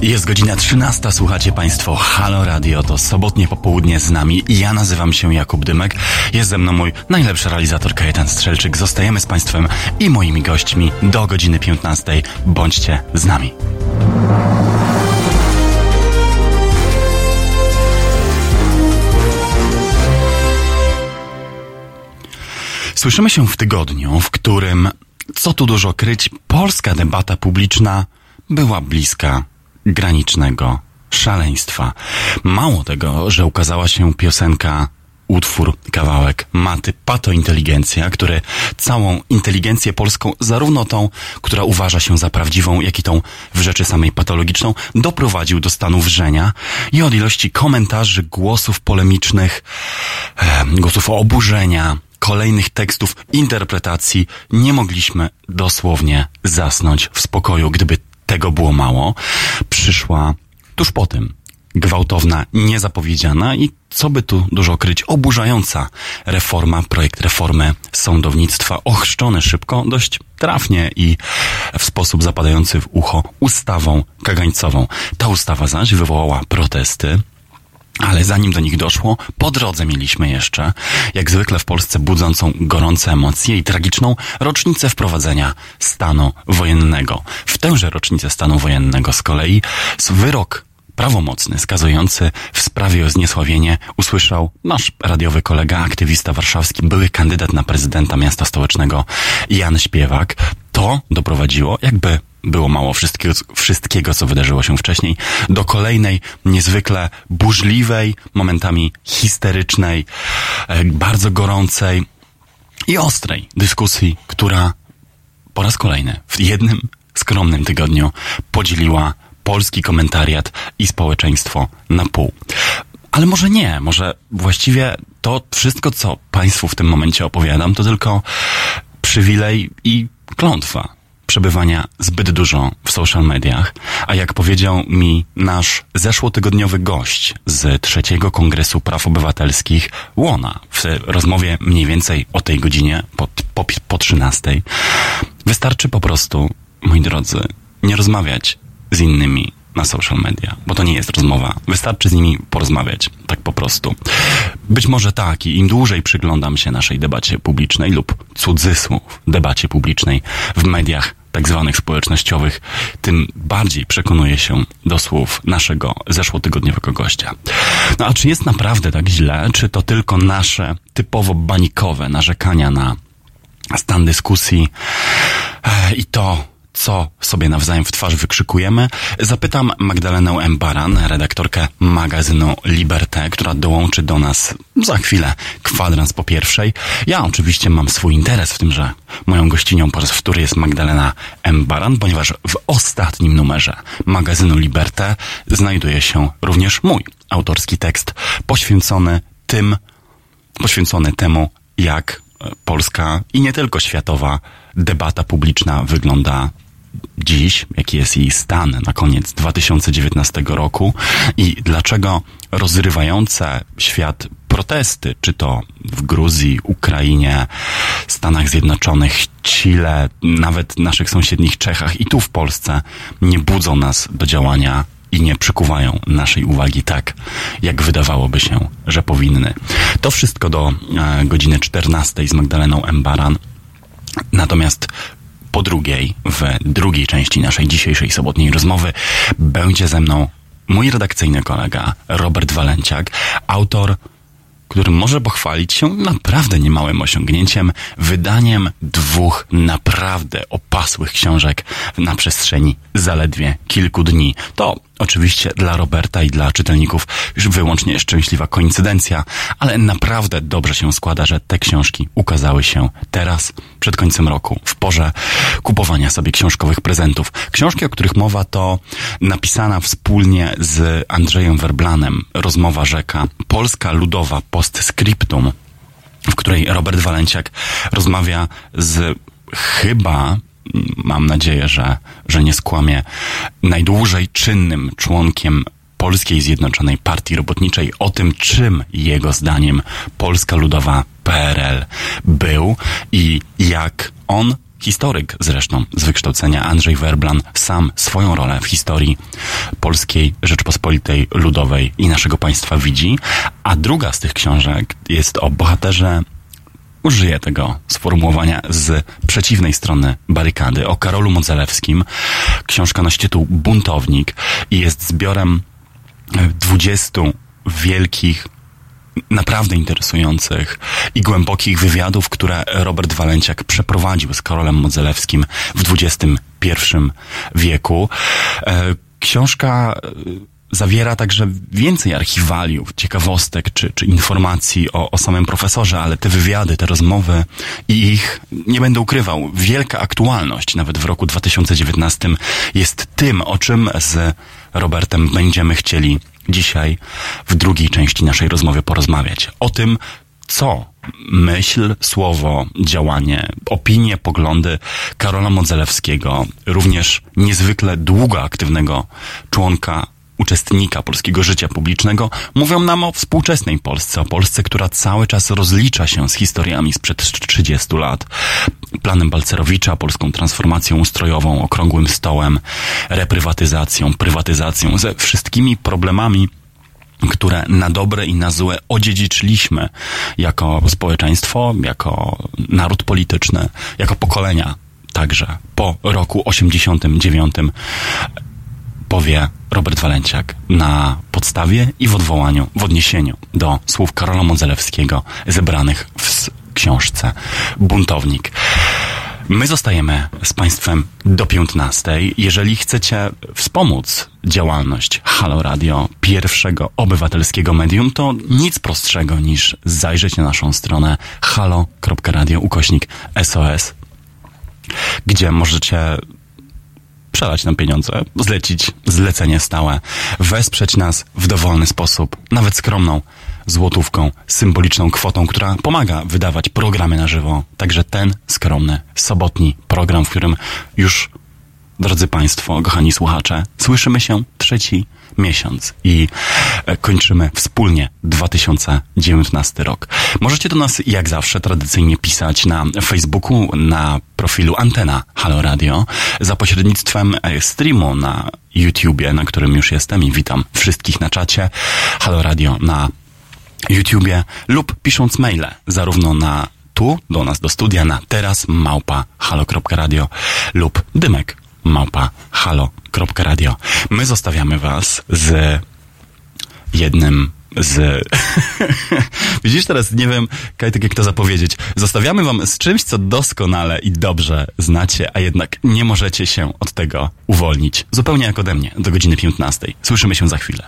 Jest godzina 13, słuchacie Państwo Halo Radio, to sobotnie popołudnie z nami. Ja nazywam się Jakub Dymek, jest ze mną mój najlepszy realizator Kajetan Strzelczyk. Zostajemy z Państwem i moimi gośćmi do godziny 15. Bądźcie z nami. Słyszymy się w tygodniu, w którym, co tu dużo kryć, polska debata publiczna była bliska granicznego szaleństwa. Mało tego, że ukazała się piosenka, utwór, kawałek Maty Patointeligencja, który całą inteligencję polską, zarówno tą, która uważa się za prawdziwą, jak i tą w rzeczy samej patologiczną, doprowadził do stanu wrzenia i od ilości komentarzy, głosów polemicznych, głosów oburzenia, kolejnych tekstów, interpretacji, nie mogliśmy dosłownie zasnąć w spokoju. Gdyby tego było mało, przyszła tuż po tym gwałtowna, niezapowiedziana i, co by tu dużo kryć, oburzająca reforma, projekt reformy sądownictwa, ochrzczony szybko, dość trafnie i w sposób zapadający w ucho ustawą kagańcową. Ta ustawa zaś wywołała protesty, ale zanim do nich doszło, po drodze mieliśmy jeszcze, jak zwykle w Polsce, budzącą gorące emocje i tragiczną rocznicę wprowadzenia stanu wojennego. W tęże rocznicę stanu wojennego z kolei wyrok prawomocny skazujący w sprawie o zniesławienie usłyszał nasz radiowy kolega, aktywista warszawski, były kandydat na prezydenta miasta stołecznego Jan Śpiewak. To doprowadziło, jakby było mało wszystkiego, co wydarzyło się wcześniej, do kolejnej, niezwykle burzliwej, momentami histerycznej, bardzo gorącej i ostrej dyskusji, która po raz kolejny w jednym skromnym tygodniu podzieliła polski komentariat i społeczeństwo na pół. Ale może nie, może właściwie to wszystko, co Państwu w tym momencie opowiadam, to tylko przywilej i klątwa przebywania zbyt dużo w social mediach, a jak powiedział mi nasz zeszłotygodniowy gość z 3. Kongresu Praw Obywatelskich Łona w rozmowie mniej więcej o tej godzinie, po 13, wystarczy po prostu, moi drodzy, nie rozmawiać z innymi na social media, bo to nie jest rozmowa. Wystarczy z nimi porozmawiać, tak po prostu. Być może tak, i im dłużej przyglądam się naszej debacie publicznej lub cudzysłów debacie publicznej w mediach tak zwanych społecznościowych, tym bardziej przekonuję się do słów naszego zeszłotygodniowego gościa. No a czy jest naprawdę tak źle? Czy to tylko nasze typowo banikowe narzekania na stan dyskusji i to, co sobie nawzajem w twarz wykrzykujemy? Zapytam Magdalenę M. Baran, redaktorkę magazynu Liberté, która dołączy do nas za chwilę, kwadrans po pierwszej. Ja oczywiście mam swój interes w tym, że moją gościnią po raz wtóry jest Magdalena M. Baran, ponieważ w ostatnim numerze magazynu Liberté znajduje się również mój autorski tekst poświęcony temu, jak polska i nie tylko światowa debata publiczna wygląda dziś, jaki jest jej stan na koniec 2019 roku i dlaczego rozrywające świat protesty, czy to w Gruzji, Ukrainie, Stanach Zjednoczonych, Chile, nawet naszych sąsiednich Czechach i tu w Polsce, nie budzą nas do działania i nie przykuwają naszej uwagi tak, jak wydawałoby się, że powinny. To wszystko do godziny 14 z Magdaleną M. Baran. Natomiast po drugiej, w drugiej części naszej dzisiejszej sobotniej rozmowy będzie ze mną mój redakcyjny kolega Robert Walenciak, autor, który może pochwalić się naprawdę niemałym osiągnięciem, wydaniem 2 naprawdę opasłych książek na przestrzeni zaledwie kilku dni. To oczywiście dla Roberta i dla czytelników już wyłącznie szczęśliwa koincydencja, ale naprawdę dobrze się składa, że te książki ukazały się teraz, przed końcem roku, w porze kupowania sobie książkowych prezentów. Książki, o których mowa, to napisana wspólnie z Andrzejem Werblanem rozmowa rzeka, polska ludowa postscriptum, w której Robert Walenciak rozmawia z chyba, mam nadzieję, że nie skłamię, najdłużej czynnym członkiem Polskiej Zjednoczonej Partii Robotniczej o tym, czym jego zdaniem Polska Ludowa PRL był i jak on historyk zresztą z wykształcenia, Andrzej Werblan, sam swoją rolę w historii Polskiej Rzeczpospolitej Ludowej i naszego państwa widzi, a druga z tych książek jest o bohaterze, użyję tego sformułowania, z przeciwnej strony barykady, o Karolu Modzelewskim. Książka nosi tytuł Buntownik i jest zbiorem 20 wielkich, naprawdę interesujących i głębokich wywiadów, które Robert Walenciak przeprowadził z Karolem Modzelewskim w XXI wieku. Książka zawiera także więcej archiwaliów, ciekawostek czy informacji o samym profesorze, ale te wywiady, te rozmowy i ich, nie będę ukrywał, wielka aktualność nawet w roku 2019 jest tym, o czym z Robertem będziemy chcieli dzisiaj w drugiej części naszej rozmowy porozmawiać. O tym, co myśl, słowo, działanie, opinie, poglądy Karola Modzelewskiego, również niezwykle długo aktywnego członka, uczestnika polskiego życia publicznego, mówią nam o współczesnej Polsce, o Polsce, która cały czas rozlicza się z historiami sprzed 30 lat. Planem Balcerowicza, polską transformacją ustrojową, okrągłym stołem, reprywatyzacją, prywatyzacją, ze wszystkimi problemami, które na dobre i na złe odziedziczyliśmy jako społeczeństwo, jako naród polityczny, jako pokolenia także po roku 89, powie Robert Walenciak na podstawie i w odwołaniu, w odniesieniu do słów Karola Modzelewskiego zebranych w książce Buntownik. My zostajemy z Państwem do 15. Jeżeli chcecie wspomóc działalność Halo Radio, pierwszego obywatelskiego medium, to nic prostszego niż zajrzeć na naszą stronę halo.radio/SOS, gdzie możecie przelać nam pieniądze, zlecić zlecenie stałe, wesprzeć nas w dowolny sposób, nawet skromną złotówką, symboliczną kwotą, która pomaga wydawać programy na żywo. Także ten skromny, sobotni program, w którym już, drodzy Państwo, kochani słuchacze, słyszymy się 3. miesiąc i kończymy wspólnie 2019 rok. Możecie do nas, jak zawsze, tradycyjnie pisać na Facebooku, na profilu Antena Halo Radio, za pośrednictwem streamu na YouTubie, na którym już jestem i witam wszystkich na czacie Halo Radio na YouTubie, lub pisząc maile zarówno na do nas do studia na teraz@halo.radio lub dymek@halo.radio. My zostawiamy was z jednym z... Widzisz, teraz nie wiem, Kajtek, jak to zapowiedzieć. Zostawiamy wam z czymś, co doskonale i dobrze znacie, a jednak nie możecie się od tego uwolnić. Zupełnie jak ode mnie, do godziny 15. Słyszymy się za chwilę.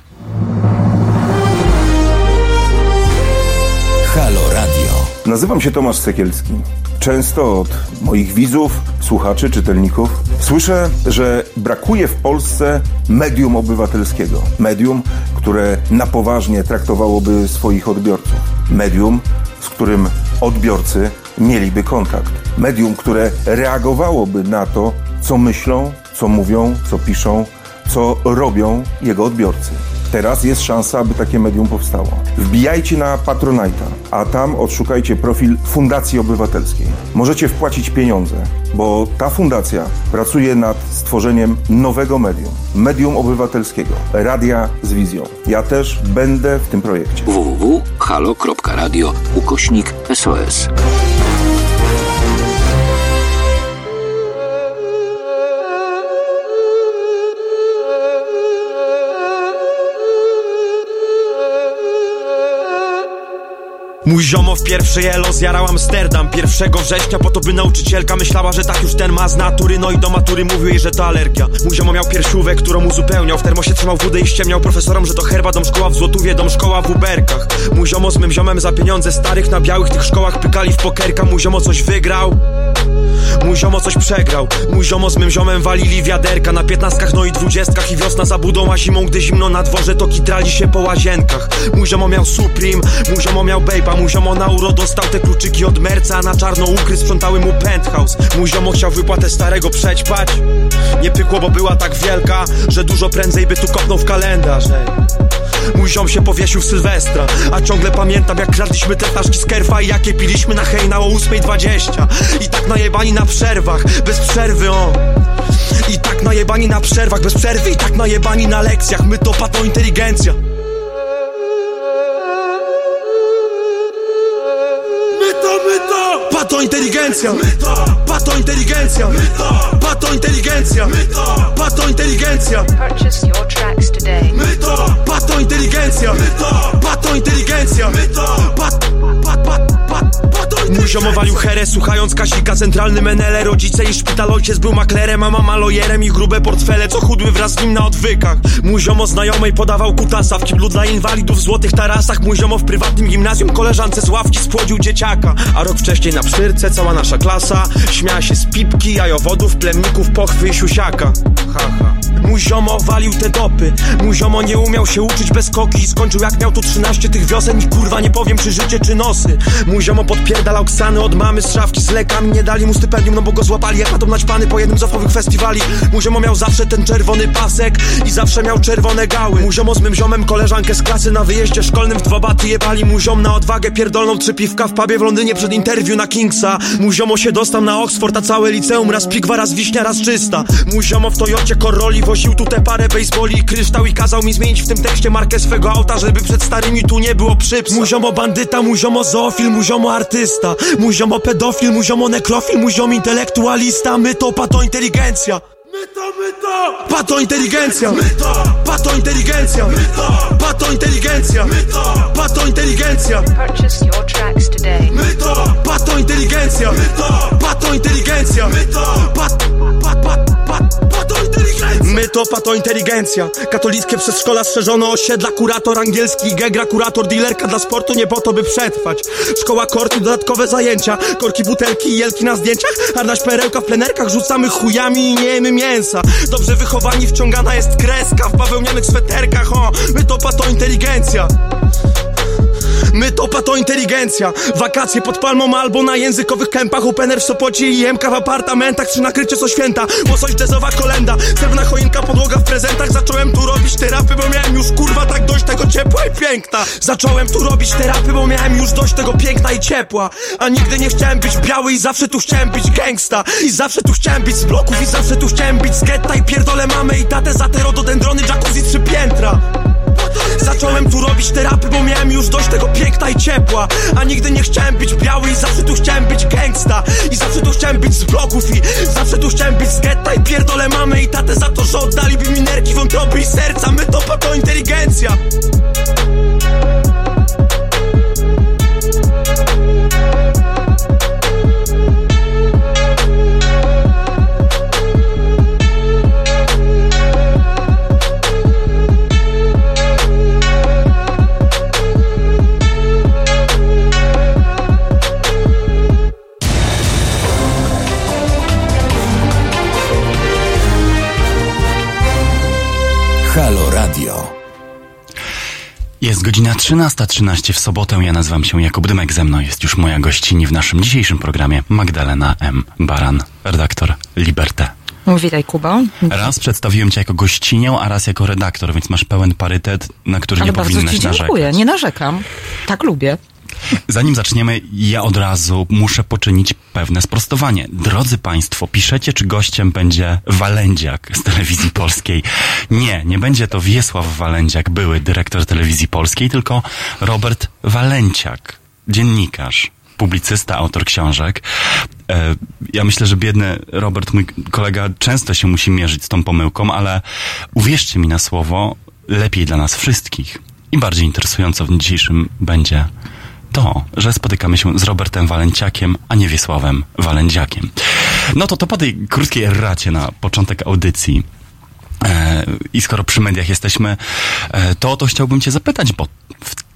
Halo Radio. Nazywam się Tomasz Sekielski. Często od moich widzów, słuchaczy, czytelników słyszę, że brakuje w Polsce medium obywatelskiego. Medium, które na poważnie traktowałoby swoich odbiorców. Medium, z którym odbiorcy mieliby kontakt. Medium, które reagowałoby na to, co myślą, co mówią, co piszą, co robią jego odbiorcy. Teraz jest szansa, aby takie medium powstało. Wbijajcie na Patronite'a, a tam odszukajcie profil Fundacji Obywatelskiej. Możecie wpłacić pieniądze, bo ta fundacja pracuje nad stworzeniem nowego medium. Medium obywatelskiego. Radia z wizją. Ja też będę w tym projekcie. www.halo.radio/SOS. Mój ziomo w pierwszy elo zjarał Amsterdam 1 września po to, by nauczycielka myślała, że tak już ten ma z natury. No i do matury mówił jej, że to alergia. Mój ziomo miał piersiówę, którą uzupełniał. W termosie trzymał wódę i ściemniał profesorom, że to herba, dom szkoła w Złotówie, dom szkoła w Uberkach. Mój ziomo z mym ziomem za pieniądze starych na białych tych szkołach pykali w pokerka. Mój ziomo coś wygrał, mój ziomo coś przegrał. Mój ziomo z mym ziomem walili wiaderka na 15, no i 20 i wiosna za budą, a zimą, gdy zimno na dworze, to kitrali się po łazienkach. Mój ziomo miał Supreme, mój ziomo miał Bape'a. Mój ziomo na euro dostał te kluczyki od Merca, a na czarno ukry sprzątały mu penthouse. Mój ziomo chciał wypłatę starego przećpać. Nie pykło, bo była tak wielka, że dużo prędzej by tu kopnął w kalendarz. Mój ziom się powiesił w Sylwestra, a ciągle pamiętam jak kradliśmy te flaszki z Kerfa i jakie piliśmy na hejna o 8:20. I tak najebani na przerwach, bez przerwy I tak najebani na przerwach, bez przerwy. I tak najebani na lekcjach. My to pato inteligencja. Pato inteligencja. Pato inteligencja. Pato inteligencja. Pato inteligencja. Purchase your tracks today. Pato inteligencja. Pato inteligencja. Mój ziom walił herę, słuchając Kasika, centralny menele. Rodzice i szpital, ojciec był maklerem, a mama lojerem. I grube portfele, co chudły wraz z nim na odwykach. Mój ziomo znajomej podawał kutasa w kiblu dla inwalidów w złotych tarasach. Mój ziomo w prywatnym gimnazjum koleżance z ławki spłodził dzieciaka. A rok wcześniej na Pszyrce cała nasza klasa śmiała się z pipki, jajowodów, plemników, pochwy i siusiaka. Haha. Mój ziomo walił te dopy. Mój ziomo nie umiał się uczyć bez koki i skończył jak miał tu 13 tych wiosen. I kurwa nie powiem czy życie czy nosy. Mój ziomo podpierdalał ksany od mamy z szafki z lekami. Nie dali mu stypendium, no bo go złapali jak atom naćpany po jednym z ofowych festiwali. Mój ziomo miał zawsze ten czerwony pasek i zawsze miał czerwone gały. Mój ziomo z mym ziomem koleżankę z klasy na wyjeździe szkolnym w 2 baty jebali. Mój ziom na odwagę pierdolną 3 piwka w pubie w Londynie przed interview na Kingsa. Mój ziomo się dostał na Oxford, a całe liceum raz pigwa, raz wiśnia, raz czysta. Mój ziomo w Toyocie Corolli woził tu te parę baseboli i kryształ i kazał mi zmienić w tym tekście markę swego auta, żeby przed starymi tu nie było przypsa. Mój ziomo bandyta, mój ziomo zoofil, mój ziomo artysta, mój ziomo pedofil, mój ziomo nekrofil, mój ziomo intelektualista. My to pato inteligencja. Pato inteligencja. Pato inteligencja. Pato inteligencja. Pato inteligencja. Purchase your tracks today. Pato inteligencja. Pato inteligencja. My to pato inteligencja. Katolickie przedszkola strzeżono osiedla, kurator angielski, gegra, kurator, dealerka dla sportu, nie po to by przetrwać. Szkoła korki, dodatkowe zajęcia, korki, butelki i jelki na zdjęciach, harnaś, perełka w plenerkach, rzucamy chujami i nie jemy mięsa. Dobrze wychowani, wciągana jest kreska w bawełnianych sweterkach, my to pato inteligencja. My to pato inteligencja. Wakacje pod palmą albo na językowych kępach, opener w Sopocie i jemka w apartamentach, czy nakrycie co święta, łosoś, jazzowa kolenda, srebrna choinka, podłoga w prezentach. Zacząłem tu robić terapy, bo miałem już kurwa tak dość tego ciepła i piękna. Zacząłem tu robić terapy, bo miałem już dość tego piękna i ciepła. A nigdy nie chciałem być biały i zawsze tu chciałem być gangsta. I zawsze tu chciałem być z bloków i zawsze tu chciałem być z getta. I pierdolę mamę i tatę za te rododendrony, jacuzzi 3 piętra. Zacząłem tu robić terapy, bo miałem już dość tego piękna i ciepła. A nigdy nie chciałem być biały i zawsze tu chciałem być gangsta. I zawsze tu chciałem być z bloków i zawsze tu chciałem być z getta. I pierdolę mamę i tatę za to, że oddaliby mi nerki, wątroby i serca. My to pato inteligencja. Halo Radio. Jest godzina 13:13 w sobotę. Ja nazywam się Jakub Dymek. Ze mną jest już moja gościni w naszym dzisiejszym programie, Magdalena M. Baran, redaktor Liberté. Witaj, Kuba. Raz przedstawiłem cię jako gościnię, a raz jako redaktor, więc masz pełen parytet, na który ale nie powinnaś narzekać. Dziękuję, nie narzekam. Tak lubię. Zanim zaczniemy, ja od razu muszę poczynić pewne sprostowanie. Drodzy Państwo, piszecie, czy gościem będzie Walędziak z Telewizji Polskiej. Nie będzie to Wiesław Walędziak, były dyrektor Telewizji Polskiej, tylko Robert Walenciak, dziennikarz, publicysta, autor książek. Ja myślę, że biedny Robert, mój kolega, często się musi mierzyć z tą pomyłką, ale uwierzcie mi na słowo, lepiej dla nas wszystkich i bardziej interesująco w dniu dzisiejszym będzie to, że spotykamy się z Robertem Walenciakiem, a nie Wiesławem Walędziakiem. No to po tej krótkiej erracie na początek audycji i skoro przy mediach jesteśmy, to chciałbym cię zapytać, bo w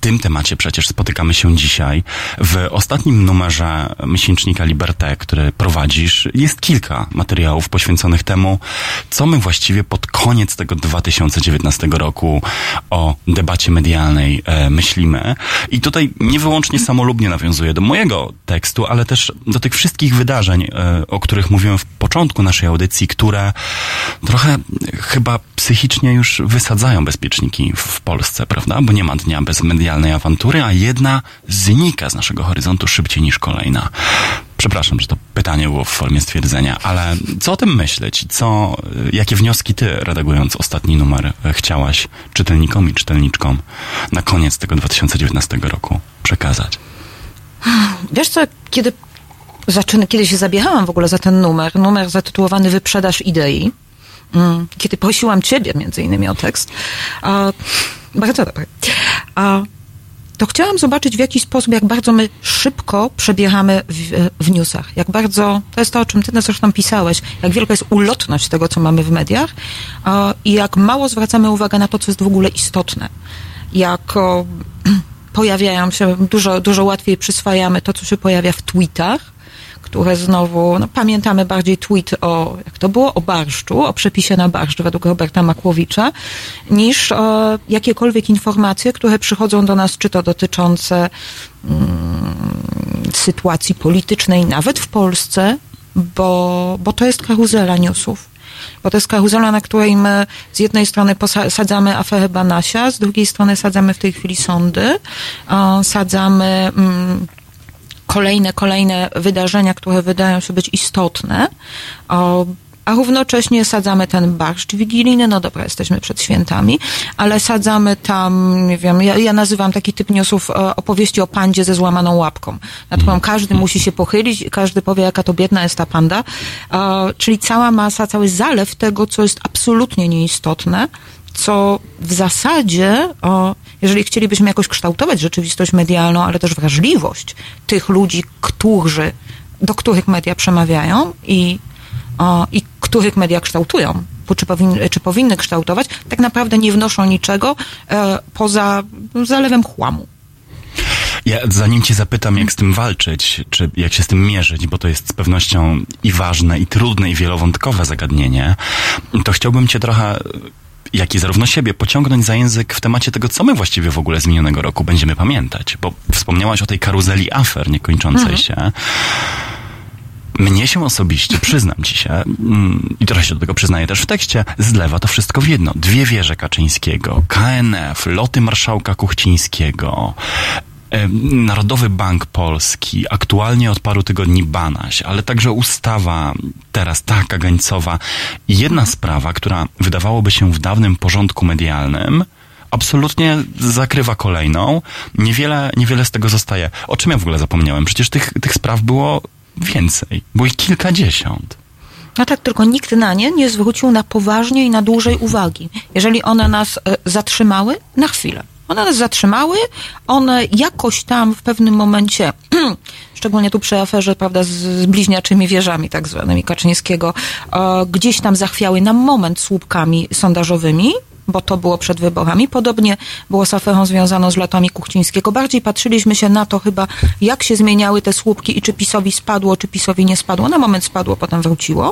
tym temacie przecież spotykamy się dzisiaj. W ostatnim numerze miesięcznika Liberté, który prowadzisz, jest kilka materiałów poświęconych temu, co my właściwie pod koniec tego 2019 roku o debacie medialnej myślimy. I tutaj nie wyłącznie samolubnie nawiązuję do mojego tekstu, ale też do tych wszystkich wydarzeń, o których mówiłem w początku naszej audycji, które trochę chyba psychicznie już wysadzają bezpieczniki w Polsce, prawda? Bo nie ma dnia bez medialnej awantury, a jedna znika z naszego horyzontu szybciej niż kolejna. Przepraszam, że to pytanie było w formie stwierdzenia, ale co o tym myśleć? Jakie wnioski ty, redagując ostatni numer, chciałaś czytelnikom i czytelniczkom na koniec tego 2019 roku przekazać? Wiesz co, kiedy się zabiegałam w ogóle za ten numer zatytułowany Wyprzedaż idei, kiedy prosiłam ciebie między innymi o tekst, bardzo dobry, to chciałam zobaczyć w jaki sposób, jak bardzo my szybko przebiegamy w newsach. Jak bardzo, to jest to, o czym ty zresztą pisałeś, jak wielka jest ulotność tego, co mamy w mediach i jak mało zwracamy uwagę na to, co jest w ogóle istotne. Jak pojawiają się, dużo łatwiej przyswajamy to, co się pojawia w tweetach, które znowu, pamiętamy bardziej tweet o barszczu, o przepisie na barszcz według Roberta Makłowicza, niż jakiekolwiek informacje, które przychodzą do nas, czy to dotyczące sytuacji politycznej, nawet w Polsce, bo to jest karuzela newsów. Bo to jest karuzela, na której my z jednej strony sadzamy aferę Banasia, z drugiej strony sadzamy w tej chwili sądy, sadzamy kolejne wydarzenia, które wydają się być istotne, a równocześnie sadzamy ten barszcz wigilijny, no dobra, jesteśmy przed świętami, ale sadzamy tam, nie wiem, ja nazywam taki typ newsów opowieści o pandzie ze złamaną łapką, nad którą każdy musi się pochylić i każdy powie, jaka to biedna jest ta panda, czyli cała masa, cały zalew tego, co jest absolutnie nieistotne, co w zasadzie, jeżeli chcielibyśmy jakoś kształtować rzeczywistość medialną, ale też wrażliwość tych ludzi, do których media przemawiają i których media kształtują, czy powinny kształtować, tak naprawdę nie wnoszą niczego poza zalewem chłamu. Ja zanim cię zapytam, jak z tym walczyć, czy jak się z tym mierzyć, bo to jest z pewnością i ważne, i trudne, i wielowątkowe zagadnienie, to chciałbym cię trochę, jak i zarówno siebie, pociągnąć za język w temacie tego, co my właściwie w ogóle z minionego roku będziemy pamiętać. Bo wspomniałaś o tej karuzeli afer niekończącej się. Mnie się osobiście, przyznam ci się, i trochę się do tego przyznaję też w tekście, zlewa to wszystko w jedno. 2 wieże Kaczyńskiego, KNF, loty marszałka Kuchcińskiego, Narodowy Bank Polski, aktualnie od paru tygodni Banaś, ale także ustawa teraz ta kagańcowa. Jedna sprawa, która wydawałoby się w dawnym porządku medialnym, absolutnie zakrywa kolejną. Niewiele z tego zostaje. O czym ja w ogóle zapomniałem? Przecież tych spraw było więcej. Było ich kilkadziesiąt. No tak, tylko nikt na nie nie zwrócił na poważnie i na dłużej uwagi. Jeżeli one nas zatrzymały, na chwilę. One nas zatrzymały, one jakoś tam w pewnym momencie, szczególnie tu przy aferze, prawda, z bliźniaczymi wieżami tak zwanymi Kaczyńskiego, gdzieś tam zachwiały na moment słupkami sondażowymi, bo to było przed wyborami. Podobnie było z aferą związaną z lotami Kuchcińskiego. Bardziej patrzyliśmy się na to chyba, jak się zmieniały te słupki i czy PiS-owi spadło, czy PiS-owi nie spadło. Na moment spadło, potem wróciło.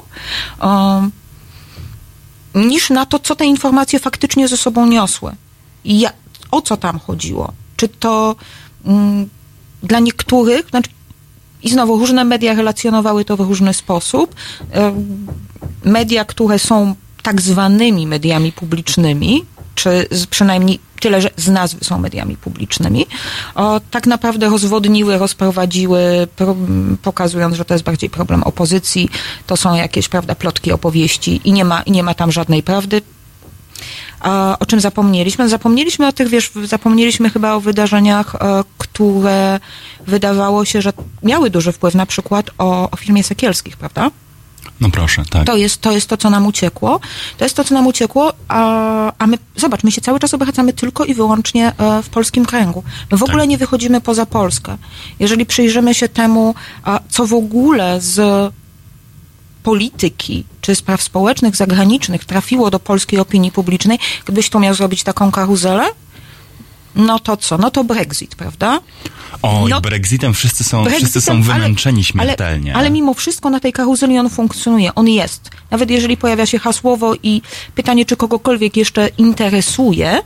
Niż na to, co te informacje faktycznie ze sobą niosły. I o co tam chodziło? Czy to dla niektórych, i znowu różne media relacjonowały to w różny sposób. Media, które są tak zwanymi mediami publicznymi, czy przynajmniej tyle, że z nazwy są mediami publicznymi, tak naprawdę rozwodniły, rozprowadziły, pokazując, że to jest bardziej problem opozycji, to są jakieś, prawda, plotki, opowieści i nie ma tam żadnej prawdy. O czym zapomnieliśmy? Zapomnieliśmy o tych, zapomnieliśmy chyba o wydarzeniach, które wydawało się, że miały duży wpływ, na przykład o filmie Sekielskich, prawda? No proszę, tak. To jest to, co nam uciekło. To jest to, co nam uciekło, a my, zobacz, my się cały czas obracamy tylko i wyłącznie w polskim kręgu. My w ogóle nie wychodzimy poza Polskę. Jeżeli przyjrzymy się temu, co w ogóle z polityki czy spraw społecznych, zagranicznych trafiło do polskiej opinii publicznej, gdybyś tu miał zrobić taką karuzelę, no to co? No to Brexit, prawda? Oj, No, Brexitem wszyscy są wymęczeni śmiertelnie. Ale mimo wszystko na tej karuzeli on funkcjonuje, on jest. Nawet jeżeli pojawia się hasłowo i pytanie, czy kogokolwiek jeszcze interesuje,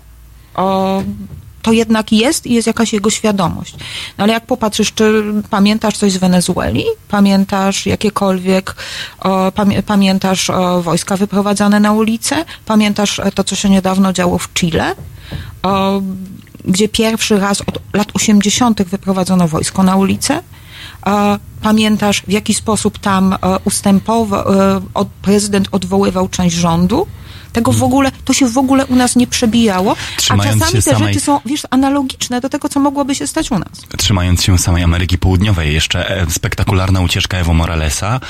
to jednak jest i jest jakaś jego świadomość. No ale jak popatrzysz, czy pamiętasz coś z Wenezueli? Pamiętasz jakiekolwiek, pamiętasz wojska wyprowadzane na ulicę? Pamiętasz to, co się niedawno działo w Chile? Gdzie pierwszy raz od lat 80. wyprowadzono wojsko na ulicę. Pamiętasz, w jaki sposób tam prezydent odwoływał część rządu? Tego w ogóle, to się w ogóle u nas nie przebijało, Trzymając a czasami się te rzeczy są, wiesz, analogiczne do tego, co mogłoby się stać u nas. Trzymając się samej Ameryki Południowej, jeszcze spektakularna ucieczka Evo Moralesa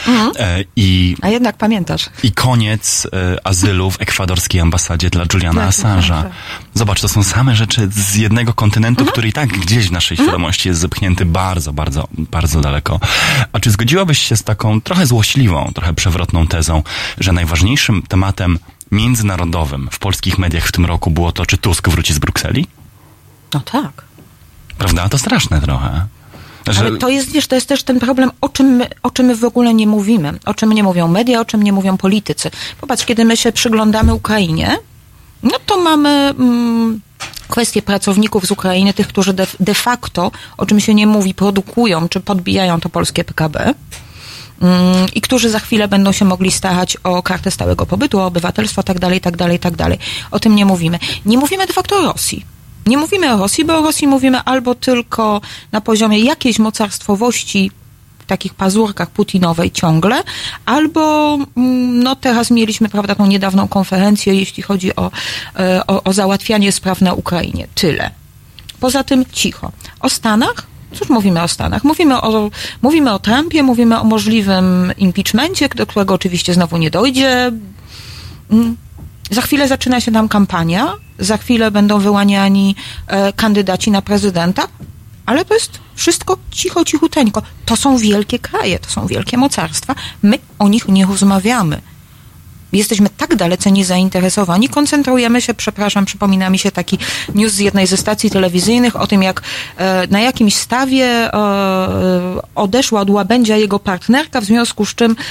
A jednak pamiętasz. i koniec azylu w ekwadorskiej ambasadzie dla Juliana Assange'a. Zobacz, to są same rzeczy z jednego kontynentu, który i tak gdzieś w naszej świadomości jest zepchnięty bardzo, bardzo, bardzo daleko. A czy zgodziłabyś się z taką trochę złośliwą, trochę przewrotną tezą, że najważniejszym tematem międzynarodowym w polskich mediach w tym roku było to, czy Tusk wróci z Brukseli? No tak. Prawda? To straszne trochę. Ale to jest, wiesz, to jest też ten problem, o czym my w ogóle nie mówimy. O czym nie mówią media, o czym nie mówią politycy. Popatrz, kiedy my się przyglądamy Ukrainie, no to mamy kwestię pracowników z Ukrainy, tych, którzy de facto, o czym się nie mówi, produkują czy podbijają to polskie PKB. I którzy za chwilę będą się mogli starać o kartę stałego pobytu, o obywatelstwo, tak dalej, tak dalej, tak dalej. O tym nie mówimy. Nie mówimy de facto o Rosji. Nie mówimy o Rosji, bo o Rosji mówimy albo tylko na poziomie jakiejś mocarstwowości, w takich pazurkach putinowej ciągle, albo no teraz mieliśmy, prawda, tą niedawną konferencję, jeśli chodzi o załatwianie spraw na Ukrainie. Tyle. Poza tym cicho. O Stanach? Cóż mówimy o Stanach? Mówimy o Trumpie, mówimy o możliwym impeachmencie, do którego oczywiście znowu nie dojdzie. Za chwilę zaczyna się tam kampania, za chwilę będą wyłaniani kandydaci na prezydenta, ale to jest wszystko cicho, cichuteńko. To są wielkie kraje, to są wielkie mocarstwa. My o nich nie rozmawiamy. Jesteśmy tak dalece niezainteresowani, koncentrujemy się, przypomina mi się taki news z jednej ze stacji telewizyjnych o tym, jak na jakimś stawie odeszła od łabędzia jego partnerka, w związku z czym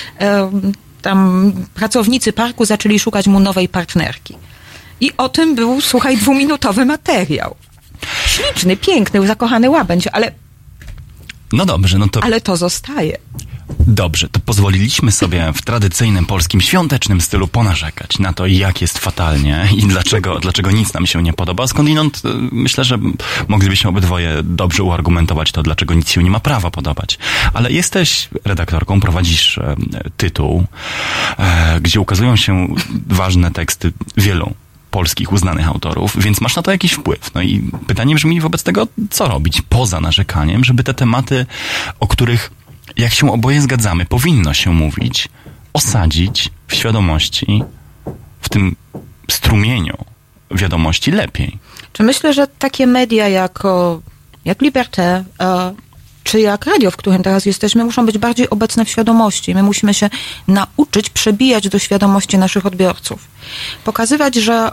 tam pracownicy parku zaczęli szukać mu nowej partnerki. I o tym był, słuchaj, 2-minutowy materiał. Śliczny, piękny, zakochany łabędź, ale... No dobrze, no to... Ale to zostaje. Dobrze, to pozwoliliśmy sobie w tradycyjnym polskim świątecznym stylu ponarzekać na to, jak jest fatalnie i dlaczego nic nam się nie podoba. Skądinąd myślę, że moglibyśmy obydwoje dobrze uargumentować to, dlaczego nic się nie ma prawa podobać. Ale jesteś redaktorką, prowadzisz tytuł, gdzie ukazują się ważne teksty wielu polskich uznanych autorów, więc masz na to jakiś wpływ. No i pytanie brzmi wobec tego, co robić poza narzekaniem, żeby te tematy, o których, jak się oboje zgadzamy, powinno się mówić, osadzić w świadomości, w tym strumieniu wiadomości lepiej. Czy myślę, że takie media jak Liberté, czy jak radio, w którym teraz jesteśmy, muszą być bardziej obecne w świadomości. My musimy się nauczyć przebijać do świadomości naszych odbiorców. Pokazywać, że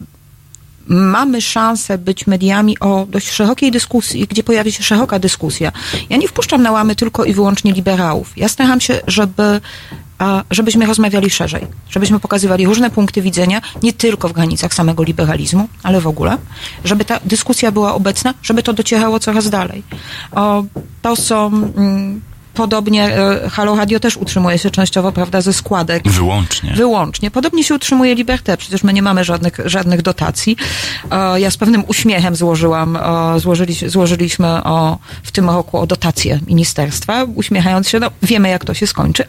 mamy szansę być mediami o dość szerokiej dyskusji, gdzie pojawi się szeroka dyskusja. Ja nie wpuszczam na łamy tylko i wyłącznie liberałów. Ja staram się, żebyśmy rozmawiali szerzej, żebyśmy pokazywali różne punkty widzenia, nie tylko w granicach samego liberalizmu, ale w ogóle, żeby ta dyskusja była obecna, żeby to docierało coraz dalej. To są... Podobnie Halo Radio też utrzymuje się częściowo, prawda, ze składek. Wyłącznie. Podobnie się utrzymuje Liberté. Przecież my nie mamy żadnych dotacji. Ja z pewnym uśmiechem złożyliśmy w tym roku o dotację ministerstwa, uśmiechając się, no wiemy jak to się skończy,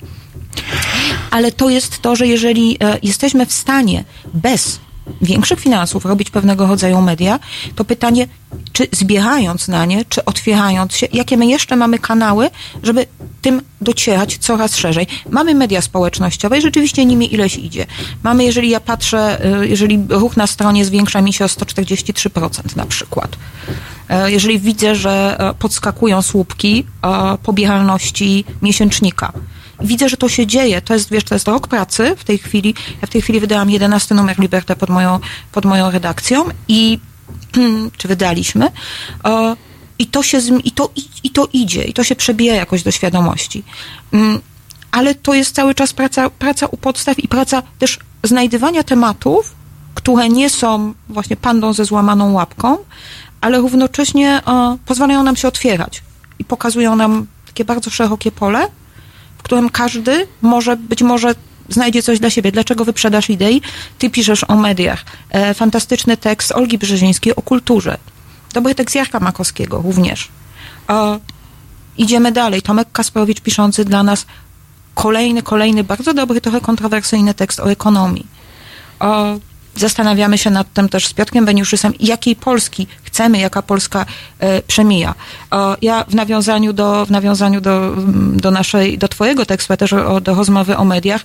ale to jest to, że jeżeli jesteśmy w stanie bez większych finansów robić pewnego rodzaju media, to pytanie, czy zbierając na nie, czy otwierając się, jakie my jeszcze mamy kanały, żeby tym docierać coraz szerzej. Mamy media społecznościowe i rzeczywiście nimi ileś idzie. Mamy, jeżeli ja patrzę, jeżeli ruch na stronie zwiększa mi się o 143% na przykład. Jeżeli widzę, że podskakują słupki pobieralności miesięcznika. Widzę, że to się dzieje. To jest rok pracy w tej chwili. Ja w tej chwili wydałam 11 numer Liberté pod moją redakcją i czy wydaliśmy. I to idzie, i to się przebija jakoś do świadomości. Ale to jest cały czas praca u podstaw i praca też znajdywania tematów, które nie są właśnie pandą ze złamaną łapką, ale równocześnie pozwalają nam się otwierać i pokazują nam takie bardzo szerokie pole, w którym każdy być może znajdzie coś dla siebie. Dlaczego wyprzedaż idei? Ty piszesz o mediach. Fantastyczny tekst Olgi Brzezińskiej o kulturze. Dobry tekst Jarka Makowskiego również. Idziemy dalej. Tomek Kasprowicz piszący dla nas kolejny bardzo dobry, trochę kontrowersyjny tekst o ekonomii. Zastanawiamy się nad tym też z Piotrkiem Beniuszysem, jakiej Polski chcemy, jaka Polska przemija. Ja w nawiązaniu do twojego tekstu, a też do rozmowy o mediach,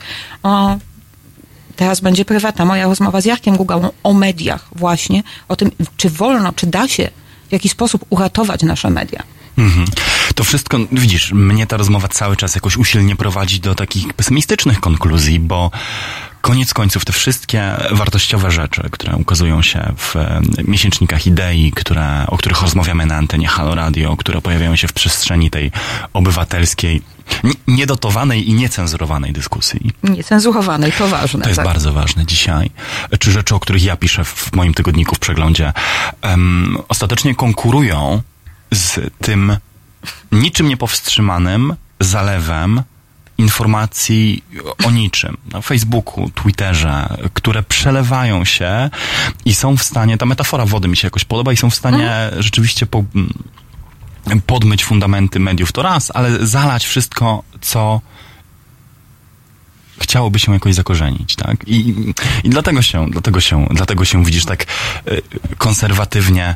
teraz będzie prywatna moja rozmowa z Jarkiem Gugałą o mediach właśnie, o tym, czy wolno, czy da się w jakiś sposób uratować nasze media. To wszystko, widzisz, mnie ta rozmowa cały czas jakoś usilnie prowadzi do takich pesymistycznych konkluzji, bo koniec końców te wszystkie wartościowe rzeczy, które ukazują się w miesięcznikach idei, o których rozmawiamy na antenie Halo Radio, które pojawiają się w przestrzeni tej obywatelskiej, niedotowanej i niecenzurowanej dyskusji. Niecenzurowanej, to ważne. To jest bardzo ważne dzisiaj. Czy rzeczy, o których ja piszę w moim tygodniku, w przeglądzie, ostatecznie konkurują z tym niczym niepowstrzymanym zalewem informacji o niczym. Na Facebooku, Twitterze, które przelewają się i są w stanie, ta metafora wody mi się jakoś podoba, i są w stanie rzeczywiście podmyć fundamenty mediów, to raz, ale zalać wszystko, co chciałoby się jakoś zakorzenić, tak? I dlatego się widzisz tak konserwatywnie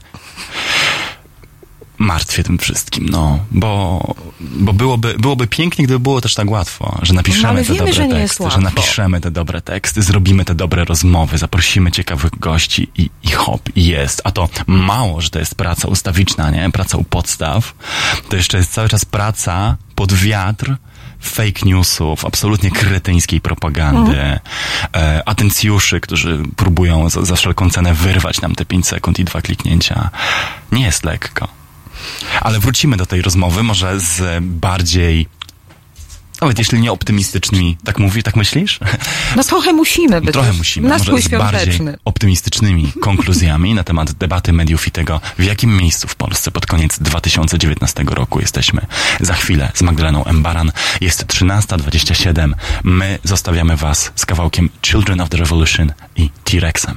martwię tym wszystkim, bo byłoby pięknie, gdyby było też tak łatwo, że napiszemy napiszemy te dobre teksty, zrobimy te dobre rozmowy, zaprosimy ciekawych gości i hop, i jest. A to mało, że to jest praca ustawiczna, nie? Praca u podstaw, to jeszcze jest cały czas praca pod wiatr fake newsów, absolutnie kretyńskiej propagandy, atencjuszy, którzy próbują za wszelką cenę wyrwać nam te 5 sekund i 2 kliknięcia. Nie jest lekko. Ale wrócimy do tej rozmowy, może z bardziej, nawet jeśli nie optymistycznymi, tak myślisz? No trochę musimy być. Trochę musimy, może z bardziej optymistycznymi konkluzjami na temat debaty mediów i tego, w jakim miejscu w Polsce pod koniec 2019 roku jesteśmy. Za chwilę z Magdaleną M. Baran. Jest 13:27. My zostawiamy was z kawałkiem Children of the Revolution i T-Rexem.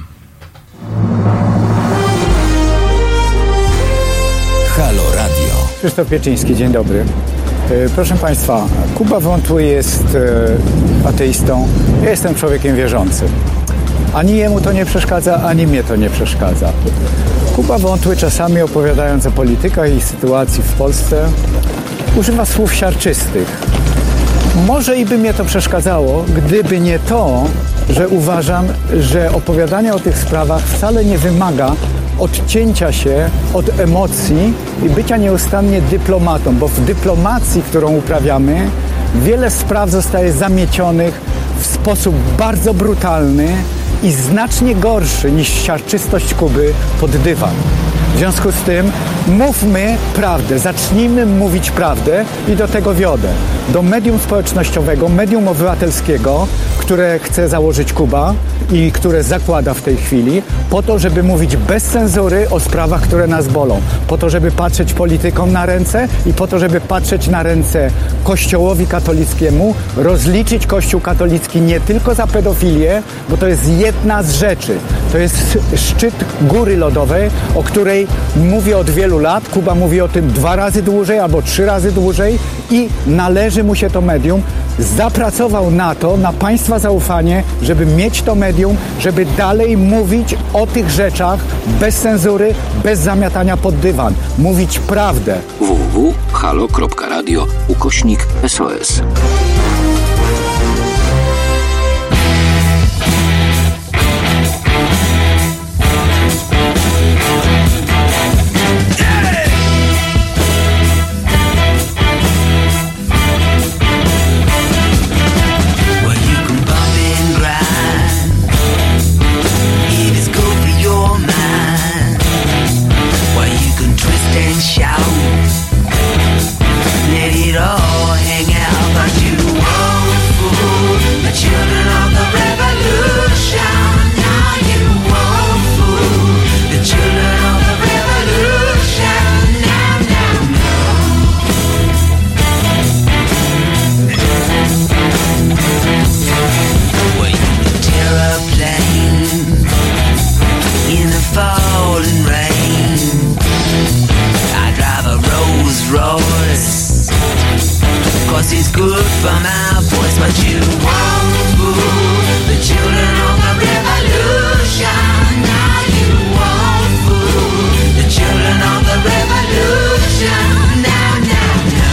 Halo Radio. Krzysztof Pieczyński, dzień dobry. Proszę Państwa, Kuba Wątły jest ateistą, ja jestem człowiekiem wierzącym. Ani jemu to nie przeszkadza, ani mnie to nie przeszkadza. Kuba Wątły czasami, opowiadając o politykach i sytuacji w Polsce, używa słów siarczystych. Może i by mnie to przeszkadzało, gdyby nie to, że uważam, że opowiadanie o tych sprawach wcale nie wymaga odcięcia się od emocji i bycia nieustannie dyplomatą, bo w dyplomacji, którą uprawiamy, wiele spraw zostaje zamiecionych w sposób bardzo brutalny i znacznie gorszy niż siarczystość Kuby pod dywan. W związku z tym mówmy prawdę, zacznijmy mówić prawdę i do tego wiodę. Do medium społecznościowego, medium obywatelskiego, które chce założyć Kuba i które zakłada w tej chwili, po to, żeby mówić bez cenzury o sprawach, które nas bolą. Po to, żeby patrzeć politykom na ręce i po to, żeby patrzeć na ręce Kościołowi katolickiemu, rozliczyć Kościół katolicki nie tylko za pedofilię, bo to jest jedna z rzeczy. To jest szczyt góry lodowej, o której mówię od wielu lat. Kuba mówi o tym 2 razy dłużej albo 3 razy dłużej i należy mu się to medium. Zapracował na to, na Państwa zaufanie, żeby mieć to medium, żeby dalej mówić o tych rzeczach bez cenzury, bez zamiatania pod dywan. Mówić prawdę. www.halo.radio/SOS. It is good for your mind. This is good for my voice, but you won't fool the children of the revolution. Now you won't fool the children of the revolution. Now, no.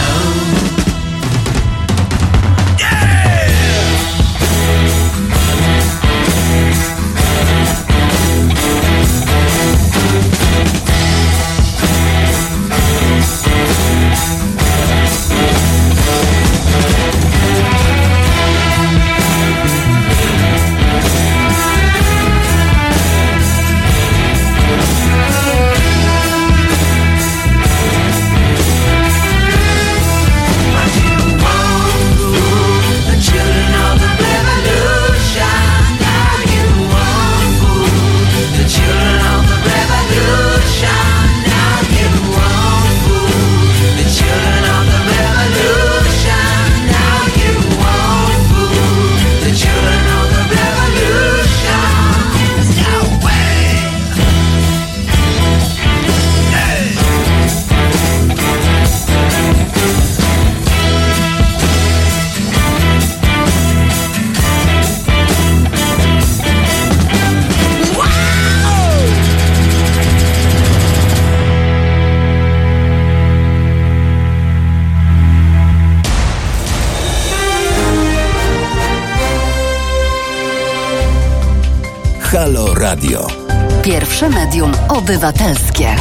Halo Radio. Pierwsze medium obywatelskie.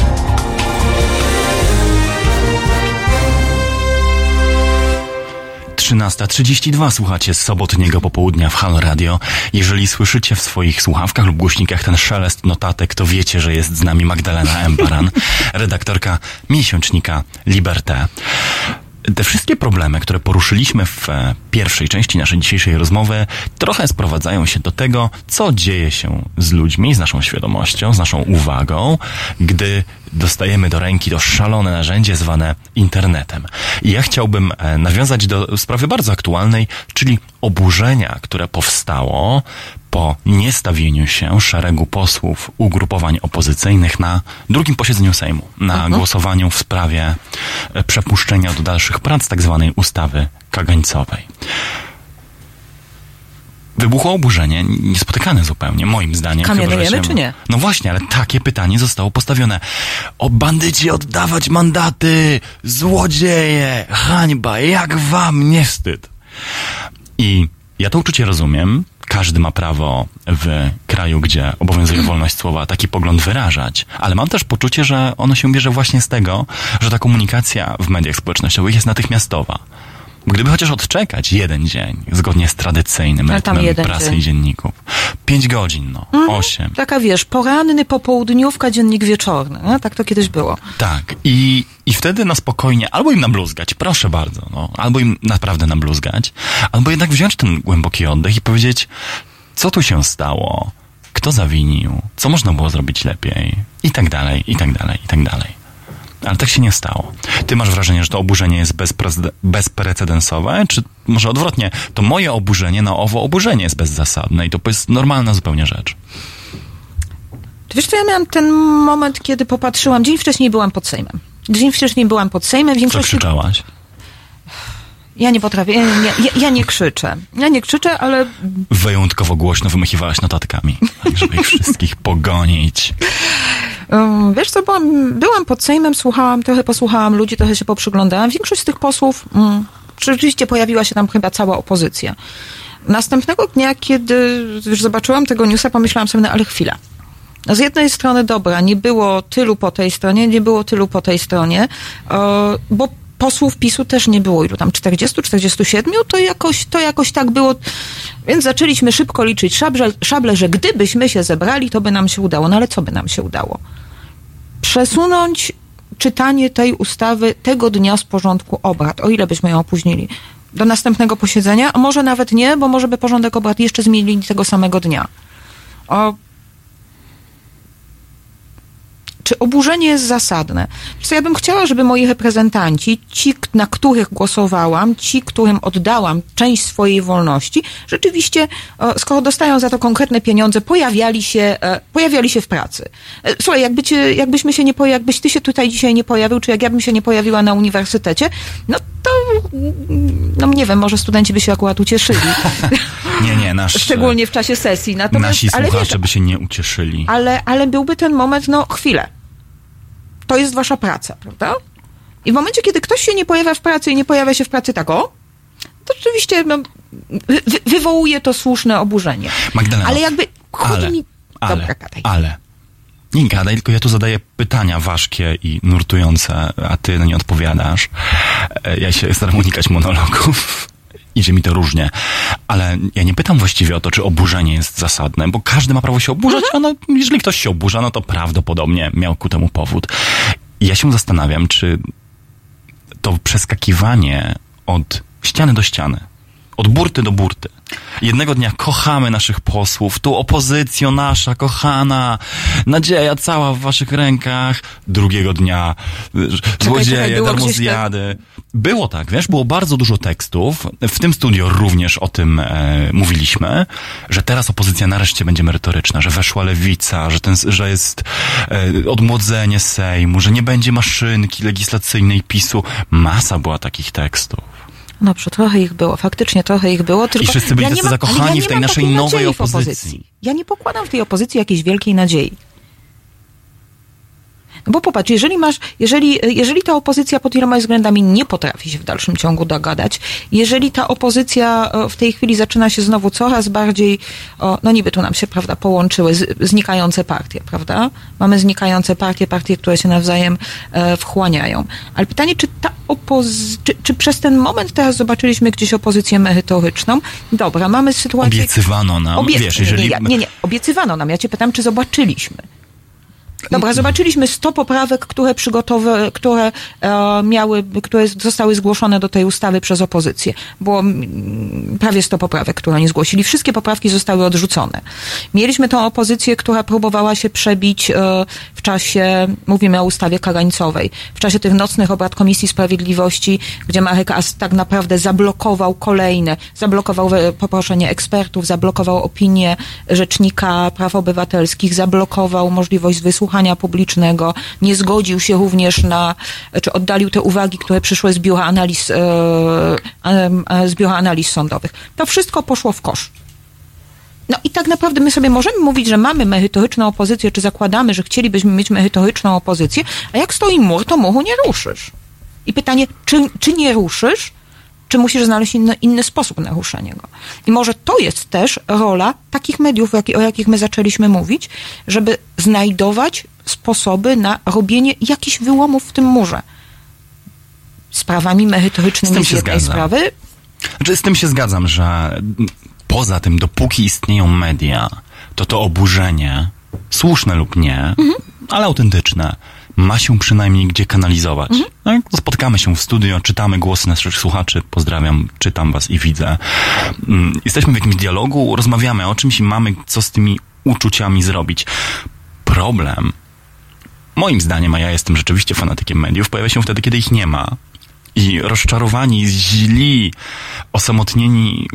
Trzynasta 32, słuchacie sobotniego popołudnia w Halo Radio. Jeżeli słyszycie w swoich słuchawkach lub głośnikach ten szelest notatek, to wiecie, że jest z nami Magdalena Embaran, redaktorka miesięcznika Liberté. Te wszystkie problemy, które poruszyliśmy w pierwszej części naszej dzisiejszej rozmowy, trochę sprowadzają się do tego, co dzieje się z ludźmi, z naszą świadomością, z naszą uwagą, gdy dostajemy do ręki to szalone narzędzie zwane internetem. I ja chciałbym nawiązać do sprawy bardzo aktualnej, czyli oburzenia, które powstało po niestawieniu się szeregu posłów ugrupowań opozycyjnych na drugim posiedzeniu Sejmu, na głosowaniu w sprawie przepuszczenia do dalszych prac tak zwanej ustawy kagańcowej. Wybuchło oburzenie niespotykane zupełnie, moim zdaniem. Kamienujemy czy nie? No właśnie, ale takie pytanie zostało postawione. O bandyci oddawać mandaty, złodzieje, hańba, jak wam nie wstyd? I ja to uczucie rozumiem. Każdy ma prawo w kraju, gdzie obowiązuje wolność słowa, taki pogląd wyrażać. Ale mam też poczucie, że ono się bierze właśnie z tego, że ta komunikacja w mediach społecznościowych jest natychmiastowa. Gdyby chociaż odczekać jeden dzień, zgodnie z tradycyjnym rytmem prasy i dzienników. 5 godzin, 8. Taka wiesz, poranny, popołudniówka, dziennik wieczorny. No, tak to kiedyś było. Tak. I wtedy na spokojnie albo im nabluzgać, proszę bardzo, albo im naprawdę nabluzgać, albo jednak wziąć ten głęboki oddech i powiedzieć, co tu się stało, kto zawinił, co można było zrobić lepiej i tak dalej, i tak dalej, i tak dalej. Ale tak się nie stało. Ty masz wrażenie, że to oburzenie jest bezprecedensowe? Czy może odwrotnie, to moje oburzenie na owo oburzenie jest bezzasadne i to jest normalna zupełnie rzecz? Wiesz co, ja miałam ten moment, kiedy popatrzyłam, dzień wcześniej byłam pod Sejmem. Co krzyczałaś? Ja nie potrafię, ja nie krzyczę. Ja nie krzyczę, ale... Wyjątkowo głośno wymychiwałaś notatkami, żeby ich wszystkich pogonić. Wiesz co, byłam pod Sejmem, trochę posłuchałam ludzi, trochę się poprzyglądałam. Większość z tych posłów, rzeczywiście pojawiła się tam chyba cała opozycja. Następnego dnia, kiedy już zobaczyłam tego newsa, pomyślałam sobie, ale chwila. Z jednej strony dobra, nie było tylu po tej stronie, bo posłów PiS-u też nie było, ilu tam, 40, 47, to jakoś tak było, więc zaczęliśmy szybko liczyć szable, że gdybyśmy się zebrali, to by nam się udało. No ale co by nam się udało? Przesunąć czytanie tej ustawy tego dnia z porządku obrad, o ile byśmy ją opóźnili, do następnego posiedzenia, a może nawet nie, bo może by porządek obrad jeszcze zmienili tego samego dnia. czy oburzenie jest zasadne? Wiesz co, ja bym chciała, żeby moi reprezentanci, ci, na których głosowałam, ci, którym oddałam część swojej wolności, rzeczywiście, skoro dostają za to konkretne pieniądze, pojawiali się w pracy. Słuchaj, jakbyś ty się tutaj dzisiaj nie pojawił, czy jak ja bym się nie pojawiła na uniwersytecie, no to, no nie wiem, może studenci by się akurat ucieszyli. Nie, szczególnie w czasie sesji. Natomiast, nasi słuchacze by się nie ucieszyli. Ale byłby ten moment, no chwilę. To jest wasza praca, prawda? I w momencie, kiedy ktoś się nie pojawia w pracy i nie pojawia się w pracy tak to rzeczywiście wywołuje to słuszne oburzenie. Magdalena, ale jakby... Ale... Nie gadaj, tylko ja tu zadaję pytania ważkie i nurtujące, a ty na nie odpowiadasz. Ja się staram unikać monologów. Idzie mi to różnie. Ale ja nie pytam właściwie o to, czy oburzenie jest zasadne, bo każdy ma prawo się oburzać, a no, jeżeli ktoś się oburza, no to prawdopodobnie miał ku temu powód. I ja się zastanawiam, czy to przeskakiwanie od ściany do ściany, od burty do burty. Jednego dnia kochamy naszych posłów, tu opozycjo nasza, kochana, nadzieja cała w waszych rękach. Drugiego dnia złodzieje, darmozjady. Było tak, wiesz, było bardzo dużo tekstów. W tym studio również o tym mówiliśmy, że teraz opozycja nareszcie będzie merytoryczna, że weszła lewica, że jest odmłodzenie Sejmu, że nie będzie maszynki legislacyjnej PiS-u. Masa była takich tekstów. Dobrze, trochę ich było, faktycznie trochę ich było. Tylko i wszyscy byli tacy zakochani w tej naszej nowej opozycji. Ja nie pokładam w tej opozycji jakiejś wielkiej nadziei. No bo popatrz, jeżeli ta opozycja pod wieloma względami nie potrafi się w dalszym ciągu dogadać, jeżeli ta opozycja w tej chwili zaczyna się znowu coraz bardziej, no niby tu nam się, prawda, połączyły znikające partie, prawda? Mamy znikające partie, które się nawzajem wchłaniają. Ale pytanie, czy ta czy przez ten moment teraz zobaczyliśmy gdzieś opozycję merytoryczną? Dobra, mamy sytuację... Obiecywano nam, wiesz, jeżeli... Nie, obiecywano nam. Ja cię pytam, czy zobaczyliśmy? Dobra, zobaczyliśmy 100 poprawek, które zostały zgłoszone do tej ustawy przez opozycję. Było prawie 100 poprawek, które oni zgłosili. Wszystkie poprawki zostały odrzucone. Mieliśmy tą opozycję, która próbowała się przebić w czasie, mówimy o ustawie kagańcowej, w czasie tych nocnych obrad Komisji Sprawiedliwości, gdzie Marek Ast tak naprawdę zablokował poproszenie ekspertów, zablokował opinię Rzecznika Praw Obywatelskich, zablokował możliwość wysłuchania publicznego, nie zgodził się również czy oddalił te uwagi, które przyszły z Biura Analiz Sądowych. To wszystko poszło w kosz. No i tak naprawdę my sobie możemy mówić, że mamy merytoryczną opozycję, czy zakładamy, że chcielibyśmy mieć merytoryczną opozycję, a jak stoi mur, to muru nie ruszysz. I pytanie, czy nie ruszysz, czy musisz znaleźć inny sposób na ruszenie go. I może to jest też rola takich mediów, o jakich my zaczęliśmy mówić, żeby znajdować sposoby na robienie jakichś wyłomów w tym murze. Sprawami merytorycznymi z jednej sprawy. Z tym się zgadzam, że poza tym, dopóki istnieją media, to oburzenie, słuszne lub nie, ale autentyczne, ma się przynajmniej gdzie kanalizować. Tak? Spotykamy się w studio, czytamy głosy naszych słuchaczy, pozdrawiam, czytam was i widzę. Jesteśmy w jakimś dialogu, rozmawiamy o czymś i mamy co z tymi uczuciami zrobić. Problem, moim zdaniem, a ja jestem rzeczywiście fanatykiem mediów, pojawia się wtedy, kiedy ich nie ma. I rozczarowani, źli, osamotnieni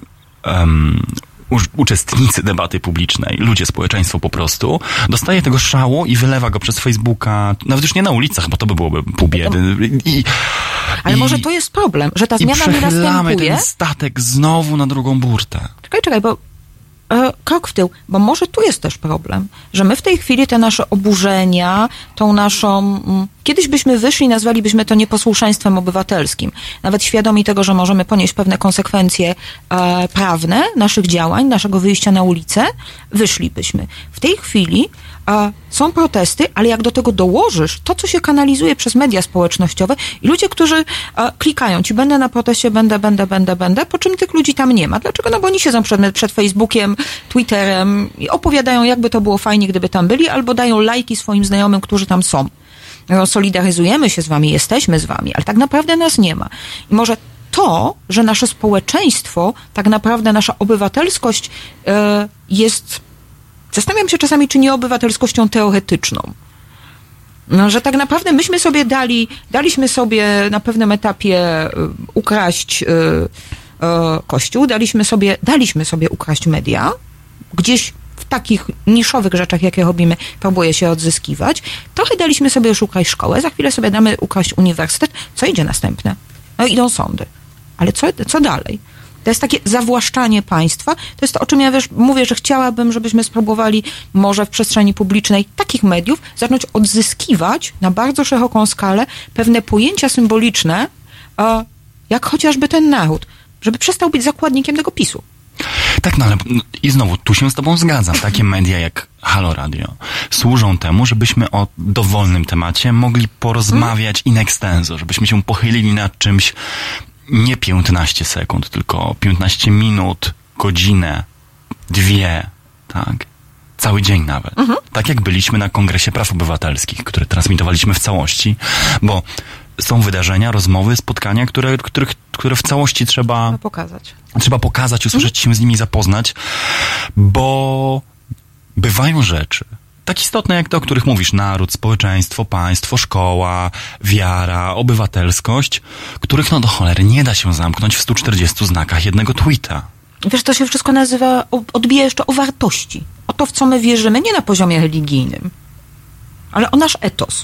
uczestnicy debaty publicznej, ludzie, społeczeństwo po prostu, dostaje tego szału i wylewa go przez Facebooka, nawet już nie na ulicach, bo to by byłoby pół biedy. Ale może to jest problem, że ta zmiana nie następuje. I przechylamy ten statek znowu na drugą burtę. Czekaj, bo krok w tył, bo może tu jest też problem, że my w tej chwili te nasze oburzenia, tą naszą... Kiedyś byśmy wyszli, nazwalibyśmy to nieposłuszeństwem obywatelskim. Nawet świadomi tego, że możemy ponieść pewne konsekwencje prawne naszych działań, naszego wyjścia na ulicę, wyszlibyśmy. W tej chwili są protesty, ale jak do tego dołożysz to, co się kanalizuje przez media społecznościowe i ludzie, którzy klikają ci, będę na proteście, będę, po czym tych ludzi tam nie ma. Dlaczego? No bo oni siedzą przed Facebookiem, Twitterem i opowiadają, jakby to było fajnie, gdyby tam byli, albo dają lajki swoim znajomym, którzy tam są. Solidaryzujemy się z wami, jesteśmy z wami, ale tak naprawdę nas nie ma. I może to, że nasze społeczeństwo, tak naprawdę nasza obywatelskość jest... Zastanawiam się czasami, czy nie obywatelskością teoretyczną. No, że tak naprawdę myśmy sobie daliśmy sobie na pewnym etapie ukraść Kościół, daliśmy sobie ukraść media, gdzieś w takich niszowych rzeczach, jakie robimy, próbuje się odzyskiwać. Trochę daliśmy sobie już ukraść szkołę, za chwilę sobie damy ukraść uniwersytet. Co idzie następne? No idą sądy. Ale co dalej? To jest takie zawłaszczanie państwa. To jest to, o czym ja mówię, że chciałabym, żebyśmy spróbowali może w przestrzeni publicznej takich mediów zacząć odzyskiwać na bardzo szeroką skalę pewne pojęcia symboliczne, jak chociażby ten naród, żeby przestał być zakładnikiem tego PiS-u. Tak, no ale i znowu, tu się z tobą zgadzam. Takie media jak Halo Radio służą temu, żebyśmy o dowolnym temacie mogli porozmawiać in extenso, żebyśmy się pochylili nad czymś nie 15 sekund, tylko 15 minut, godzinę, 2, tak? Cały dzień nawet. Tak jak byliśmy na Kongresie Praw Obywatelskich, który transmitowaliśmy w całości, bo są wydarzenia, rozmowy, spotkania, które w całości trzeba pokazać, usłyszeć się z nimi, zapoznać, bo bywają rzeczy tak istotne jak te, o których mówisz, naród, społeczeństwo, państwo, szkoła, wiara, obywatelskość, których no do cholery nie da się zamknąć w 140 znakach jednego tweeta. Wiesz, to się wszystko nazywa, odbija jeszcze o wartości, o to, w co my wierzymy, nie na poziomie religijnym, ale o nasz etos.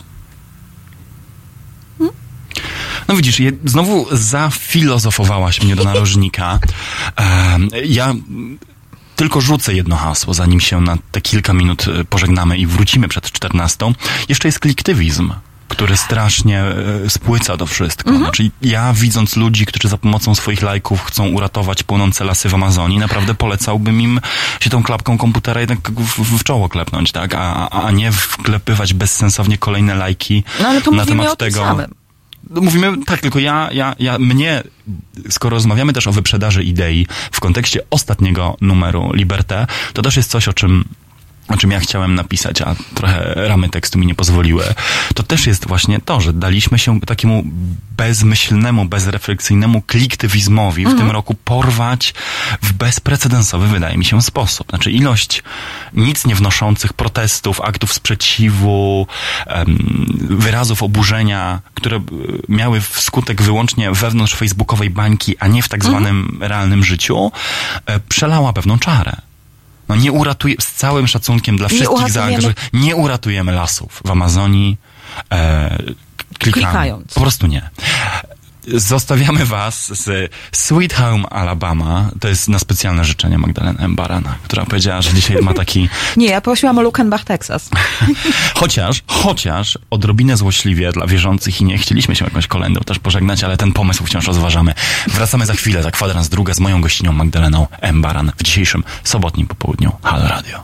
No widzisz, znowu zafilozofowałaś mnie do narożnika. Ja tylko rzucę jedno hasło, zanim się na te kilka minut pożegnamy i wrócimy przed 14. Jeszcze jest kliktywizm, który strasznie spłyca to wszystko. Znaczy, ja widząc ludzi, którzy za pomocą swoich lajków chcą uratować płonące lasy w Amazonii, naprawdę polecałbym im się tą klapką komputera jednak w czoło klepnąć, tak? A nie wklepywać bezsensownie kolejne lajki na temat tego. Samym. Mówimy, tak, tylko mnie, skoro rozmawiamy też o wyprzedaży idei w kontekście ostatniego numeru Liberté, to też jest coś, o czym ja chciałem napisać, a trochę ramy tekstu mi nie pozwoliły. To też jest właśnie to, że daliśmy się takiemu bezmyślnemu, bezrefleksyjnemu kliktywizmowi w tym roku porwać w bezprecedensowy, wydaje mi się, sposób. Znaczy ilość nic nie wnoszących protestów, aktów sprzeciwu, wyrazów oburzenia, które miały skutek wyłącznie wewnątrz facebookowej bańki, a nie w tak zwanym realnym życiu, przelała pewną czarę. No nie uratuje, z całym szacunkiem dla wszystkich zaangażowanych, nie uratujemy lasów w Amazonii klikając. Po prostu nie. Zostawiamy was z Sweet Home Alabama. To jest na specjalne życzenie Magdaleny Embarana, która powiedziała, że dzisiaj ma taki... Nie, ja prosiłam o Luckenbach, Texas. Chociaż odrobinę złośliwie dla wierzących i nie chcieliśmy się jakąś kolędą też pożegnać, ale ten pomysł wciąż rozważamy. Wracamy za chwilę, za kwadrans druga z moją gościnią Magdaleną Embaran w dzisiejszym sobotnim popołudniu Halo Radio.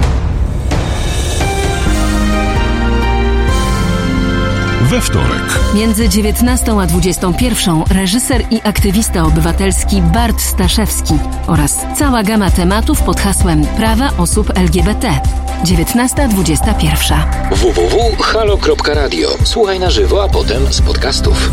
We wtorek. Między 19 a 21 reżyser i aktywista obywatelski Bart Staszewski oraz cała gama tematów pod hasłem Prawa osób LGBT. 19:21. www.halo.radio. Słuchaj na żywo, a potem z podcastów.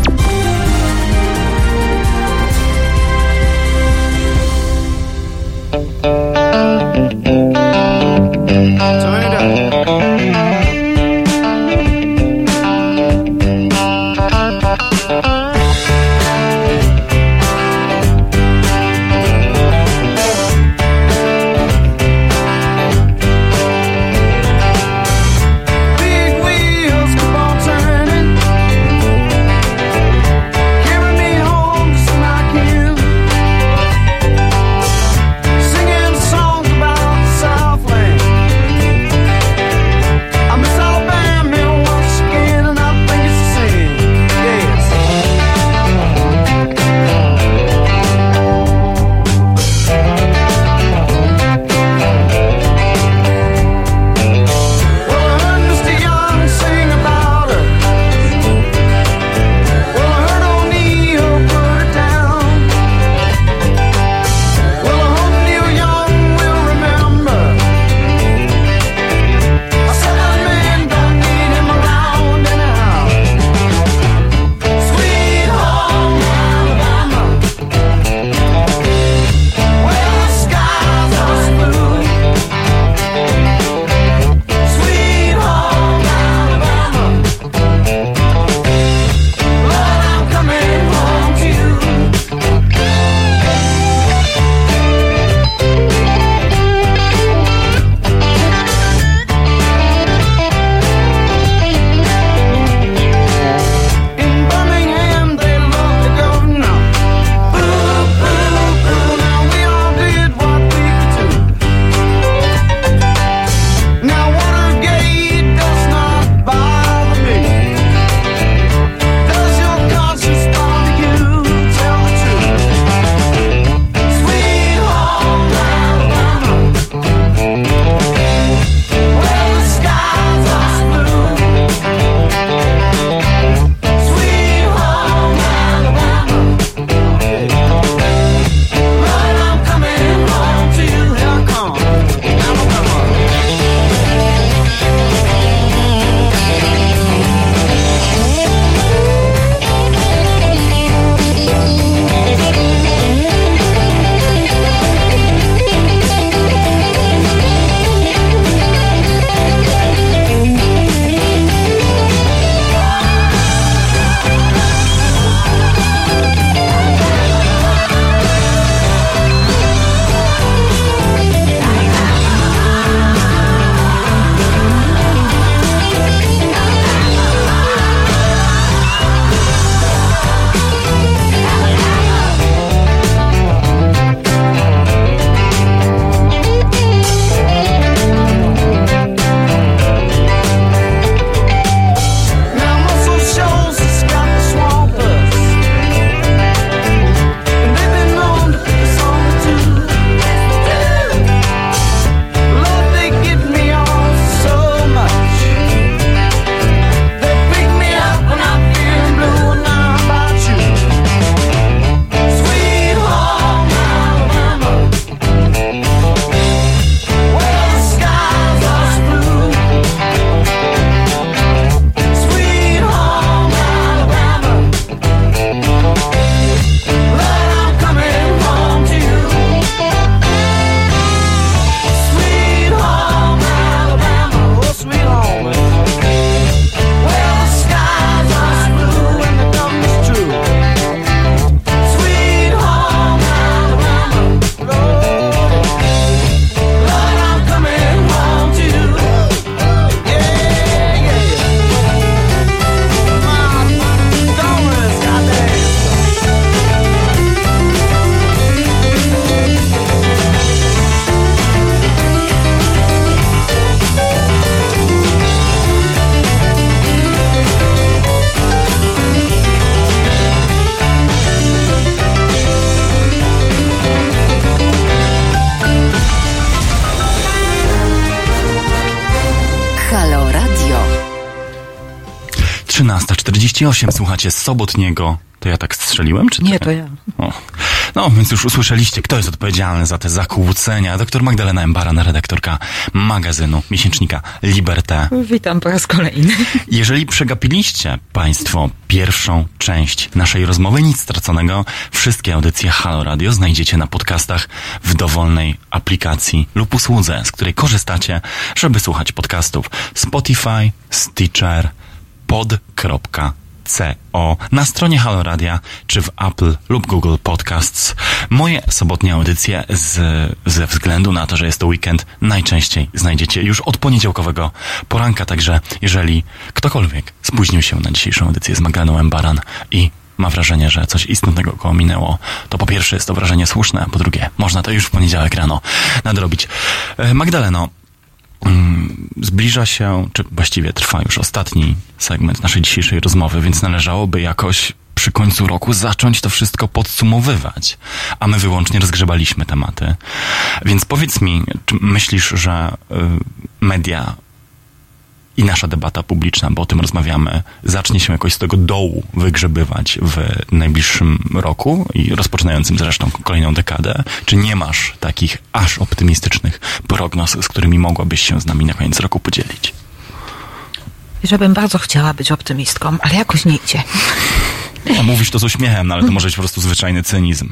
13:48, słuchacie sobotniego. To ja tak strzeliłem, czy Nie, ty? to ja. O. No, więc już usłyszeliście, kto jest odpowiedzialny za te zakłócenia. Doktor Magdalena Embaran, redaktorka magazynu, miesięcznika Liberté. Witam po raz kolejny. Jeżeli przegapiliście Państwo pierwszą część naszej rozmowy, nic straconego. Wszystkie audycje Halo Radio znajdziecie na podcastach w dowolnej aplikacji lub usłudze, z której korzystacie, żeby słuchać podcastów. Spotify, Stitcher, pod.co na stronie Halo Radia czy w Apple lub Google Podcasts. Moje sobotnie audycje ze względu na to, że jest to weekend, najczęściej znajdziecie już od poniedziałkowego poranka, także jeżeli ktokolwiek spóźnił się na dzisiejszą audycję z Magdaleną Embaran i ma wrażenie, że coś istotnego go minęło, to po pierwsze jest to wrażenie słuszne, a po drugie można to już w poniedziałek rano nadrobić. Magdaleno, zbliża się, czy właściwie trwa już ostatni segment naszej dzisiejszej rozmowy, więc należałoby jakoś przy końcu roku zacząć to wszystko podsumowywać. A my wyłącznie rozgrzebaliśmy tematy. Więc powiedz mi, czy myślisz, że media i nasza debata publiczna, bo o tym rozmawiamy, zacznie się jakoś z tego dołu wygrzebywać w najbliższym roku i rozpoczynającym zresztą kolejną dekadę? Czy nie masz takich aż optymistycznych prognoz, z którymi mogłabyś się z nami na koniec roku podzielić? Żebym bardzo chciała być optymistką, ale jakoś nie idzie. No, mówisz to z uśmiechem, no, ale to może być po prostu zwyczajny cynizm.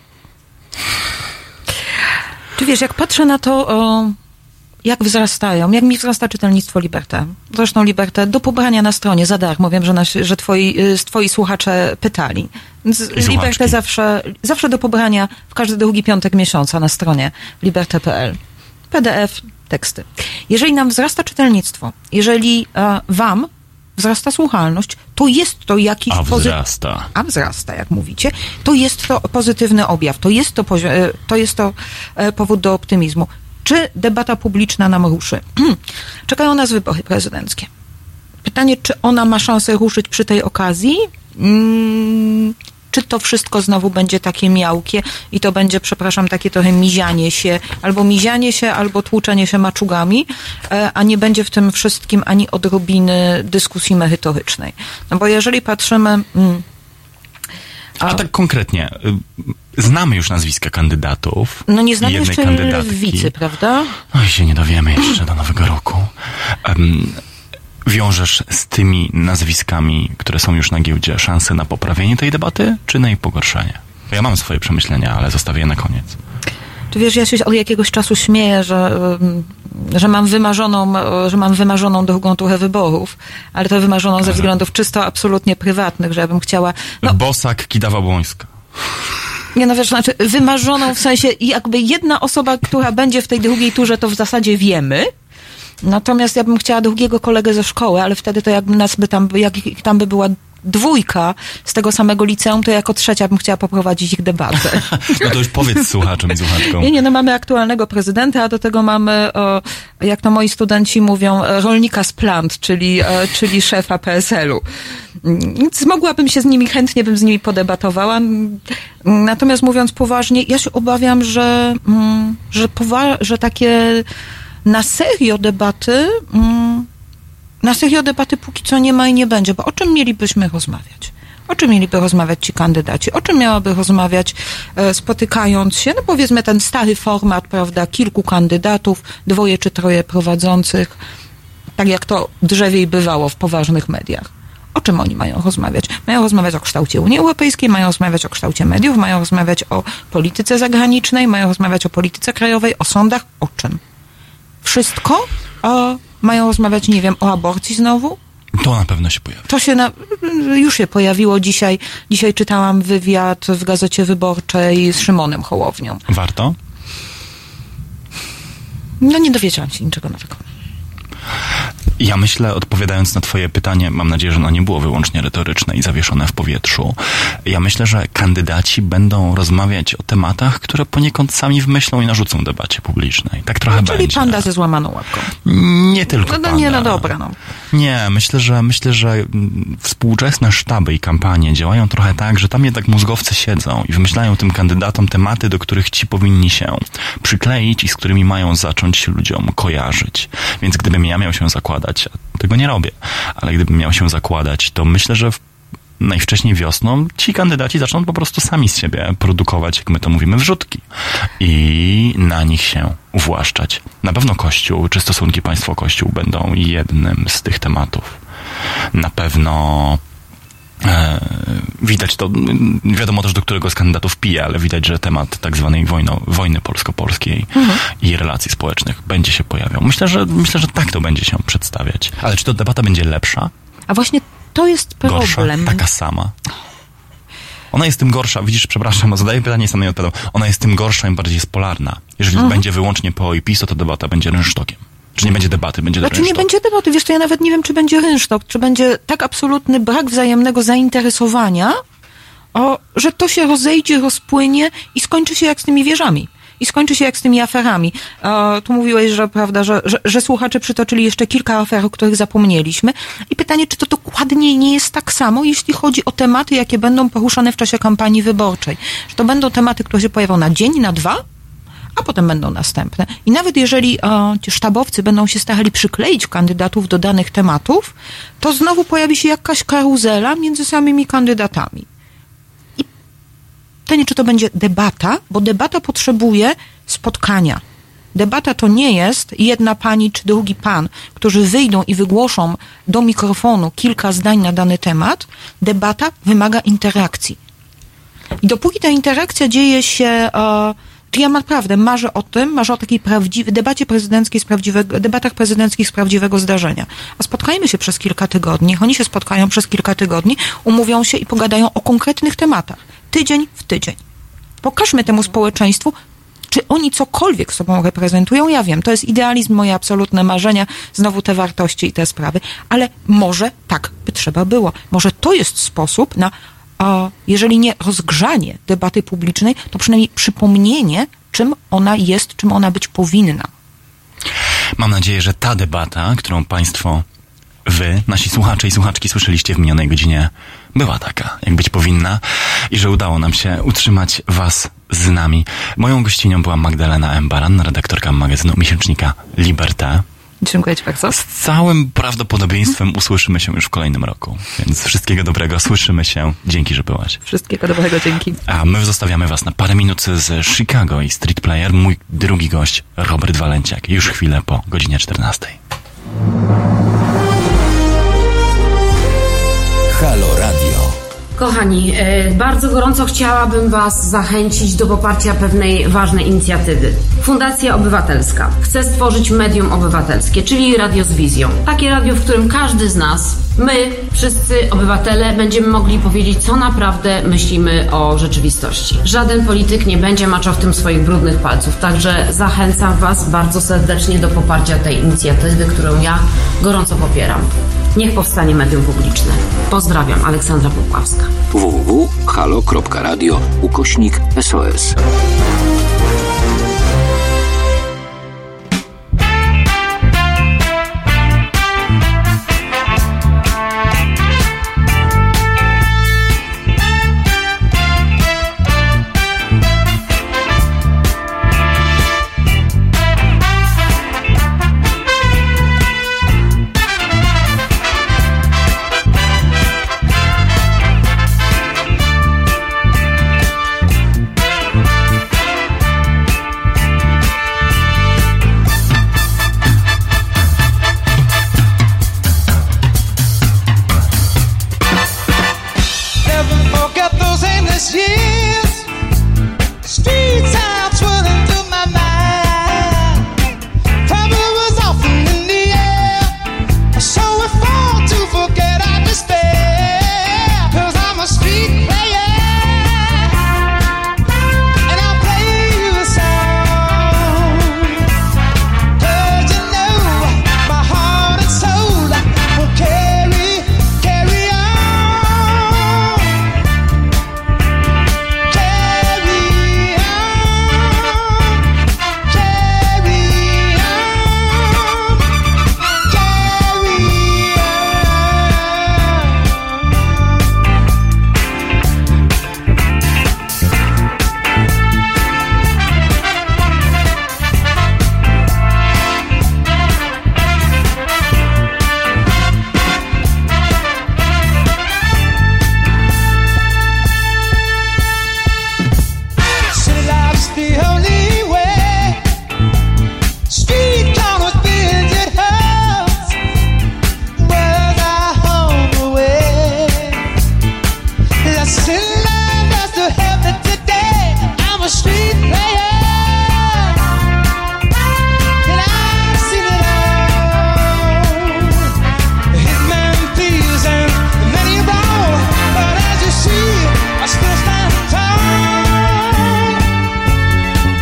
Czy wiesz, jak patrzę na to, jak wzrastają, jak mi wzrasta czytelnictwo Liberté. Zresztą Liberté do pobrania na stronie za darmo. Wiem, że twoi słuchacze pytali. Liberté zawsze do pobrania w każdy drugi piątek miesiąca na stronie liberté.pl. PDF, teksty. Jeżeli nam wzrasta czytelnictwo, jeżeli wam wzrasta słuchalność, to jest to jakiś... wzrasta, jak mówicie. To jest to pozytywny objaw. To jest to powód do optymizmu. Czy debata publiczna nam ruszy? Czekają nas wybory prezydenckie. Pytanie, czy ona ma szansę ruszyć przy tej okazji? Czy to wszystko znowu będzie takie miałkie i to będzie, przepraszam, takie trochę mizianie się, albo tłuczenie się maczugami, a nie będzie w tym wszystkim ani odrobiny dyskusji merytorycznej. No bo jeżeli patrzymy... A tak konkretnie, znamy już nazwiska kandydatów. No nie znamy jednej jeszcze kandydatki. wicy, prawda? No i się nie dowiemy jeszcze do nowego roku. Wiążesz z tymi nazwiskami, które są już na giełdzie, szansę na poprawienie tej debaty, czy na jej pogorszenie? Ja mam swoje przemyślenia, ale zostawię je na koniec. Ty wiesz, ja się od jakiegoś czasu śmieję, że mam wymarzoną drugą turę wyborów, ale to wymarzoną ze względów czysto absolutnie prywatnych, że ja bym chciała... Bosak, Kidawa-Błońska. Nie, no wiesz, znaczy wymarzoną w sensie jakby jedna osoba, która będzie w tej drugiej turze, to w zasadzie wiemy. Natomiast ja bym chciała drugiego kolegę ze szkoły, ale wtedy to jakby jak tam by była dwójka z tego samego liceum, to jako trzecia bym chciała poprowadzić ich debatę. No to już powiedz słuchaczom i słuchaczkom. Nie, no mamy aktualnego prezydenta, a do tego mamy, jak to moi studenci mówią, rolnika z plant, czyli szefa PSL-u. Więc mogłabym się z nimi, chętnie bym z nimi podebatowała. Natomiast mówiąc poważnie, ja się obawiam, że takie na serio debaty póki co nie ma i nie będzie, bo o czym mielibyśmy rozmawiać? O czym mieliby rozmawiać ci kandydaci? O czym miałaby rozmawiać spotykając się? No powiedzmy ten stary format, prawda, kilku kandydatów, 2 czy 3 prowadzących, tak jak to drzewiej bywało w poważnych mediach. O czym oni mają rozmawiać? Mają rozmawiać o kształcie Unii Europejskiej, mają rozmawiać o kształcie mediów, mają rozmawiać o polityce zagranicznej, mają rozmawiać o polityce krajowej, o sądach, o czym? Wszystko? Mają rozmawiać, nie wiem, o aborcji znowu? To na pewno się pojawi. Już się pojawiło dzisiaj. Dzisiaj czytałam wywiad w Gazecie Wyborczej z Szymonem Hołownią. Warto? No nie dowiedziałam się niczego nowego. Ja myślę, odpowiadając na twoje pytanie, mam nadzieję, że ono nie było wyłącznie retoryczne i zawieszone w powietrzu. Ja myślę, że kandydaci będą rozmawiać o tematach, które poniekąd sami wymyślą i narzucą debacie publicznej. Tak trochę będzie. Czyli panda ze złamaną łapką. Nie tylko panda. Nie, no dobra, no. Nie, myślę, że współczesne sztaby i kampanie działają trochę tak, że tam jednak mózgowcy siedzą i wymyślają tym kandydatom tematy, do których ci powinni się przykleić i z którymi mają zacząć się ludziom kojarzyć. Więc gdybym ja miał się zakładać, zakładać, tego nie robię, ale gdybym miał się zakładać, to myślę, że najwcześniej wiosną ci kandydaci zaczną po prostu sami z siebie produkować, jak my to mówimy, wrzutki i na nich się uwłaszczać. Na pewno Kościół, czy stosunki państwo-Kościół będą jednym z tych tematów. Na pewno widać to, wiadomo też, do którego z kandydatów pije, ale widać, że temat tak zwanej wojny polsko-polskiej i relacji społecznych będzie się pojawiał. Myślę, że tak to będzie się przedstawiać. Ale czy to debata będzie lepsza? A właśnie to jest problem. Gorsza? Taka sama? Ona jest tym gorsza, widzisz, przepraszam, zadaję pytanie i sam nie odpowiadam. Ona jest tym gorsza, im bardziej jest polarna. Jeżeli będzie wyłącznie PO i PiS, to debata będzie rynsztokiem. Czy nie będzie debaty, będzie Znaczy rynsztok. nie będzie debaty, wiesz, to ja nawet nie wiem, czy będzie rynsztok, czy będzie tak absolutny brak wzajemnego zainteresowania, że to się rozejdzie, rozpłynie i skończy się jak z tymi wieżami. I skończy się jak z tymi aferami. Tu mówiłeś, że prawda, że słuchacze przytoczyli jeszcze kilka afer, o których zapomnieliśmy. I pytanie, czy to dokładnie nie jest tak samo, jeśli chodzi o tematy, jakie będą poruszane w czasie kampanii wyborczej. Że to będą tematy, które się pojawią na dzień, na dwa, a potem będą następne. I nawet jeżeli ci sztabowcy będą się starali przykleić kandydatów do danych tematów, to znowu pojawi się jakaś karuzela między samymi kandydatami. I pytanie, czy to będzie debata, bo debata potrzebuje spotkania. Debata to nie jest jedna pani czy drugi pan, którzy wyjdą i wygłoszą do mikrofonu kilka zdań na dany temat. Debata wymaga interakcji. I dopóki ta interakcja dzieje się... Ja naprawdę marzę o takiej debatach prezydenckich z prawdziwego zdarzenia. A spotkajmy się przez kilka tygodni, niech oni się spotkają przez kilka tygodni, umówią się i pogadają o konkretnych tematach. Tydzień w tydzień. Pokażmy temu społeczeństwu, czy oni cokolwiek sobą reprezentują. Ja wiem, to jest idealizm, moje absolutne marzenia, znowu te wartości i te sprawy, ale może tak by trzeba było. Może to jest sposób na jeżeli nie rozgrzanie debaty publicznej, to przynajmniej przypomnienie, czym ona jest, czym ona być powinna. Mam nadzieję, że ta debata, którą państwo, wy, nasi słuchacze i słuchaczki słyszeliście w minionej godzinie, była taka, jak być powinna i że udało nam się utrzymać was z nami. Moją gościnią była Magdalena M. Baran, redaktorka magazynu miesięcznika Liberté. Dziękuję ci bardzo. Z całym prawdopodobieństwem usłyszymy się już w kolejnym roku. Więc wszystkiego dobrego, słyszymy się. Dzięki, że byłaś. Wszystkiego dobrego, dzięki. A my zostawiamy was na parę minut z Chicago i Street Player. Mój drugi gość, Robert Walenciak. Już chwilę po godzinie 14. Halo Radio. Kochani, bardzo gorąco chciałabym Was zachęcić do poparcia pewnej ważnej inicjatywy. Fundacja Obywatelska chce stworzyć medium obywatelskie, czyli radio z wizją. Takie radio, w którym każdy z nas, my, wszyscy obywatele, będziemy mogli powiedzieć, co naprawdę myślimy o rzeczywistości. Żaden polityk nie będzie maczał w tym swoich brudnych palców, także zachęcam Was bardzo serdecznie do poparcia tej inicjatywy, którą ja gorąco popieram. Niech powstanie medium publiczne. Pozdrawiam, Aleksandra Pukławska. www.halo.radio/SOS the only way. Street corners, busy homes, where's our home away? Lost in love, lost to heaven today. I'm a street player. I still stand tall.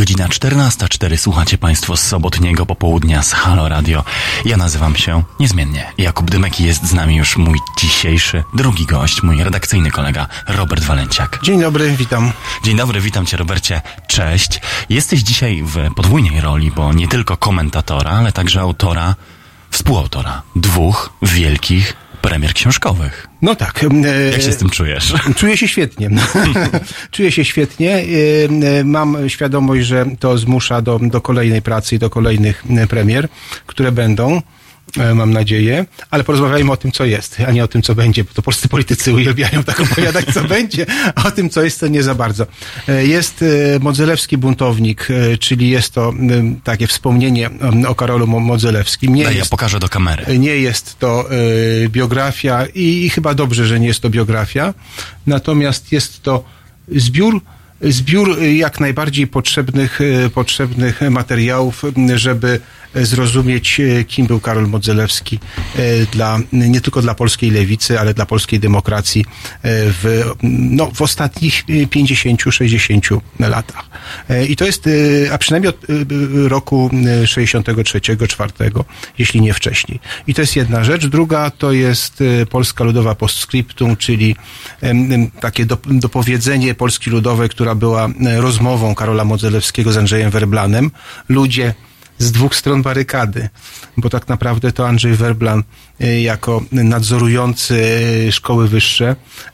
godzina 14:04. Słuchacie Państwo z sobotniego popołudnia z Halo Radio. Ja nazywam się niezmiennie Jakub Dymek i jest z nami już mój dzisiejszy drugi gość, mój redakcyjny kolega Robert Walenciak. Dzień dobry, witam. Dzień dobry, witam Cię, Robercie. Cześć. Jesteś dzisiaj w podwójnej roli, bo nie tylko komentatora, ale także autora, współautora 2 wielkich premier książkowych. No tak. Jak się z tym czujesz? Czuję się świetnie. Czuję się świetnie. Mam świadomość, że to zmusza do kolejnej pracy i do kolejnych premier, które będą. Mam nadzieję, ale porozmawiajmy o tym, co jest, a nie o tym, co będzie, bo to polscy politycy uwielbiają tak opowiadać, co będzie, a o tym, co jest, to nie za bardzo. Jest Modzelewski buntownik, czyli jest to takie wspomnienie o Karolu Modzelewskim. Ja pokażę do kamery. Nie jest to biografia i chyba dobrze, że nie jest to biografia, natomiast jest to zbiór jak najbardziej potrzebnych materiałów, żeby zrozumieć, kim był Karol Modzelewski nie tylko dla polskiej lewicy, ale dla polskiej demokracji w ostatnich 50-60 latach. I to jest, a przynajmniej od roku 63-64, jeśli nie wcześniej. I to jest jedna rzecz. Druga to jest Polska Ludowa Postscriptum, czyli takie dopowiedzenie Polski Ludowej, która była rozmową Karola Modzelewskiego z Andrzejem Werblanem. Ludzie z 2 stron barykady, bo tak naprawdę to Andrzej Werblan jako nadzorujący szkoły wyższe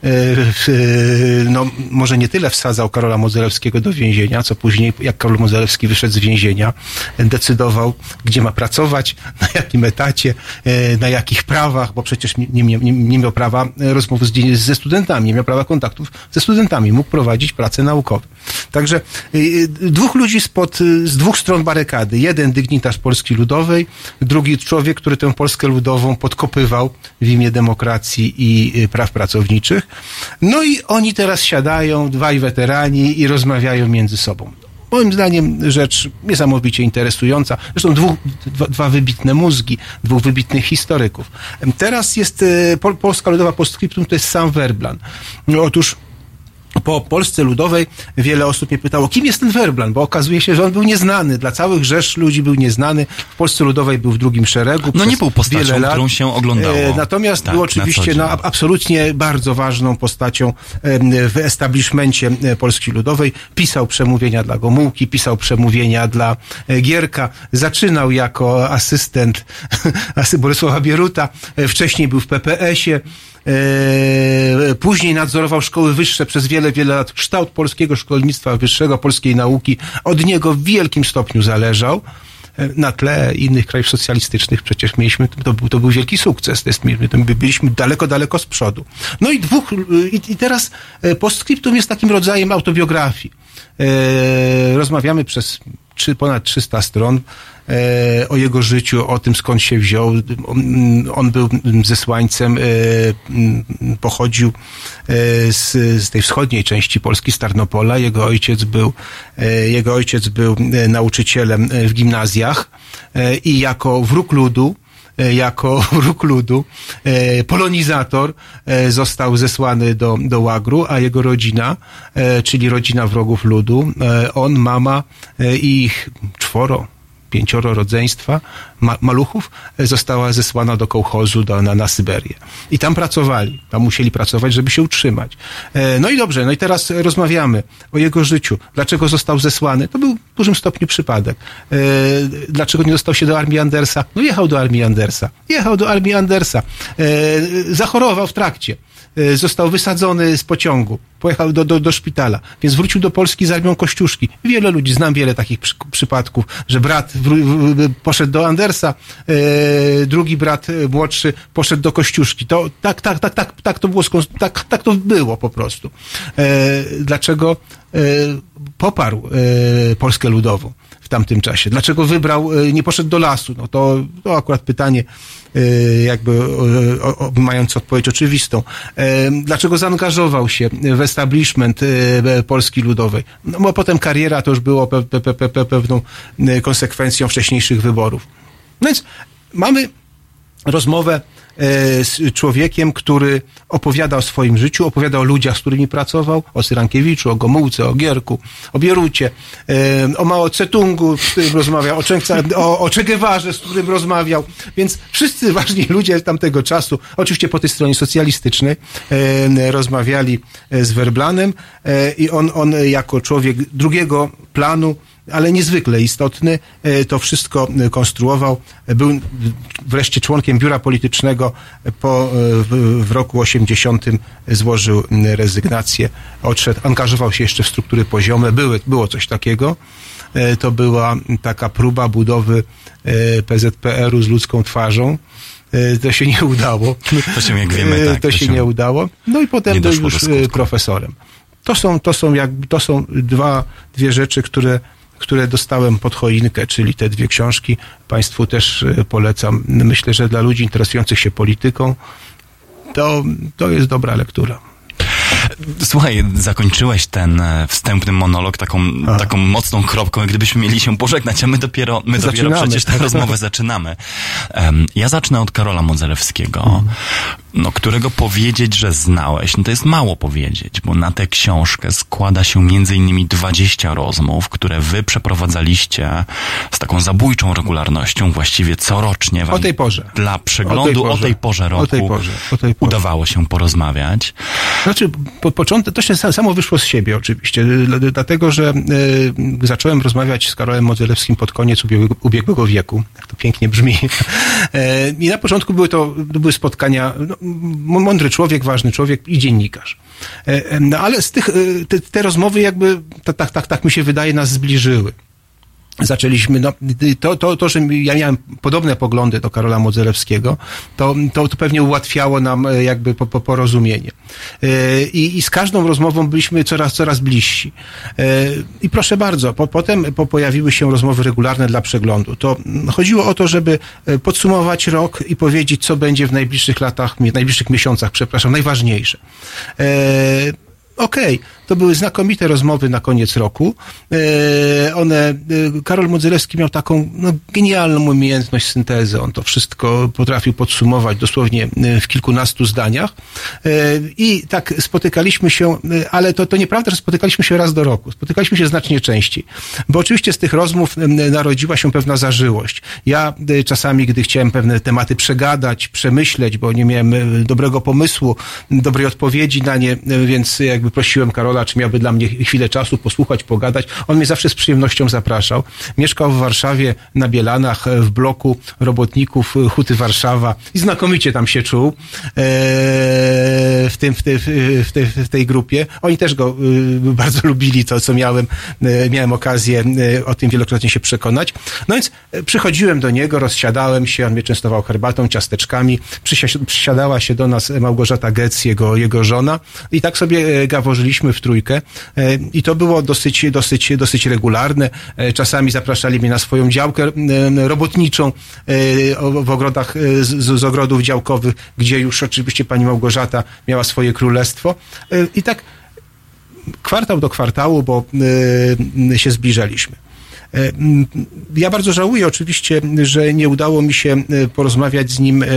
może nie tyle wsadzał Karola Modzelewskiego do więzienia, co później, jak Karol Modzelewski wyszedł z więzienia, decydował, gdzie ma pracować, na jakim etacie, na jakich prawach, bo przecież nie miał prawa rozmów ze studentami, nie miał prawa kontaktów ze studentami, mógł prowadzić pracę naukową. Także 2 ludzi z 2 stron barykady. Jeden dygnitarz Polski Ludowej, drugi człowiek, który tę Polskę Ludową podkopywał w imię demokracji i praw pracowniczych. No i oni teraz siadają, 2 weterani i rozmawiają między sobą. Moim zdaniem rzecz niesamowicie interesująca. Zresztą 2 wybitne mózgi, 2 wybitnych historyków. Teraz jest Polska Ludowa Postscriptum, to jest sam Werblan. Otóż po Polsce Ludowej wiele osób mnie pytało, kim jest ten Werblan, bo okazuje się, że on był nieznany. Dla całych rzesz ludzi był nieznany. W Polsce Ludowej był w drugim szeregu. No nie był postacią, którą się oglądało. Natomiast był oczywiście absolutnie bardzo ważną postacią w establishmencie Polski Ludowej. Pisał przemówienia dla Gomułki, pisał przemówienia dla Gierka. Zaczynał jako asystent Bolesława Bieruta. Wcześniej był w PPS-ie. Później nadzorował szkoły wyższe przez wiele lat. Kształt polskiego szkolnictwa wyższego, polskiej nauki od niego w wielkim stopniu zależał. Na tle innych krajów socjalistycznych przecież mieliśmy, to był wielki sukces. Byliśmy daleko z przodu. No i teraz postscriptum jest takim rodzajem autobiografii. Rozmawiamy przez ponad 300 stron o jego życiu, o tym, skąd się wziął. On był zesłańcem, pochodził z tej wschodniej części Polski, z Tarnopola. Jego ojciec był nauczycielem w gimnazjach i jako wróg ludu, polonizator, został zesłany do łagru, a jego rodzina, czyli rodzina wrogów ludu, on, mama i ich 5 rodzeństwa, maluchów, została zesłana do kołchozu, na Syberię. I tam pracowali. Tam musieli pracować, żeby się utrzymać. No i dobrze, no i teraz rozmawiamy o jego życiu. Dlaczego został zesłany? To był w dużym stopniu przypadek. Dlaczego nie dostał się do armii Andersa? No jechał do armii Andersa. Zachorował w trakcie. Został wysadzony z pociągu. Pojechał do szpitala. Więc wrócił do Polski z armią Kościuszki. Wiele ludzi, znam wiele takich przypadków, że brat poszedł do Andersa, drugi brat młodszy poszedł do Kościuszki. To tak to było, tak to było po prostu. Dlaczego poparł Polskę Ludową w tamtym czasie? Dlaczego nie poszedł do lasu? No to akurat pytanie mając odpowiedź oczywistą. Dlaczego zaangażował się w establishment Polski Ludowej? No bo potem kariera to już było pewną konsekwencją wcześniejszych wyborów. No więc mamy rozmowę z człowiekiem, który opowiada o swoim życiu, opowiada o ludziach, z którymi pracował, o Cyrankiewiczu, o Gomułce, o Gierku, o Bierucie, o Mao Tse-tungu, z którym rozmawiał, o Che Guevarze, z którym rozmawiał. Więc wszyscy ważni ludzie tamtego czasu, oczywiście po tej stronie socjalistycznej, rozmawiali z Werblanem i on jako człowiek drugiego planu, ale niezwykle istotny, to wszystko konstruował. Był wreszcie członkiem biura politycznego, w roku 80 złożył rezygnację, odszedł, angażował się jeszcze w struktury poziome, było coś takiego. To była taka próba budowy PZPR-u z ludzką twarzą. To się nie udało. To się, jak wiemy, tak. To się nie udało. No i potem był już profesorem. To są dwie rzeczy, które dostałem pod choinkę, czyli te dwie książki. Państwu też polecam. Myślę, że dla ludzi interesujących się polityką to jest dobra lektura. Słuchaj, zakończyłeś ten wstępny monolog taką mocną kropką, jak gdybyśmy mieli się pożegnać, a my dopiero przecież tę rozmowę zaczynamy. Ja zacznę od Karola Modzelewskiego, którego powiedzieć, że znałeś, to jest mało powiedzieć, bo na tę książkę składa się między innymi 20 rozmów, które wy przeprowadzaliście z taką zabójczą regularnością, właściwie corocznie. O tej porze. Dla przeglądu o tej porze roku udawało się porozmawiać. Znaczy, początek, to się samo wyszło z siebie oczywiście, dlatego, że zacząłem rozmawiać z Karolem Modzelewskim pod koniec ubiegłego wieku, jak to pięknie brzmi. I na początku były spotkania, mądry człowiek, ważny człowiek i dziennikarz. Ale z te rozmowy jakby, tak mi się wydaje, nas zbliżyły. Zaczęliśmy, że ja miałem podobne poglądy do Karola Modzelewskiego, to pewnie ułatwiało nam jakby porozumienie. I z każdą rozmową byliśmy coraz bliżsi. I proszę bardzo, potem pojawiły się rozmowy regularne dla przeglądu. To chodziło o to, żeby podsumować rok i powiedzieć, co będzie w najbliższych miesiącach, najważniejsze. Okej, to były znakomite rozmowy na koniec roku. Karol Modzelewski miał taką genialną umiejętność syntezy. On to wszystko potrafił podsumować dosłownie w kilkunastu zdaniach. I tak spotykaliśmy się, ale to nieprawda, że spotykaliśmy się raz do roku. Spotykaliśmy się znacznie częściej. Bo oczywiście z tych rozmów narodziła się pewna zażyłość. Ja czasami, gdy chciałem pewne tematy przegadać, przemyśleć, bo nie miałem dobrego pomysłu, dobrej odpowiedzi na nie, więc jakby prosiłem Karola, czy miałby dla mnie chwilę czasu posłuchać, pogadać. On mnie zawsze z przyjemnością zapraszał. Mieszkał w Warszawie na Bielanach, w bloku robotników Huty Warszawa i znakomicie tam się czuł w tej grupie. Oni też go bardzo lubili, to co miałem okazję o tym wielokrotnie się przekonać. No więc przychodziłem do niego, rozsiadałem się, on mnie częstował herbatą, przysiadała się do nas Małgorzata Getz, jego żona i tak sobie gaworzyliśmy w trójkę i to było dosyć regularne. Czasami zapraszali mnie na swoją działkę robotniczą w ogrodach z ogrodów działkowych, gdzie już oczywiście pani Małgorzata miała swoje królestwo i tak kwartał do kwartału, bo się zbliżaliśmy. Ja bardzo żałuję że nie udało mi się porozmawiać z nim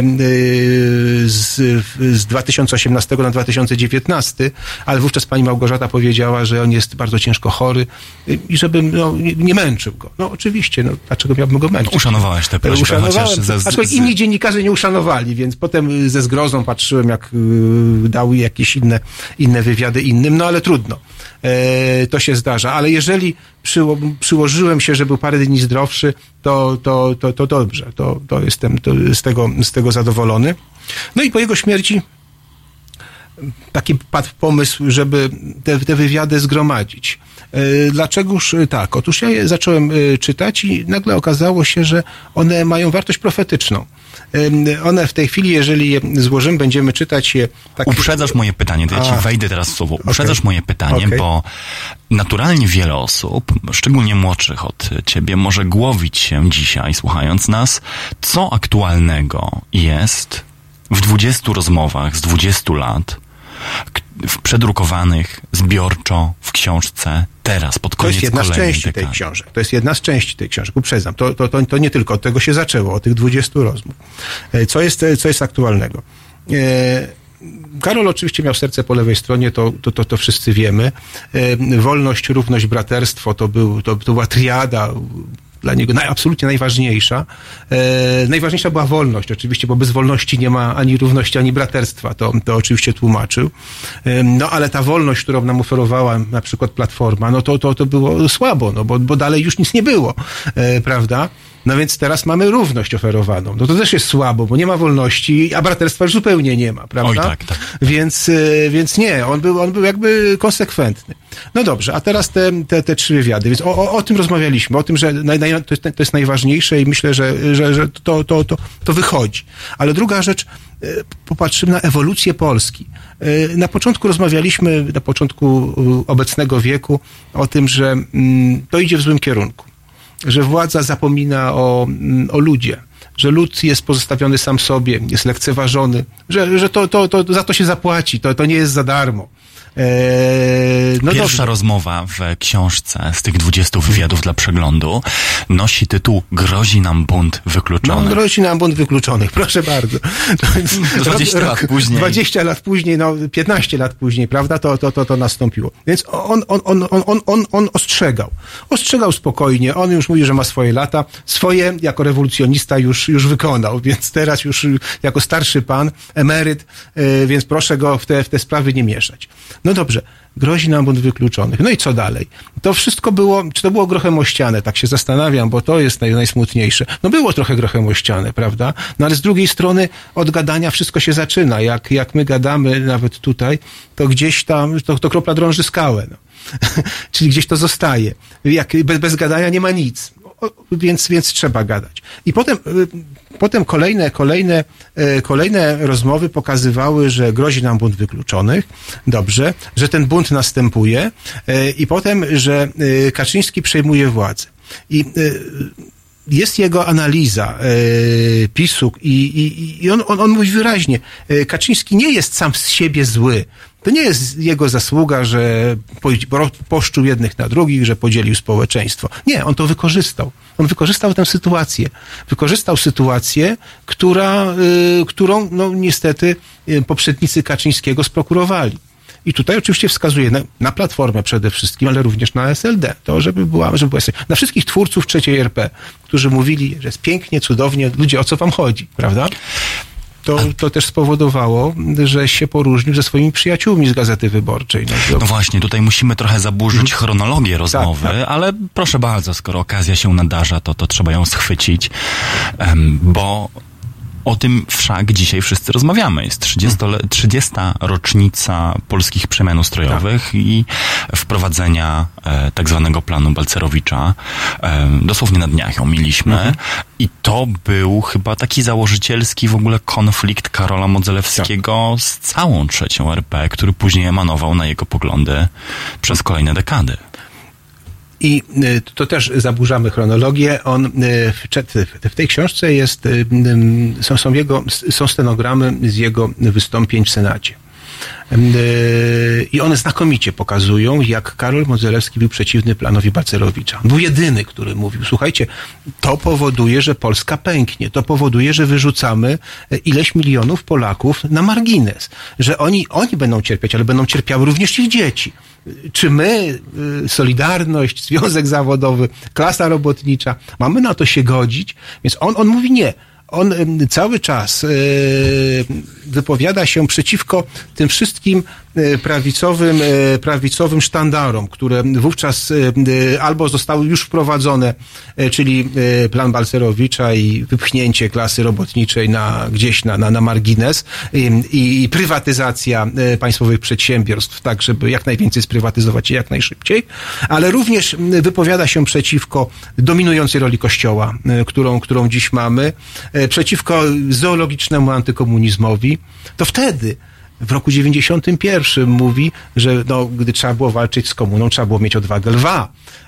z 2018 na 2019, ale wówczas pani Małgorzata powiedziała, że on jest bardzo ciężko chory i żebym nie męczył go. No oczywiście, dlaczego miałbym go męczyć? Uszanowałeś tę prośbę. Uszanowałem, aczkolwiek inni dziennikarze nie uszanowali, więc potem ze zgrozą patrzyłem, jak dał jakieś inne wywiady innym, ale trudno. To się zdarza, ale jeżeli przyłożyłem się, że był parę dni zdrowszy, to dobrze, to jestem z tego zadowolony. No i po jego śmierci taki padł pomysł, żeby te wywiady zgromadzić. Dlaczegoż tak? Otóż ja je zacząłem czytać i nagle okazało się, że one mają wartość profetyczną. One w tej chwili, jeżeli je złożymy, będziemy czytać je... Uprzedzasz moje pytanie, to ja ci wejdę teraz w słowo. Uprzedzasz moje pytanie, bo naturalnie wiele osób, szczególnie młodszych od ciebie, może głowić się dzisiaj, słuchając nas, co aktualnego jest w 20 rozmowach z 20 lat, przedrukowanych zbiorczo w książce teraz, pod To koniec jest jedna z kolejnej części tej dekady. książek. To jest jedna z części tej książek. Uprzedzam. To nie tylko od tego się zaczęło, od tych 20 rozmów. Co jest aktualnego? Karol oczywiście miał serce po lewej stronie, to wszyscy wiemy. Wolność, równość, braterstwo to była triada dla niego absolutnie najważniejsza. Najważniejsza była wolność oczywiście, bo bez wolności nie ma ani równości, ani braterstwa. To oczywiście tłumaczył. No ale ta wolność, którą nam oferowała na przykład Platforma, no to było słabo, no bo dalej już nic nie było, prawda? No więc teraz mamy równość oferowaną. No to też jest słabo, bo nie ma wolności, a braterstwa już zupełnie nie ma, prawda? Oj, tak. Więc nie, on był jakby konsekwentny. No dobrze, a teraz te 3 wywiady. Więc o tym rozmawialiśmy, o tym, że to jest najważniejsze i myślę, że to wychodzi. Ale druga rzecz, popatrzymy na ewolucję Polski. Na początku rozmawialiśmy, na początku obecnego wieku, o tym, że to idzie w złym kierunku. Że władza zapomina o ludzie, że lud jest pozostawiony sam sobie, jest lekceważony, że to za to się zapłaci, to nie jest za darmo. Pierwsza rozmowa w książce z tych 20 wywiadów dla przeglądu nosi tytuł Grozi nam bunt wykluczony. No, grozi nam bunt wykluczonych, proszę bardzo. 20 lat później. 20 lat później, 15 lat później, prawda, to nastąpiło. Więc on ostrzegał. Ostrzegał spokojnie, on już mówi, że ma swoje lata. Swoje jako rewolucjonista już wykonał, więc teraz już jako starszy pan, emeryt, więc proszę go w te sprawy nie mieszać. No dobrze, grozi nam bunt wykluczonych. No i co dalej? To wszystko było, czy to było grochem o ścianę? Tak się zastanawiam, bo to jest najsmutniejsze. No było trochę grochem o ścianę, prawda? No ale z drugiej strony od gadania wszystko się zaczyna. Jak my gadamy nawet tutaj, to gdzieś tam, to kropla drąży skałę. No. Czyli gdzieś to zostaje. Bez gadania nie ma nic. Więc trzeba gadać. I potem kolejne rozmowy pokazywały, że grozi nam bunt wykluczonych, dobrze, że ten bunt następuje i potem, że Kaczyński przejmuje władzę. I jest jego analiza PiS-u i on mówi wyraźnie, Kaczyński nie jest sam z siebie zły. To nie jest jego zasługa, że poszczuł jednych na drugich, że podzielił społeczeństwo. Nie, on to wykorzystał. On wykorzystał tę sytuację. Wykorzystał sytuację, którą niestety poprzednicy Kaczyńskiego sprokurowali. I tutaj oczywiście wskazuje na Platformę przede wszystkim, ale również na SLD. To, żeby była na wszystkich twórców III RP, którzy mówili, że jest pięknie, cudownie, ludzie, o co wam chodzi, prawda? To też spowodowało, że się poróżnił ze swoimi przyjaciółmi z Gazety Wyborczej. No właśnie, tutaj musimy trochę zaburzyć chronologię rozmowy, tak. Ale proszę bardzo, skoro okazja się nadarza, to trzeba ją schwycić, bo o tym wszak dzisiaj wszyscy rozmawiamy. Jest 30. rocznica polskich przemian ustrojowych i wprowadzenia tak zwanego planu Balcerowicza. Dosłownie na dniach ją mieliśmy. I to był chyba taki założycielski w ogóle konflikt Karola Modzelewskiego z całą III RP, który później emanował na jego poglądy przez kolejne dekady. I to też zaburzamy chronologię. On w tej książce są stenogramy z jego wystąpień w Senacie. I one znakomicie pokazują, jak Karol Modzelewski był przeciwny planowi Balcerowicza. Był jedyny, który mówił, słuchajcie, to powoduje, że Polska pęknie, to powoduje, że wyrzucamy ileś milionów Polaków na margines, że oni będą cierpieć, ale będą cierpiały również ich dzieci. Czy my, Solidarność, Związek Zawodowy, klasa robotnicza, mamy na to się godzić? Więc on mówi nie. On cały czas wypowiada się przeciwko tym wszystkim prawicowym sztandarom, które wówczas albo zostały już wprowadzone, czyli plan Balcerowicza i wypchnięcie klasy robotniczej gdzieś na margines i prywatyzacja państwowych przedsiębiorstw, tak żeby jak najwięcej sprywatyzować je jak najszybciej, ale również wypowiada się przeciwko dominującej roli Kościoła, którą dziś mamy, przeciwko zoologicznemu antykomunizmowi. To wtedy w roku 91 mówi, że gdy trzeba było walczyć z komuną, trzeba było mieć odwagę lwa.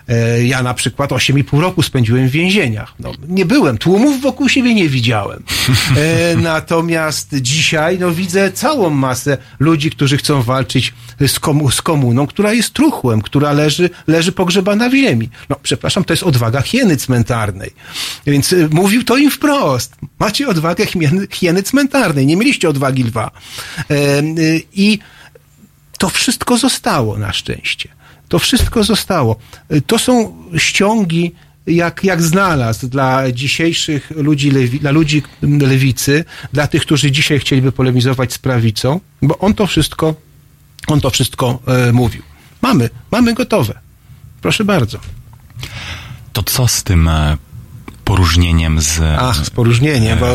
Ja na przykład 8,5 roku spędziłem w więzieniach. No, nie byłem, tłumów wokół siebie nie widziałem. Natomiast dzisiaj widzę całą masę ludzi, którzy chcą walczyć z komuną, która jest truchłem, która leży pogrzebana w ziemi. No, przepraszam, to jest odwaga hieny cmentarnej. Więc mówił to im wprost. Macie odwagę hieny cmentarnej, nie mieliście odwagi lwa. I to wszystko zostało na szczęście. To wszystko zostało. To są ściągi jak znalazł dla dzisiejszych ludzi, dla ludzi lewicy, dla tych, którzy dzisiaj chcieliby polemizować z prawicą, bo on to wszystko mówił. Mamy gotowe. Proszę bardzo. To co z tym poróżnieniem z poróżnieniem, bo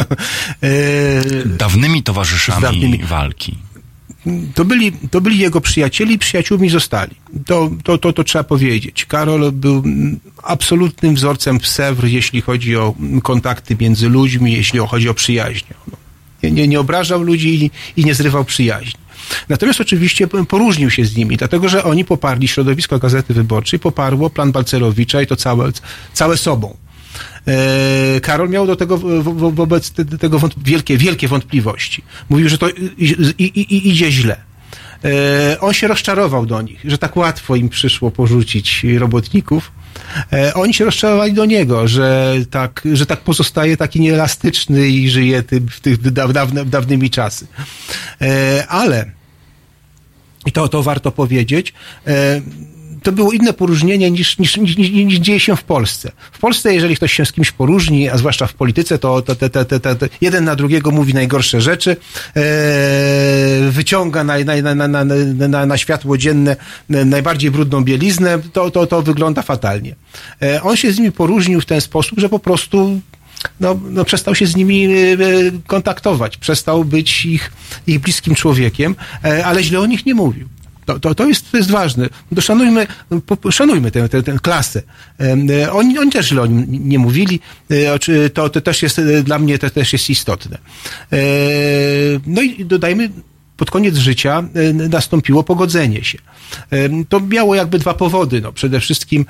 dawnymi towarzyszami walki? To byli jego przyjaciele i przyjaciółmi zostali. To trzeba powiedzieć. Karol był absolutnym wzorcem Sèvres, jeśli chodzi o kontakty między ludźmi, jeśli chodzi o przyjaźń. Nie obrażał ludzi i nie zrywał przyjaźni. Natomiast oczywiście poróżnił się z nimi, dlatego że oni poparli, środowisko Gazety Wyborczej poparło plan Balcerowicza i to całe sobą. Karol miał do tego wobec tego wielkie wątpliwości. Mówił, że to idzie źle. On się rozczarował do nich, że tak łatwo im przyszło porzucić robotników. Oni się rozczarowali do niego, że tak pozostaje taki nieelastyczny i żyje w tych dawnymi czasy. Ale, i to warto powiedzieć, to było inne poróżnienie niż dzieje się w Polsce. W Polsce, jeżeli ktoś się z kimś poróżni, a zwłaszcza w polityce, to jeden na drugiego mówi najgorsze rzeczy, wyciąga na światło dzienne najbardziej brudną bieliznę, to wygląda fatalnie. On się z nimi poróżnił w ten sposób, że po prostu przestał się z nimi kontaktować, przestał być ich bliskim człowiekiem, ale źle o nich nie mówił. To jest ważne. Szanujmy tę klasę. Oni też źle o nim nie mówili. To też jest dla mnie to też jest istotne. No i dodajmy, pod koniec życia nastąpiło pogodzenie się. To miało jakby dwa powody. Przede wszystkim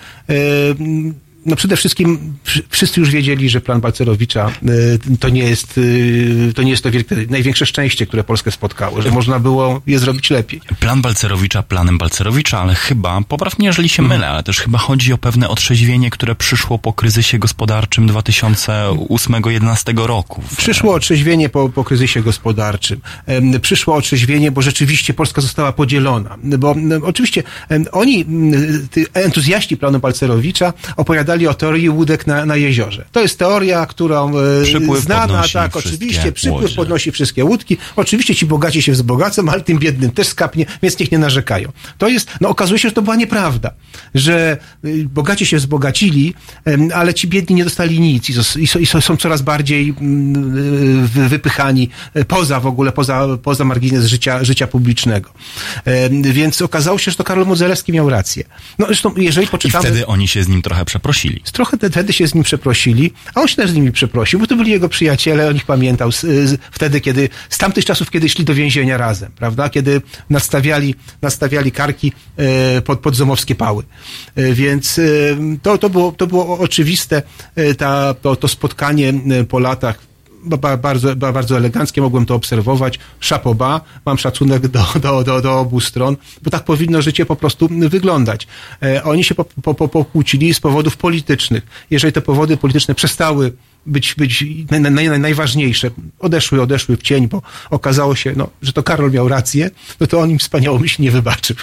wszyscy już wiedzieli, że plan Balcerowicza to nie jest to największe szczęście, które Polskę spotkało, że można było je zrobić lepiej. Plan Balcerowicza planem Balcerowicza, ale chyba, popraw mnie, jeżeli się mylę, ale też chyba chodzi o pewne otrzeźwienie, które przyszło po kryzysie gospodarczym 2008-2011 roku. Przyszło otrzeźwienie po kryzysie gospodarczym. Przyszło otrzeźwienie, bo rzeczywiście Polska została podzielona. Bo oczywiście oni, entuzjaści planu Balcerowicza, opowiadali o teorii łódek na jeziorze. To jest teoria, którą znana, tak, oczywiście, przypływ podnosi wszystkie łódki, oczywiście ci bogaci się wzbogacą, ale tym biednym też skapnie, więc niech nie narzekają. To jest, okazuje się, że to była nieprawda, że bogaci się wzbogacili, ale ci biedni nie dostali nic i są coraz bardziej wypychani poza margines życia publicznego. Więc okazało się, że to Karol Modzelewski miał rację. Zresztą, jeżeli poczytamy... I wtedy oni się z nim trochę przeprosili. Trochę wtedy się z nim przeprosili, a on się też z nimi przeprosił, bo to byli jego przyjaciele, on ich pamiętał wtedy, z tamtych czasów, kiedy szli do więzienia razem, prawda? Kiedy nastawiali karki pod zomowskie pały. Więc to było oczywiste, to spotkanie po latach, bardzo eleganckie, mogłem to obserwować. Chapeau bas, mam szacunek do obu stron, bo tak powinno życie po prostu wyglądać. Oni się pokłócili z powodów politycznych. Jeżeli te powody polityczne przestały być najważniejsze, odeszły w cień, bo okazało się, że to Karol miał rację, to on im wspaniałości nie wybaczył.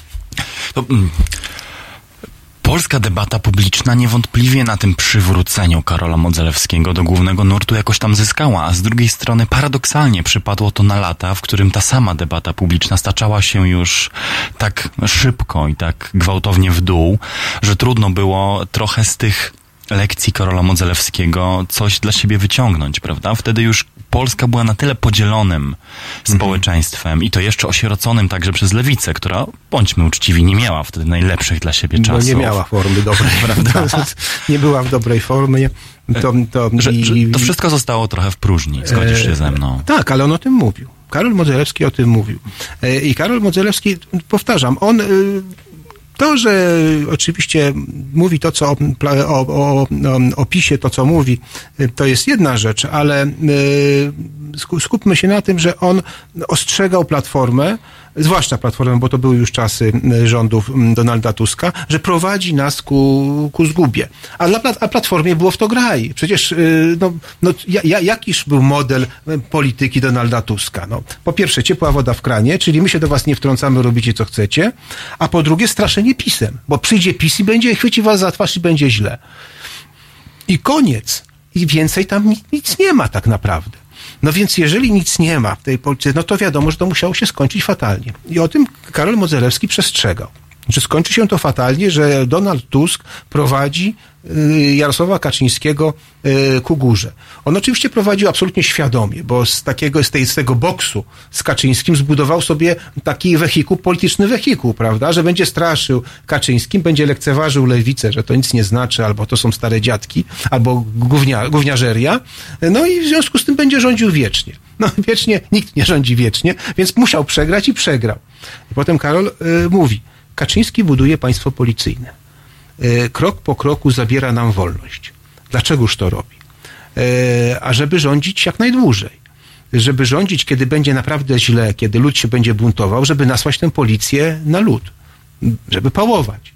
Polska debata publiczna niewątpliwie na tym przywróceniu Karola Modzelewskiego do głównego nurtu jakoś tam zyskała, a z drugiej strony paradoksalnie przypadło to na lata, w którym ta sama debata publiczna staczała się już tak szybko i tak gwałtownie w dół, że trudno było trochę z tych lekcji Karola Modzelewskiego coś dla siebie wyciągnąć, prawda? Wtedy już Polska była na tyle podzielonym społeczeństwem i to jeszcze osieroconym także przez lewicę, która, bądźmy uczciwi, nie miała wtedy najlepszych dla siebie czasów. Nie miała formy dobrej, prawda? Nie była w dobrej formie. To wszystko zostało trochę w próżni, zgodzisz się ze mną. Tak, ale on o tym mówił. Karol Modzelewski o tym mówił. I Karol Modzelewski, powtarzam, on To, że oczywiście mówi to, co o PiS-ie, to, co mówi, to jest jedna rzecz, ale skupmy się na tym, że on ostrzegał Platformę, zwłaszcza Platformę, bo to były już czasy rządów Donalda Tuska, że prowadzi nas ku zgubie. A Platformie było w to graj. Przecież jakiż był model polityki Donalda Tuska? No, po pierwsze, ciepła woda w kranie, czyli my się do was nie wtrącamy, robicie co chcecie, a po drugie, straszenie PiS-em, bo przyjdzie PiS i chwyci was za twarz i będzie źle. I koniec. I więcej tam nic nie ma tak naprawdę. No więc jeżeli nic nie ma w tej polityce, no to wiadomo, że to musiało się skończyć fatalnie. I o tym Karol Modzelewski przestrzegał. Że skończy się to fatalnie, że Donald Tusk prowadzi Jarosława Kaczyńskiego ku górze. On oczywiście prowadził absolutnie świadomie, bo z tego boksu z Kaczyńskim zbudował sobie taki polityczny wehikuł, prawda, że będzie straszył Kaczyńskim, będzie lekceważył lewicę, że to nic nie znaczy, albo to są stare dziadki, albo gówniarzeria, no i w związku z tym będzie rządził wiecznie. No wiecznie, nikt nie rządzi wiecznie, więc musiał przegrać i przegrał. I potem Karol mówi, Kaczyński buduje państwo policyjne. Krok po kroku zabiera nam wolność. Dlaczegoż to robi? Ażeby rządzić jak najdłużej. Żeby rządzić, kiedy będzie naprawdę źle, kiedy lud się będzie buntował, żeby nasłać tę policję na lud. Żeby pałować.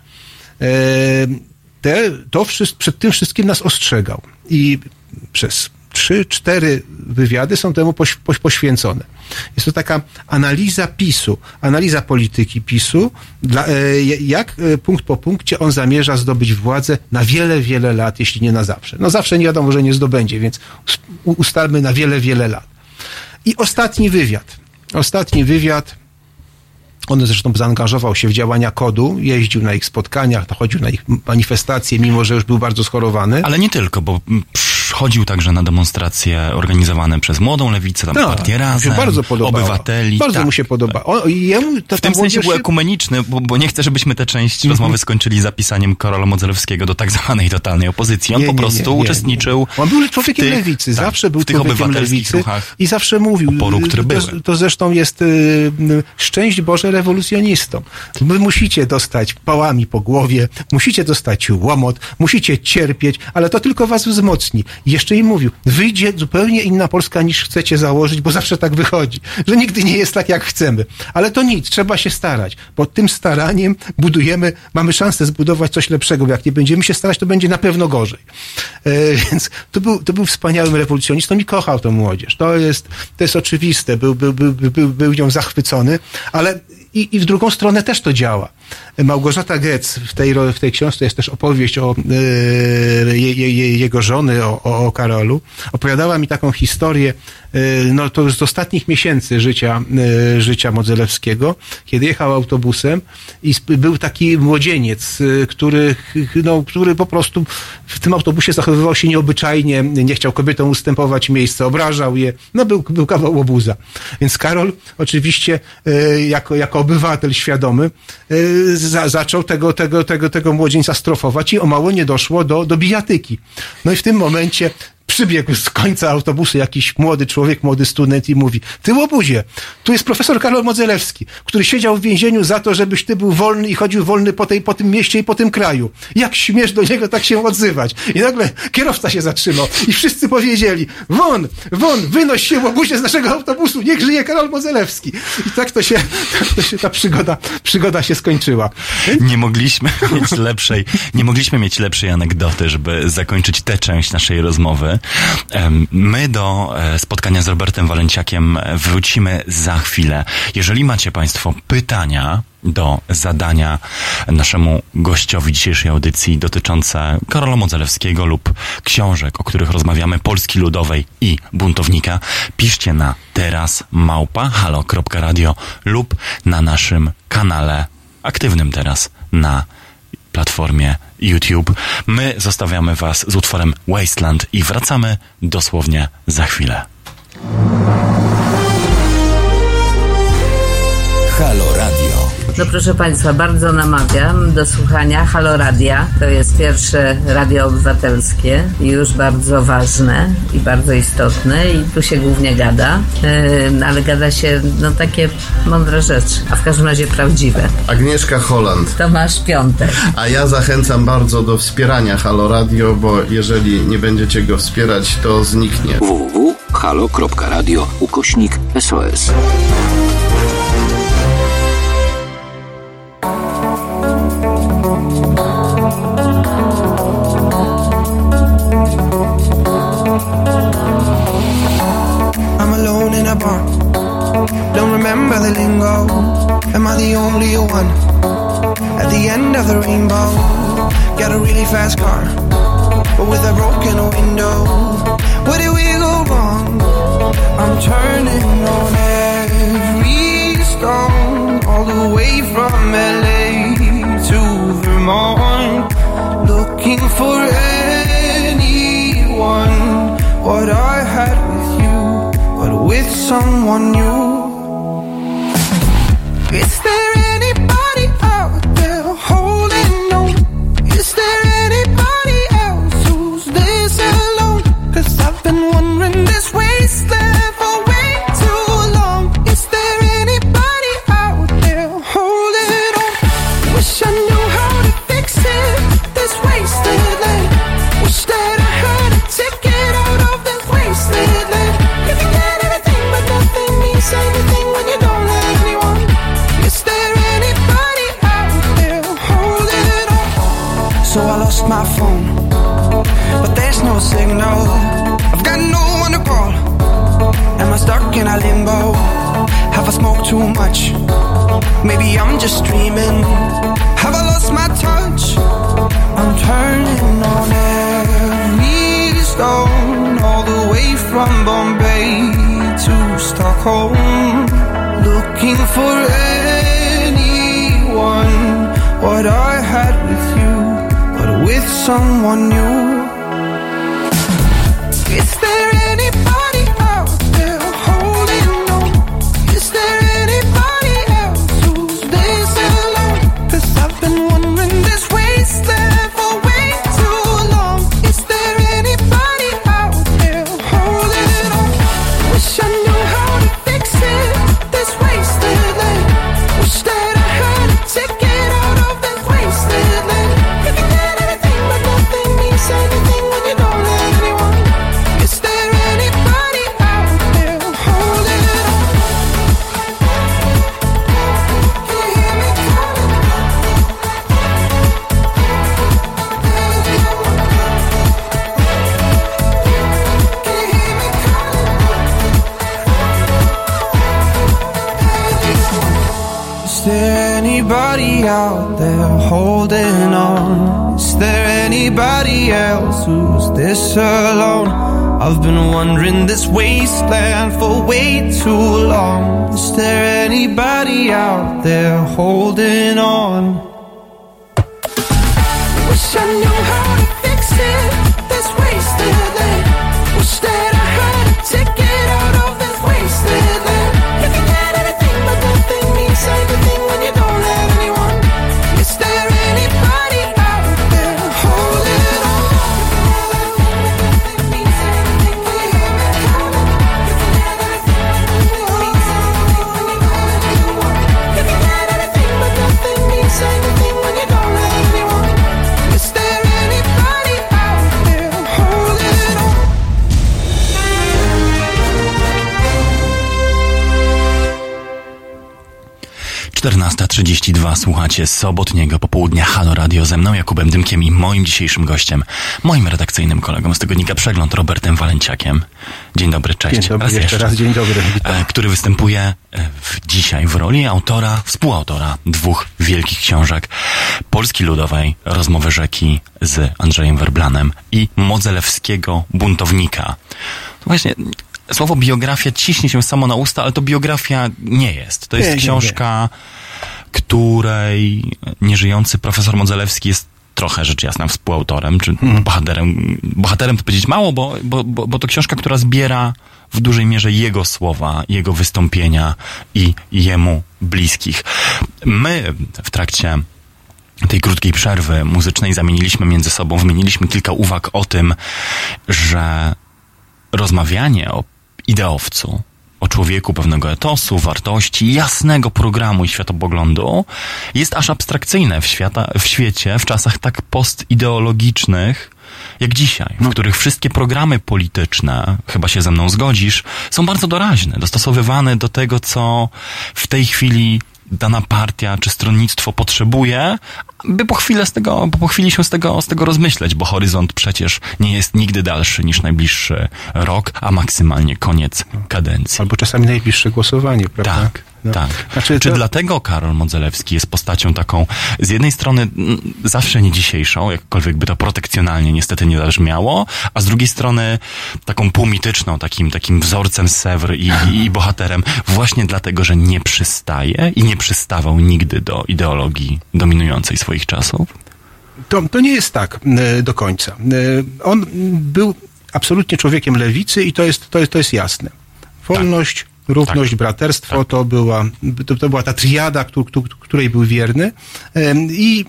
Przed tym wszystkim nas ostrzegał. I przez 3-4 wywiady są temu poświęcone. Jest to taka analiza PiS-u, analiza polityki PiS-u, jak punkt po punkcie on zamierza zdobyć władzę na wiele, wiele lat, jeśli nie na zawsze. No zawsze nie wiadomo, że nie zdobędzie, więc ustalmy na wiele, wiele lat. I ostatni wywiad, on zresztą zaangażował się w działania KOD-u, jeździł na ich spotkaniach, chodził na ich manifestacje, mimo że już był bardzo schorowany. Ale nie tylko, bo chodził także na demonstracje organizowane przez Młodą Lewicę, tam partię Razem, bardzo Obywateli. Bardzo mu się podoba. W tym sensie był ekumeniczny, bo nie chcę, żebyśmy tę część rozmowy skończyli zapisaniem Karola Modzelewskiego do tak zwanej totalnej opozycji. On po prostu uczestniczył On był człowiekiem lewicy, zawsze był człowiekiem lewicy i zawsze mówił, oporu, który to zresztą jest szczęść Boże rewolucjonistom. Wy musicie dostać pałami po głowie, musicie dostać łomot, musicie cierpieć, ale to tylko was wzmocni. I jeszcze im mówił, wyjdzie zupełnie inna Polska niż chcecie założyć, bo zawsze tak wychodzi, że nigdy nie jest tak, jak chcemy. Ale to nic, trzeba się starać, bo tym staraniem mamy szansę zbudować coś lepszego, bo jak nie będziemy się starać, to będzie na pewno gorzej. Więc to był wspaniałym rewolucjonistą i kochał tę młodzież. To jest oczywiste, był nią zachwycony, ale i w drugą stronę też to działa. Małgorzata Getz w tej książce jest też opowieść o jego żony, o Karolu. Opowiadała mi taką historię, no to już z ostatnich miesięcy życia Modzelewskiego, kiedy jechał autobusem i był taki młodzieniec, który po prostu w tym autobusie zachowywał się nieobyczajnie, nie chciał kobietom ustępować miejsca, obrażał je, no był kawał łobuza. Więc Karol oczywiście jako obywatel świadomy zaczął tego młodzieńca strofować i o mało nie doszło do bijatyki. No i w tym momencie przybiegł z końca autobusu jakiś młody człowiek, młody student i mówi, ty łobuzie, tu jest profesor Karol Modzelewski, który siedział w więzieniu za to, żebyś ty był wolny i chodził wolny po tym mieście i po tym kraju. Jak śmiesz do niego tak się odzywać? I nagle kierowca się zatrzymał i wszyscy powiedzieli, won, wynoś się łobuzie z naszego autobusu, niech żyje Karol Modzelewski. I tak to się ta przygoda się skończyła. Nie mogliśmy mieć lepszej anegdoty, żeby zakończyć tę część naszej rozmowy. My do spotkania z Robertem Walenciakiem wrócimy za chwilę. Jeżeli macie Państwo pytania do zadania naszemu gościowi dzisiejszej audycji dotyczące Karola Modzelewskiego lub książek, o których rozmawiamy, Polski Ludowej i Buntownika, piszcie na teraz@halo.radio lub na naszym kanale aktywnym teraz na platformie YouTube. My zostawiamy Was z utworem Wasteland i wracamy dosłownie za chwilę. Halo Radio. To proszę Państwa, bardzo namawiam do słuchania Halo Radia. To jest pierwsze radio obywatelskie i już bardzo ważne i bardzo istotne i tu się głównie gada, ale gada się takie mądre rzeczy, a w każdym razie prawdziwe. Agnieszka Holland. Tomasz Piątek. A ja zachęcam bardzo do wspierania Halo Radio, bo jeżeli nie będziecie go wspierać, to zniknie. www.halo.radio/SOS. I'm alone in a bar. Don't remember the lingo. Am I the only one? At the end of the rainbow, got a really fast car, but with a broken window. Where did we go wrong? I'm turning on every stone, all the way from LA to Vermont, looking for anyone. What I had with you, but with someone new. Is there anybody out there holding on? Is there anybody else who's this alone? 'Cause I've been wondering this wasteland for way too long. Is there anybody out there holding on? Wish I knew how to fix it, this wasted land. Wish that I had a ticket out of this wasted land. You can get everything but nothing means anything when you don't let anyone. Is there anybody out there holding on? So I lost my phone, but there's no signal. I've got no one to call. Am I stuck in a limbo? Have I smoked too much? Maybe I'm just dreaming. Have I lost my touch? I'm turning on every stone, all the way from Bombay to Stockholm, looking for anyone. What I had with you, but with someone new. Is there anybody out there holding on? Is there anybody else who's this alone? 'Cause I've been wondering this wasteland for way too long. Is there anybody out there holding on? Wish I knew how to fix it, this wasted land. Wish that I had a ticket out of this wasted land. You can get everything but nothing means anything when you don't let anyone. Is there anybody out there holding on? Can you hear me calling? Is there anybody out there holding on? Is there anybody else who's this alone? I've been wandering this wasteland for way too long. Is there anybody out there holding on? Wish I knew how to fix it, this wasted land. Wish that I had a ticket out of this wasted land. You can get everything but nothing means anything when you don't let anyone. Is there anybody out there holding on? You can get everything but nothing means anything when you don't let anyone. Is there anybody out there holding on? 14:32, słuchacie sobotniego popołudnia Halo Radio ze mną, Jakubem Dymkiem i moim dzisiejszym gościem, moim redakcyjnym kolegą z tygodnika Przegląd, Robertem Walenciakiem. Dzień dobry, cześć. Dzień dobry, jeszcze raz dzień dobry. Witam. Który występuje dzisiaj w roli autora, współautora dwóch wielkich książek Polski Ludowej, Rozmowy Rzeki z Andrzejem Werblanem i Modzelewskiego Buntownika. Właśnie słowo biografia ciśnie się samo na usta, ale to biografia nie jest. To jest książka, której nieżyjący profesor Modzelewski jest trochę, rzecz jasna, współautorem, czy bohaterem to powiedzieć mało, bo to książka, która zbiera w dużej mierze jego słowa, jego wystąpienia i jemu bliskich. My w trakcie tej krótkiej przerwy muzycznej wymieniliśmy kilka uwag o tym, że rozmawianie o ideowcu, o człowieku pewnego etosu, wartości, jasnego programu i światopoglądu jest aż abstrakcyjne w świecie, w czasach tak postideologicznych jak dzisiaj, w których wszystkie programy polityczne, chyba się ze mną zgodzisz, są bardzo doraźne, dostosowywane do tego, co w tej chwili dana partia czy stronnictwo potrzebuje, by po chwili się z tego rozmyśleć, bo horyzont przecież nie jest nigdy dalszy niż najbliższy rok, a maksymalnie koniec kadencji. Albo czasami najbliższe głosowanie, prawda? Tak. Tak. Czy dlatego Karol Modzelewski jest postacią taką, z jednej strony zawsze nie dzisiejszą, jakkolwiek by to protekcjonalnie niestety nie zabrzmiało, a z drugiej strony taką półmityczną, takim wzorcem z Sewr i bohaterem, właśnie dlatego, że nie przystaje i nie przystawał nigdy do ideologii dominującej swoich czasów? To nie jest tak do końca. On był absolutnie człowiekiem lewicy i to jest jasne. Wolność, równość, braterstwo, to była ta triada, której był wierny i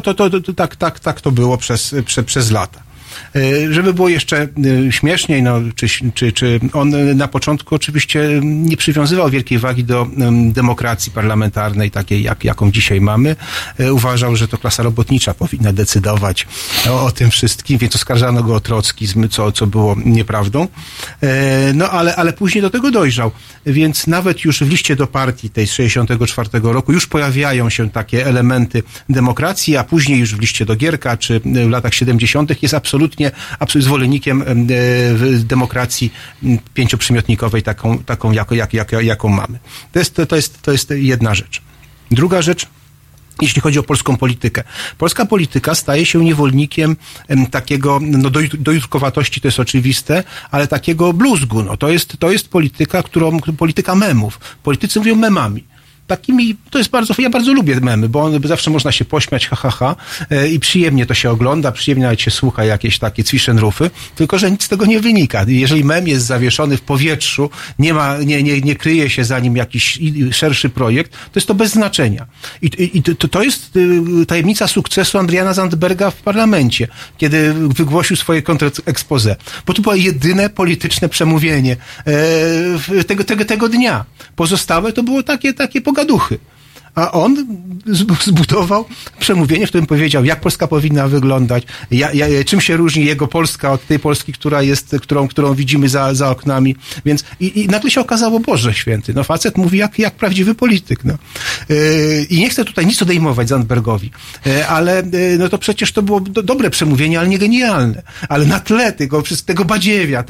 tak to było przez lata. Żeby było jeszcze śmieszniej, czy on na początku oczywiście nie przywiązywał wielkiej wagi do demokracji parlamentarnej, takiej jaką dzisiaj mamy. Uważał, że to klasa robotnicza powinna decydować o tym wszystkim, więc oskarżano go o trockizm, co było nieprawdą. Ale później do tego dojrzał. Więc nawet już w liście do partii tej z 1964 roku już pojawiają się takie elementy demokracji, a później już w liście do Gierka, czy w latach 70. jest absolutnie zwolennikiem demokracji pięcioprzymiotnikowej, taką jaką mamy. To jest jedna rzecz. Druga rzecz, jeśli chodzi o polską politykę. Polska polityka staje się niewolnikiem takiego, dojrtkowatości to jest oczywiste, ale takiego bluzgu. To jest polityka memów. Politycy mówią memami. Takimi, ja bardzo lubię memy, bo zawsze można się pośmiać, i przyjemnie to się ogląda, przyjemnie nawet się słucha jakieś takie Zwischenrufy, tylko że nic z tego nie wynika. Jeżeli mem jest zawieszony w powietrzu, nie kryje się za nim jakiś szerszy projekt, to jest to bez znaczenia. I to jest tajemnica sukcesu Adriana Zandberga w parlamencie, kiedy wygłosił swoje kontrexposé. Bo to było jedyne polityczne przemówienie tego dnia. Pozostałe to było takie pogaduchy. A on zbudował przemówienie, w którym powiedział, jak Polska powinna wyglądać, czym się różni jego Polska od tej Polski, którą widzimy za oknami. Więc i nagle się okazało, Boże Święty, facet mówi jak prawdziwy polityk. I nie chcę tutaj nic odejmować Zandbergowi, ale to przecież to było dobre przemówienie, ale nie genialne. Ale na tle tego badziewia,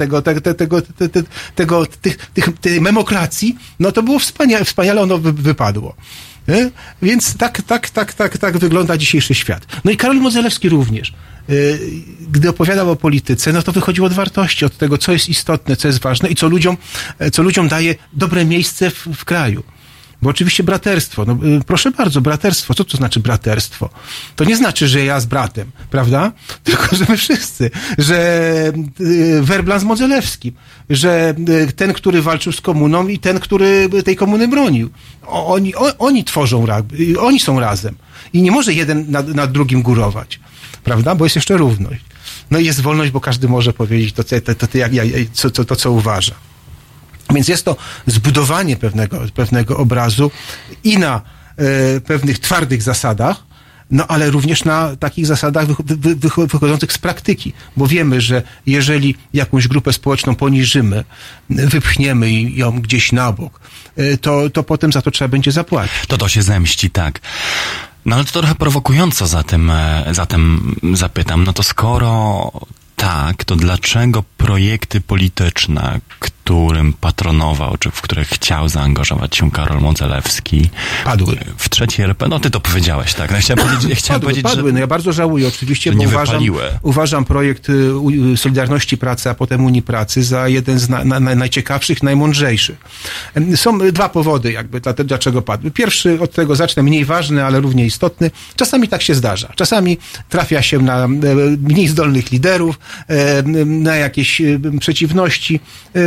tej memokracji, to było wspaniale ono wypadło. Więc tak wygląda dzisiejszy świat. I Karol Modzelewski również. Gdy opowiadał o polityce, to wychodziło od wartości, od tego, co jest istotne, co jest ważne i co ludziom daje dobre miejsce w kraju. Bo oczywiście braterstwo, proszę bardzo, braterstwo, co to znaczy braterstwo? To nie znaczy, że ja z bratem, prawda? Tylko, że my wszyscy, że Werblan z Modzelewskim, że ten, który walczył z komuną i ten, który tej komuny bronił. Oni tworzą, oni są razem. I nie może jeden nad drugim górować, prawda? Bo jest jeszcze równość. I jest wolność, bo każdy może powiedzieć to co uważa. Więc jest to zbudowanie pewnego obrazu i na pewnych twardych zasadach, ale również na takich zasadach wychodzących z praktyki. Bo wiemy, że jeżeli jakąś grupę społeczną poniżymy, wypchniemy ją gdzieś na bok, to potem za to trzeba będzie zapłacić. To się zemści, tak. Ale to trochę prowokująco zatem zapytam, to skoro tak, to dlaczego projekty polityczne, którym patronował, czy w które chciał zaangażować się Karol Modzelewski, padły w trzeciej RP? Ty to powiedziałeś, tak? Chciałem powiedzieć, padły. Ja bardzo żałuję oczywiście, bo uważam projekt Solidarności Pracy, a potem Unii Pracy za jeden z najciekawszych, najmądrzejszych. Są dwa powody dlaczego padły. Pierwszy, od tego zacznę, mniej ważny, ale równie istotny. Czasami tak się zdarza. Czasami trafia się na mniej zdolnych liderów, na jakieś przeciwności.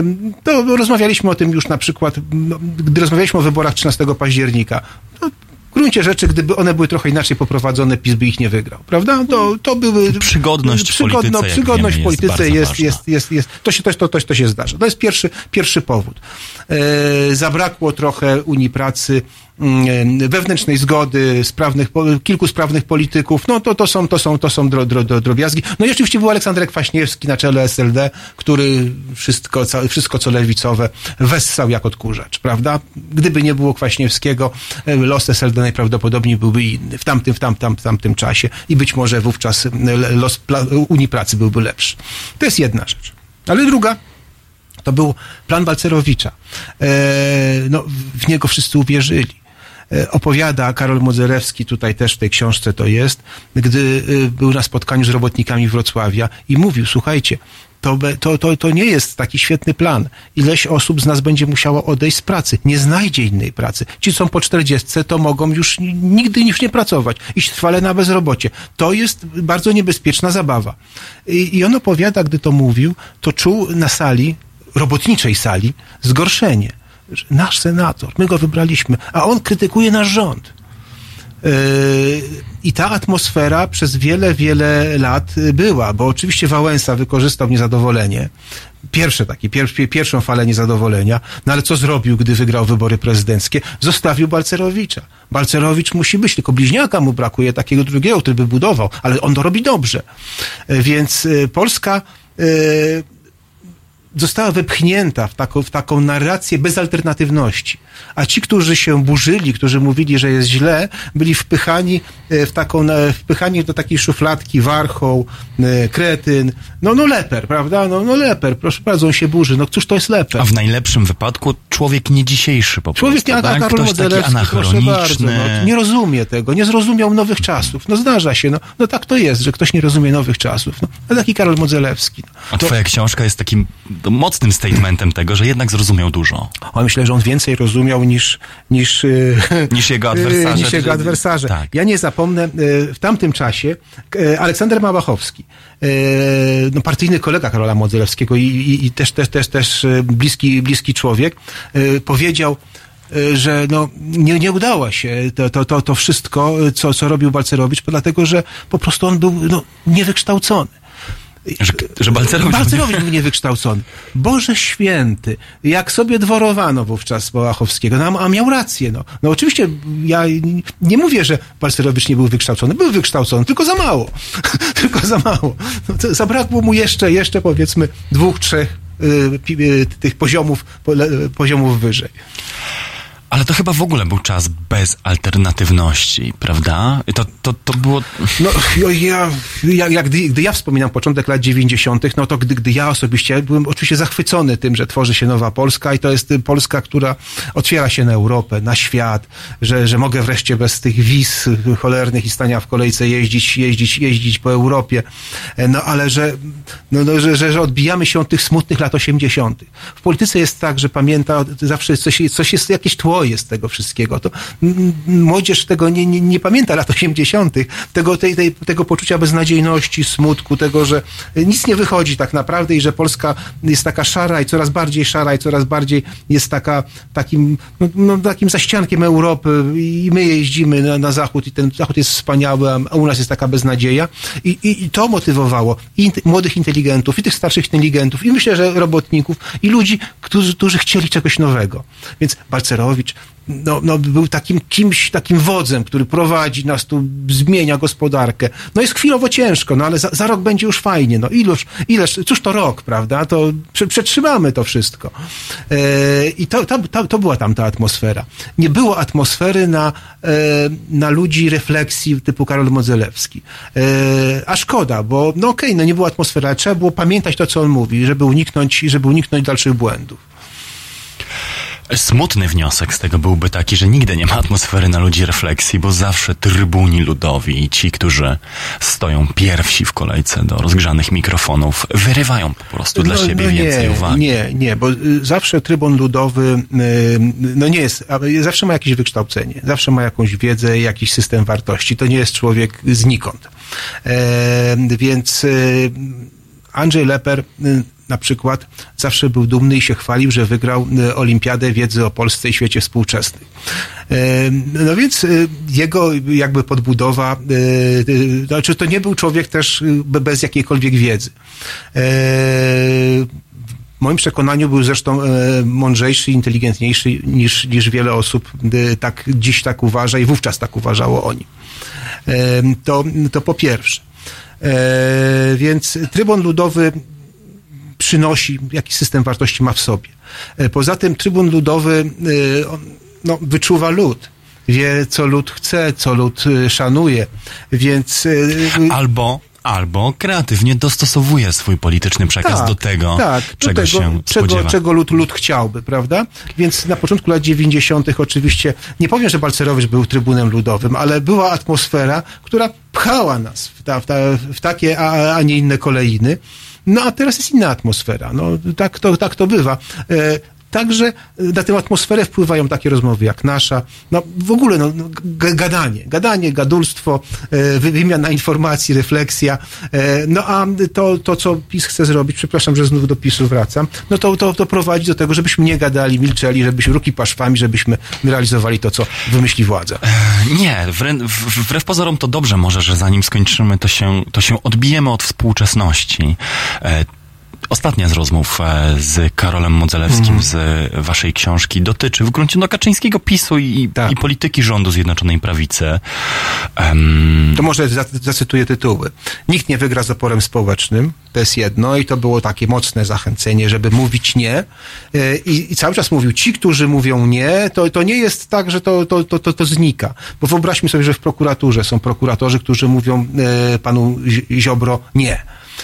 To rozmawialiśmy o tym już na przykład, gdy rozmawialiśmy o wyborach 13 października. gruncie rzeczy, gdyby one były trochę inaczej poprowadzone, PiS by ich nie wygrał, prawda? To były... Przygodność w polityce jest to się zdarza. To jest pierwszy powód. Zabrakło trochę Unii Pracy, wewnętrznej zgody kilku sprawnych polityków, no to są drobiazgi. No i oczywiście był Aleksander Kwaśniewski na czele SLD, który wszystko co lewicowe wessał jak odkurzacz, prawda? Gdyby nie było Kwaśniewskiego, los SLD najprawdopodobniej byłby inny w tamtym czasie i być może wówczas los Unii Pracy byłby lepszy. To jest jedna rzecz. Ale druga, to był plan Balcerowicza. W niego wszyscy uwierzyli. Opowiada Karol Modzelewski, tutaj też w tej książce to jest, gdy był na spotkaniu z robotnikami Wrocławia i mówił, słuchajcie, to nie jest taki świetny plan. Ileś osób z nas będzie musiało odejść z pracy. Nie znajdzie innej pracy. Ci, co są po 40, to mogą już nigdy nie pracować. Iść trwale na bezrobocie. To jest bardzo niebezpieczna zabawa. I on opowiada, gdy to mówił, to czuł na sali, robotniczej sali, zgorszenie. Nasz senator, my go wybraliśmy, a on krytykuje nasz rząd. I ta atmosfera przez wiele lat była, bo oczywiście Wałęsa wykorzystał niezadowolenie, pierwszą falę niezadowolenia, no ale co zrobił, gdy wygrał wybory prezydenckie? Zostawił Balcerowicza. Balcerowicz musi być, tylko bliźniaka mu brakuje, takiego drugiego, który by budował, ale on to robi dobrze. Więc Polska została wepchnięta w taką narrację bezalternatywności. A ci, którzy się burzyli, którzy mówili, że jest źle, byli wpychani do takiej szufladki Warchoł, Kretyn, Leper, prawda? Leper, proszę bardzo, on się burzy. No cóż to jest Leper? A w najlepszym wypadku człowiek nie dzisiejszy po prostu. Człowiek nie, tak? Karol Modzelewski, proszę bardzo. Nie rozumie tego, nie zrozumiał nowych czasów. Zdarza się, tak to jest, że ktoś nie rozumie nowych czasów. Taki Karol Modzelewski. A twoja książka jest takim mocnym statementem tego, że jednak zrozumiał dużo. Myślę, że on więcej rozumiał niż jego adwersarze. Tak. Ja nie zapomnę, w tamtym czasie Aleksander Małachowski, partyjny kolega Karola Modzelewskiego i też bliski człowiek, powiedział, że nie udało się to wszystko, co robił Balcerowicz, dlatego, że po prostu on był niewykształcony. Że Balcerowicz był niewykształcony. Boże święty, jak sobie dworowano wówczas Małachowskiego, a miał rację. Oczywiście ja nie mówię, że Balcerowicz nie był wykształcony. Był wykształcony, tylko za mało. Zabrakło mu jeszcze powiedzmy 2-3 tych poziomów wyżej. Ale to chyba w ogóle był czas bez alternatywności, prawda? To było... Gdy ja wspominam początek lat 90., to gdy ja osobiście byłem oczywiście zachwycony tym, że tworzy się nowa Polska i to jest Polska, która otwiera się na Europę, na świat, że mogę wreszcie bez tych wiz cholernych i stania w kolejce jeździć po Europie. Ale że odbijamy się od tych smutnych lat 80. W polityce jest tak, że pamięta zawsze coś jest, jakieś tło jest tego wszystkiego. To młodzież tego nie pamięta lat 80. Tego poczucia beznadziejności, smutku, tego, że nic nie wychodzi tak naprawdę i że Polska jest taka szara i coraz bardziej jest takim zaściankiem Europy i my jeździmy na zachód i ten zachód jest wspaniały, a u nas jest taka beznadzieja. I to motywowało i młodych inteligentów, i tych starszych inteligentów, i myślę, że robotników, i ludzi, którzy chcieli czegoś nowego. Więc Balcerowicz był takim wodzem, który prowadzi nas tu, zmienia gospodarkę. Jest chwilowo ciężko, ale za rok będzie już fajnie. Cóż to rok, prawda? To przetrzymamy to wszystko. I to była tam ta atmosfera. Nie było atmosfery na ludzi refleksji typu Karol Modzelewski. A szkoda, bo nie było atmosfery, ale trzeba było pamiętać to, co on mówi, żeby uniknąć dalszych błędów. Smutny wniosek z tego byłby taki, że nigdy nie ma atmosfery na ludzi refleksji, bo zawsze trybuni ludowi i ci, którzy stoją pierwsi w kolejce do rozgrzanych mikrofonów, wyrywają po prostu dla siebie więcej uwagi. Nie, bo zawsze trybun ludowy nie jest, zawsze ma jakieś wykształcenie, zawsze ma jakąś wiedzę, jakiś system wartości. To nie jest człowiek znikąd. Więc Andrzej Leper na przykład zawsze był dumny i się chwalił, że wygrał Olimpiadę Wiedzy o Polsce i świecie współczesnym. No więc jego jakby podbudowa, znaczy to nie był człowiek też bez jakiejkolwiek wiedzy. W moim przekonaniu był zresztą mądrzejszy, inteligentniejszy niż wiele osób dziś tak uważa i wówczas tak uważało o nim. To po pierwsze. Więc Trybun Ludowy przynosi, jaki system wartości ma w sobie. Poza tym Trybun Ludowy wyczuwa lud. Wie, co lud chce, co lud szanuje, więc... Albo kreatywnie dostosowuje swój polityczny przekaz do tego, czego się spodziewa. Czego lud chciałby, prawda? Więc na początku lat 90. oczywiście, nie powiem, że Balcerowicz był Trybunem Ludowym, ale była atmosfera, która pchała nas w takie, a nie inne kolejny. No a teraz jest inna atmosfera. No tak to bywa. Także na tę atmosferę wpływają takie rozmowy jak nasza. No w ogóle gadanie, gadulstwo, wymiana informacji, refleksja. No a to, co PiS chce zrobić, przepraszam, że znów do PiS-u wracam, no to prowadzi do tego, żebyśmy nie gadali, milczeli, żebyśmy ruki paszwami, żebyśmy realizowali to, co wymyśli władza. Nie, wbrew pozorom to dobrze może, że zanim skończymy, to się odbijemy od współczesności. Ostatnia z rozmów z Karolem Modzelewskim z waszej książki dotyczy w gruncie Kaczyńskiego, PiS-u i polityki rządu Zjednoczonej Prawicy. To może zacytuję tytuły. Nikt nie wygra z oporem społecznym, to jest jedno i to było takie mocne zachęcenie, żeby mówić nie. I cały czas mówił, ci, którzy mówią nie, to nie jest tak, że to znika. Bo wyobraźmy sobie, że w prokuraturze są prokuratorzy, którzy mówią panu Ziobro nie.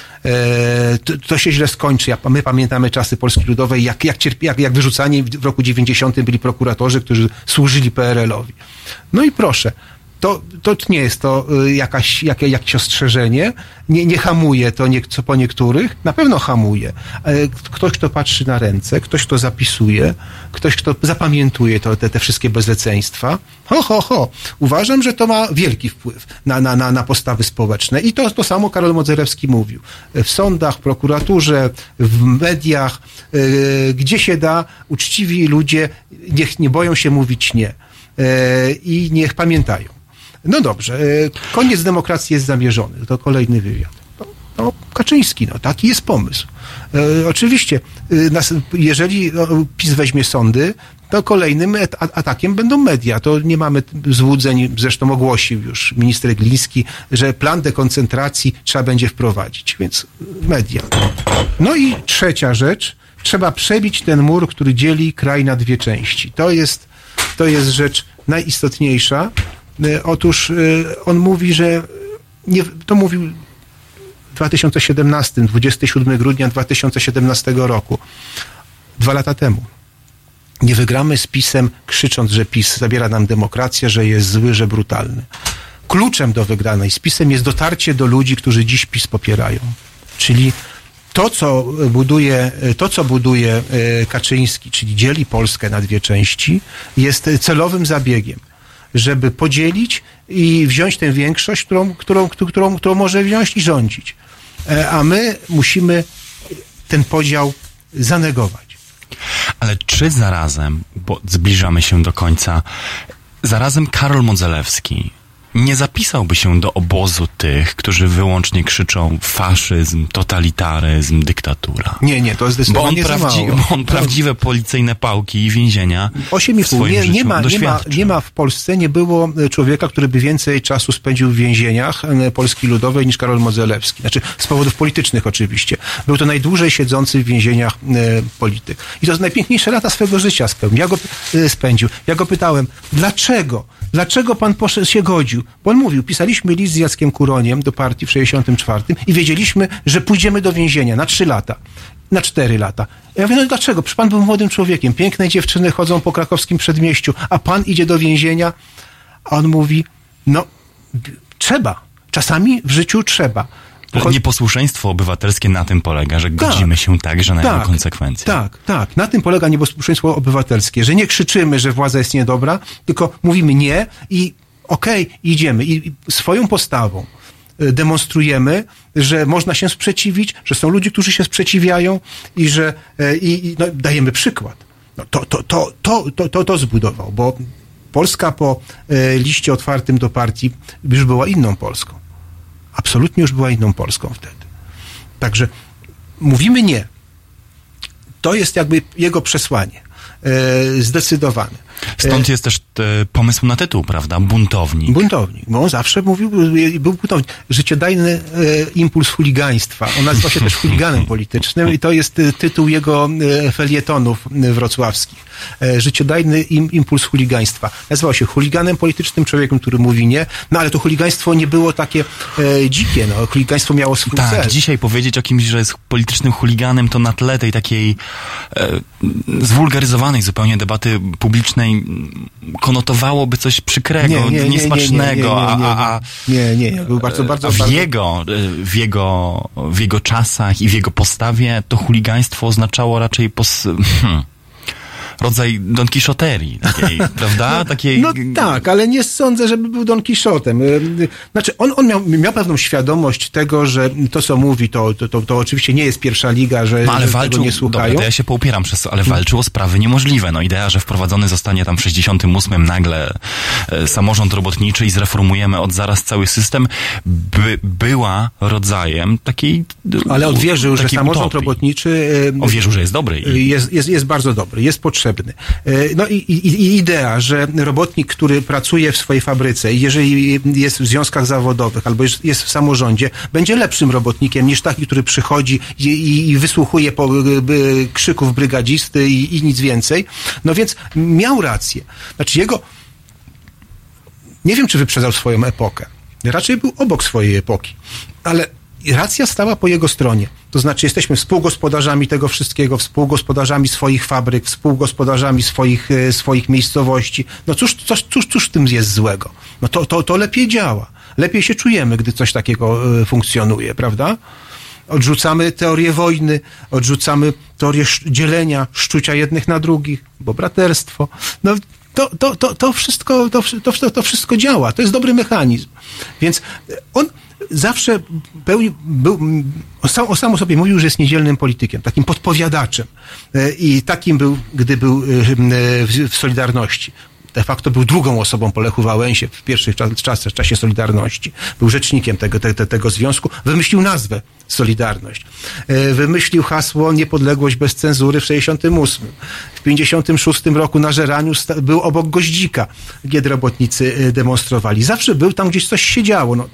To się źle skończy. My pamiętamy czasy Polski Ludowej, jak wyrzucani w roku 90 byli prokuratorzy, którzy służyli PRL-owi. No i proszę, to nie jest to jakieś ostrzeżenie, nie hamuje to co po niektórych, na pewno hamuje. Ktoś, kto patrzy na ręce, ktoś, kto zapisuje, ktoś, kto zapamiętuje te wszystkie bezleceństwa. Uważam, że to ma wielki wpływ na postawy społeczne. I to samo Karol Modzelewski mówił. W sądach, prokuraturze, w mediach, gdzie się da, uczciwi ludzie nie boją się mówić nie. I niech pamiętają. No dobrze, koniec demokracji jest zamierzony. To kolejny wywiad. Kaczyński, taki jest pomysł. Oczywiście, jeżeli PiS weźmie sądy, to kolejnym atakiem będą media. To nie mamy złudzeń, zresztą ogłosił już minister Gliński, że plan dekoncentracji trzeba będzie wprowadzić, więc media. No i trzecia rzecz, trzeba przebić ten mur, który dzieli kraj na dwie części. To jest rzecz najistotniejsza. Otóż on mówi, że to mówił w 2017, 27 grudnia 2017 roku, 2 lata temu. Nie wygramy z PiS-em, krzycząc, że PiS zabiera nam demokrację, że jest zły, że brutalny. Kluczem do wygranej z PiS-em jest dotarcie do ludzi, którzy dziś PiS popierają. Czyli to, co buduje Kaczyński, czyli dzieli Polskę na dwie części, jest celowym zabiegiem, żeby podzielić i wziąć tę większość, którą może wziąć i rządzić. A my musimy ten podział zanegować. Ale czy zarazem, bo zbliżamy się do końca, zarazem Karol Modzelewski nie zapisałby się do obozu tych, którzy wyłącznie krzyczą faszyzm, totalitaryzm, dyktatura? Nie, to jest zdecydowanie bo on prawdziwe policyjne pałki i więzienia 8,5. Nie ma w Polsce, nie było człowieka, który by więcej czasu spędził w więzieniach Polski Ludowej niż Karol Modzelewski. Znaczy, z powodów politycznych oczywiście. Był to najdłużej siedzący w więzieniach polityk. I to najpiękniejsze lata swego życia spędził. Ja go pytałem, dlaczego pan się godził? Bo on mówił, pisaliśmy list z Jackiem Kuroniem do partii w 64 i wiedzieliśmy, że pójdziemy do więzienia na 3 lata, na 4 lata. Ja mówię, dlaczego? Przecież pan był młodym człowiekiem, piękne dziewczyny chodzą po krakowskim przedmieściu, a pan idzie do więzienia? A on mówi, trzeba. Czasami w życiu trzeba. Nieposłuszeństwo obywatelskie na tym polega, że godzimy się także na jego konsekwencje. Tak. Na tym polega nieposłuszeństwo obywatelskie, że nie krzyczymy, że władza jest niedobra, tylko mówimy nie i idziemy. I swoją postawą, demonstrujemy, że można się sprzeciwić, że są ludzie, którzy się sprzeciwiają i że no, dajemy przykład. No, to zbudował, bo Polska po liście otwartym do partii już była inną Polską. Absolutnie już była inną Polską wtedy. Także mówimy nie. To jest jakby jego przesłanie. Zdecydowane. Stąd jest też pomysł na tytuł, prawda? Buntownik. Buntownik. Bo on zawsze mówił, był buntownik. Życiodajny impuls chuligaństwa. On nazywa się też chuliganem politycznym i to jest tytuł jego felietonów wrocławskich. Życiodajny impuls chuligaństwa. Nazywał się chuliganem politycznym, człowiekiem, który mówi nie. No ale to chuligaństwo nie było takie dzikie. No. Chuligaństwo miało swój cel. Tak, dzisiaj powiedzieć o kimś, że jest politycznym chuliganem, to na tle tej takiej zwulgaryzowanej zupełnie debaty publicznej konotowałoby coś przykrego, niesmacznego, Nie, był bardzo w jego czasach i w jego postawie to chuligaństwo oznaczało raczej rodzaj Don Kiszoterii, takiej, prawda? Takiej... No tak, ale nie sądzę, żeby był Don Kiszotem. Znaczy, on miał pewną świadomość tego, że to, co mówi, to oczywiście nie jest pierwsza liga, że, no, ale że walczył, tego nie słuchają. Dobra, to ja się poupieram przez to, ale walczył o sprawy niemożliwe. No idea, że wprowadzony zostanie tam w 68 nagle samorząd robotniczy i zreformujemy od zaraz cały system, była rodzajem takiej... Ale odwierzył, że samorząd utopii. Robotniczy... Odwierzył, że jest dobry. Jest bardzo dobry, jest potrzebny. No i idea, że robotnik, który pracuje w swojej fabryce, jeżeli jest w związkach zawodowych albo jest w samorządzie, będzie lepszym robotnikiem niż taki, który przychodzi i wysłuchuje krzyków brygadzisty i nic więcej. No więc miał rację. Znaczy nie wiem, czy wyprzedzał swoją epokę. Raczej był obok swojej epoki. Ale racja stała po jego stronie. To znaczy jesteśmy współgospodarzami tego wszystkiego, współgospodarzami swoich fabryk, współgospodarzami swoich miejscowości. No cóż w tym jest złego? No to lepiej działa. Lepiej się czujemy, gdy coś takiego funkcjonuje, prawda? Odrzucamy teorię wojny, odrzucamy teorię dzielenia, szczucia jednych na drugich, bo braterstwo. No to wszystko działa. To jest dobry mechanizm. Więc on zawsze sam o sobie mówił, że jest niedzielnym politykiem, takim podpowiadaczem. I takim był, gdy był w Solidarności. De facto był drugą osobą po Lechu Wałęsie w pierwszych czasach, w czasie Solidarności. Był rzecznikiem tego związku. Wymyślił nazwę Solidarność. Wymyślił hasło Niepodległość bez cenzury w 68. W 56 roku na Żeraniu był obok Goździka, kiedy robotnicy demonstrowali. Zawsze był tam, gdzieś coś się działo. No,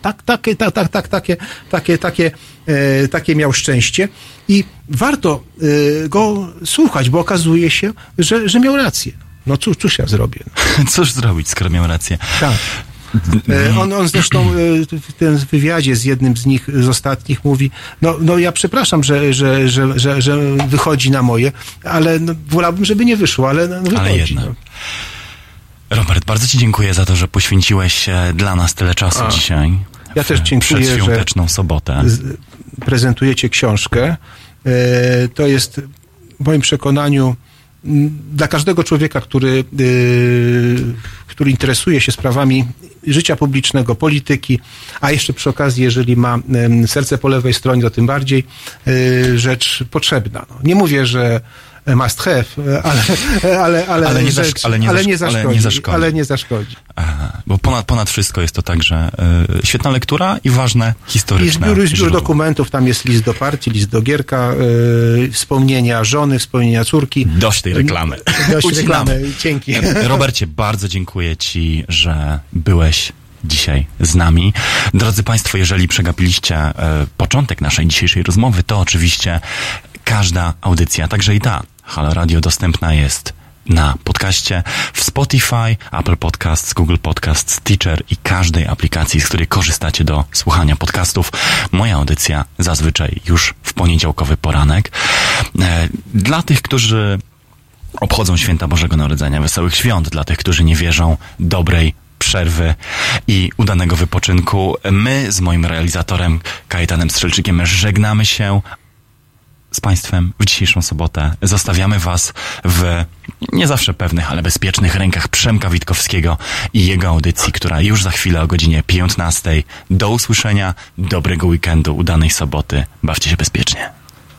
takie miał szczęście i warto go słuchać, bo okazuje się, że miał rację. No cóż ja zrobię? Cóż zrobić, skoro miał rację? Tak. On zresztą w tym wywiadzie z jednym z nich, z ostatnich mówi, no ja przepraszam, że wychodzi na moje, ale wolałbym, żeby nie wyszło, ale wychodzi. Ale jednak. Robert, bardzo Ci dziękuję za to, że poświęciłeś dla nas tyle czasu dzisiaj. Ja też dziękuję, przedświąteczną sobotę. Prezentujecie książkę. To jest w moim przekonaniu dla każdego człowieka, który interesuje się sprawami życia publicznego, polityki, a jeszcze przy okazji, jeżeli ma serce po lewej stronie, to tym bardziej rzecz potrzebna. No, nie mówię, że must have, ale nie zaszkodzi. Bo ponad wszystko jest to także świetna lektura i ważne historyczne I zbiór dokumentów, tam jest list do partii, list do Gierka, wspomnienia żony, wspomnienia córki. Dość tej reklamy. Dość reklamy, dzięki. Robercie, bardzo dziękuję Ci, że byłeś dzisiaj z nami. Drodzy Państwo, jeżeli przegapiliście początek naszej dzisiejszej rozmowy, to oczywiście każda audycja, także i ta Halo Radio dostępna jest na podcaście w Spotify, Apple Podcasts, Google Podcasts, Stitcher i każdej aplikacji, z której korzystacie do słuchania podcastów. Moja audycja zazwyczaj już w poniedziałkowy poranek. Dla tych, którzy obchodzą święta Bożego Narodzenia, wesołych świąt, dla tych, którzy nie wierzą, dobrej przerwy i udanego wypoczynku. My z moim realizatorem Kajetanem Strzelczykiem żegnamy się. z Państwem w dzisiejszą sobotę. Zostawiamy Was w nie zawsze pewnych, ale bezpiecznych rękach Przemka Witkowskiego i jego audycji, która już za chwilę o godzinie 15. Do usłyszenia, dobrego weekendu, udanej soboty. Bawcie się bezpiecznie.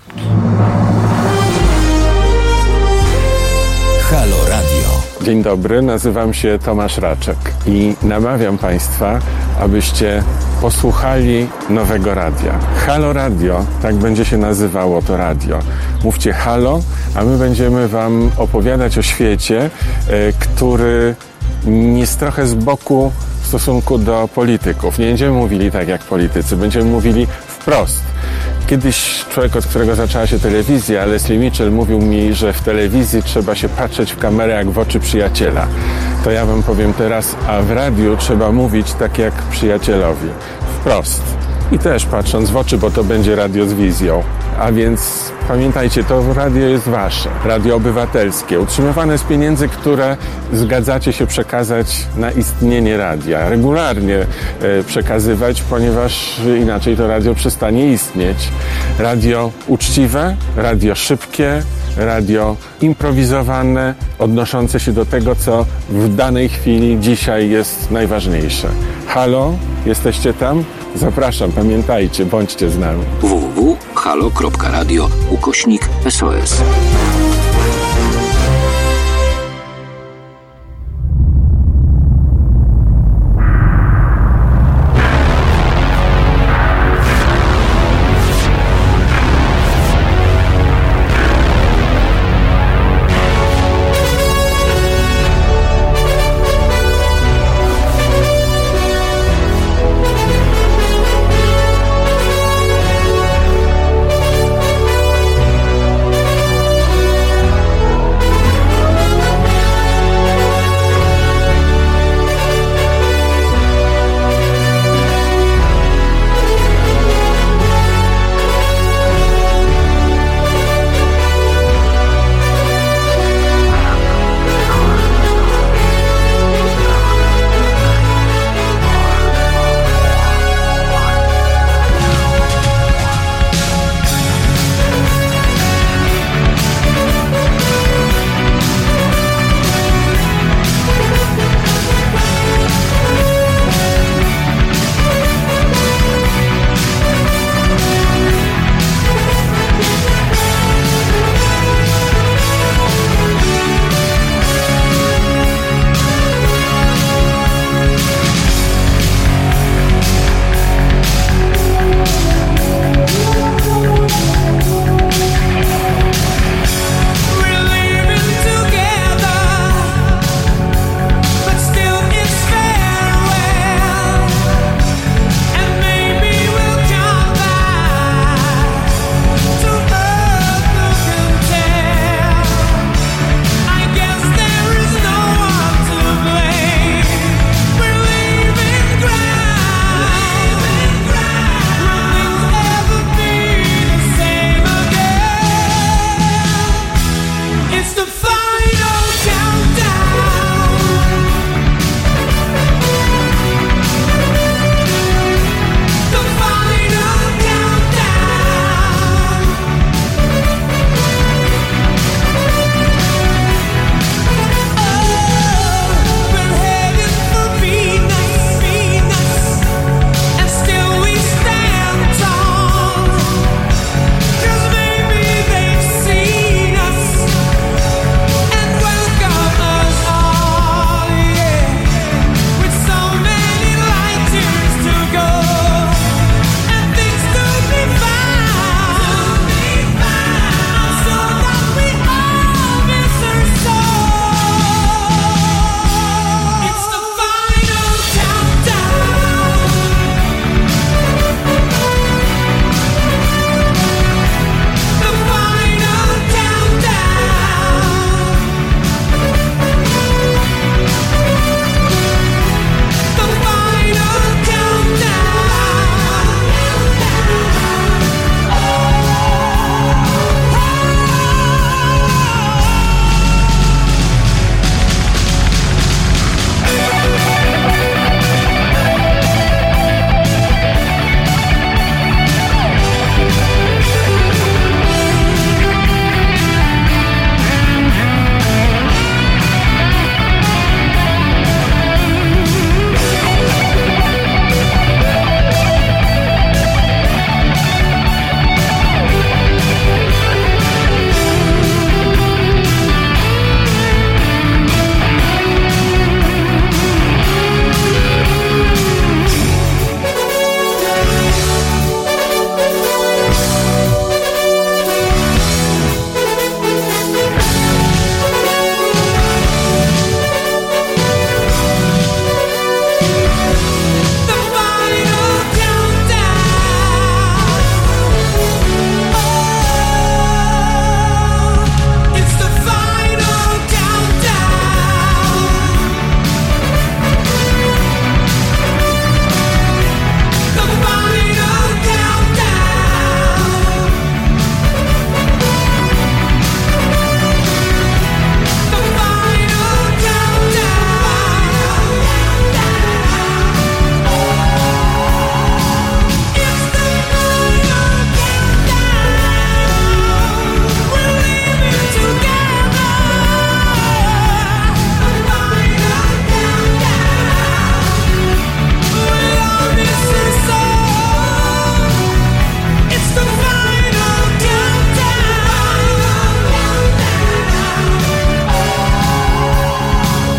Halo Radio. Dzień dobry, nazywam się Tomasz Raczek i namawiam Państwa, abyście posłuchali nowego radia. Halo Radio, tak będzie się nazywało to radio. Mówcie halo, a my będziemy Wam opowiadać o świecie, który jest trochę z boku w stosunku do polityków. Nie będziemy mówili tak jak politycy, będziemy mówili wprost. Kiedyś człowiek, od którego zaczęła się telewizja, Leslie Mitchell, mówił mi, że w telewizji trzeba się patrzeć w kamerę jak w oczy przyjaciela. To ja wam powiem teraz, a w radiu trzeba mówić tak jak przyjacielowi. Wprost. I też patrząc w oczy, bo to będzie radio z wizją. A więc pamiętajcie, to radio jest wasze. Radio obywatelskie, utrzymywane z pieniędzy, które zgadzacie się przekazać na istnienie radia. Regularnie przekazywać, ponieważ inaczej to radio przestanie istnieć. Radio uczciwe, radio szybkie, radio improwizowane, odnoszące się do tego, co w danej chwili dzisiaj jest najważniejsze. Halo, jesteście tam? Zapraszam, pamiętajcie, bądźcie z nami. www.halo.radio/SOS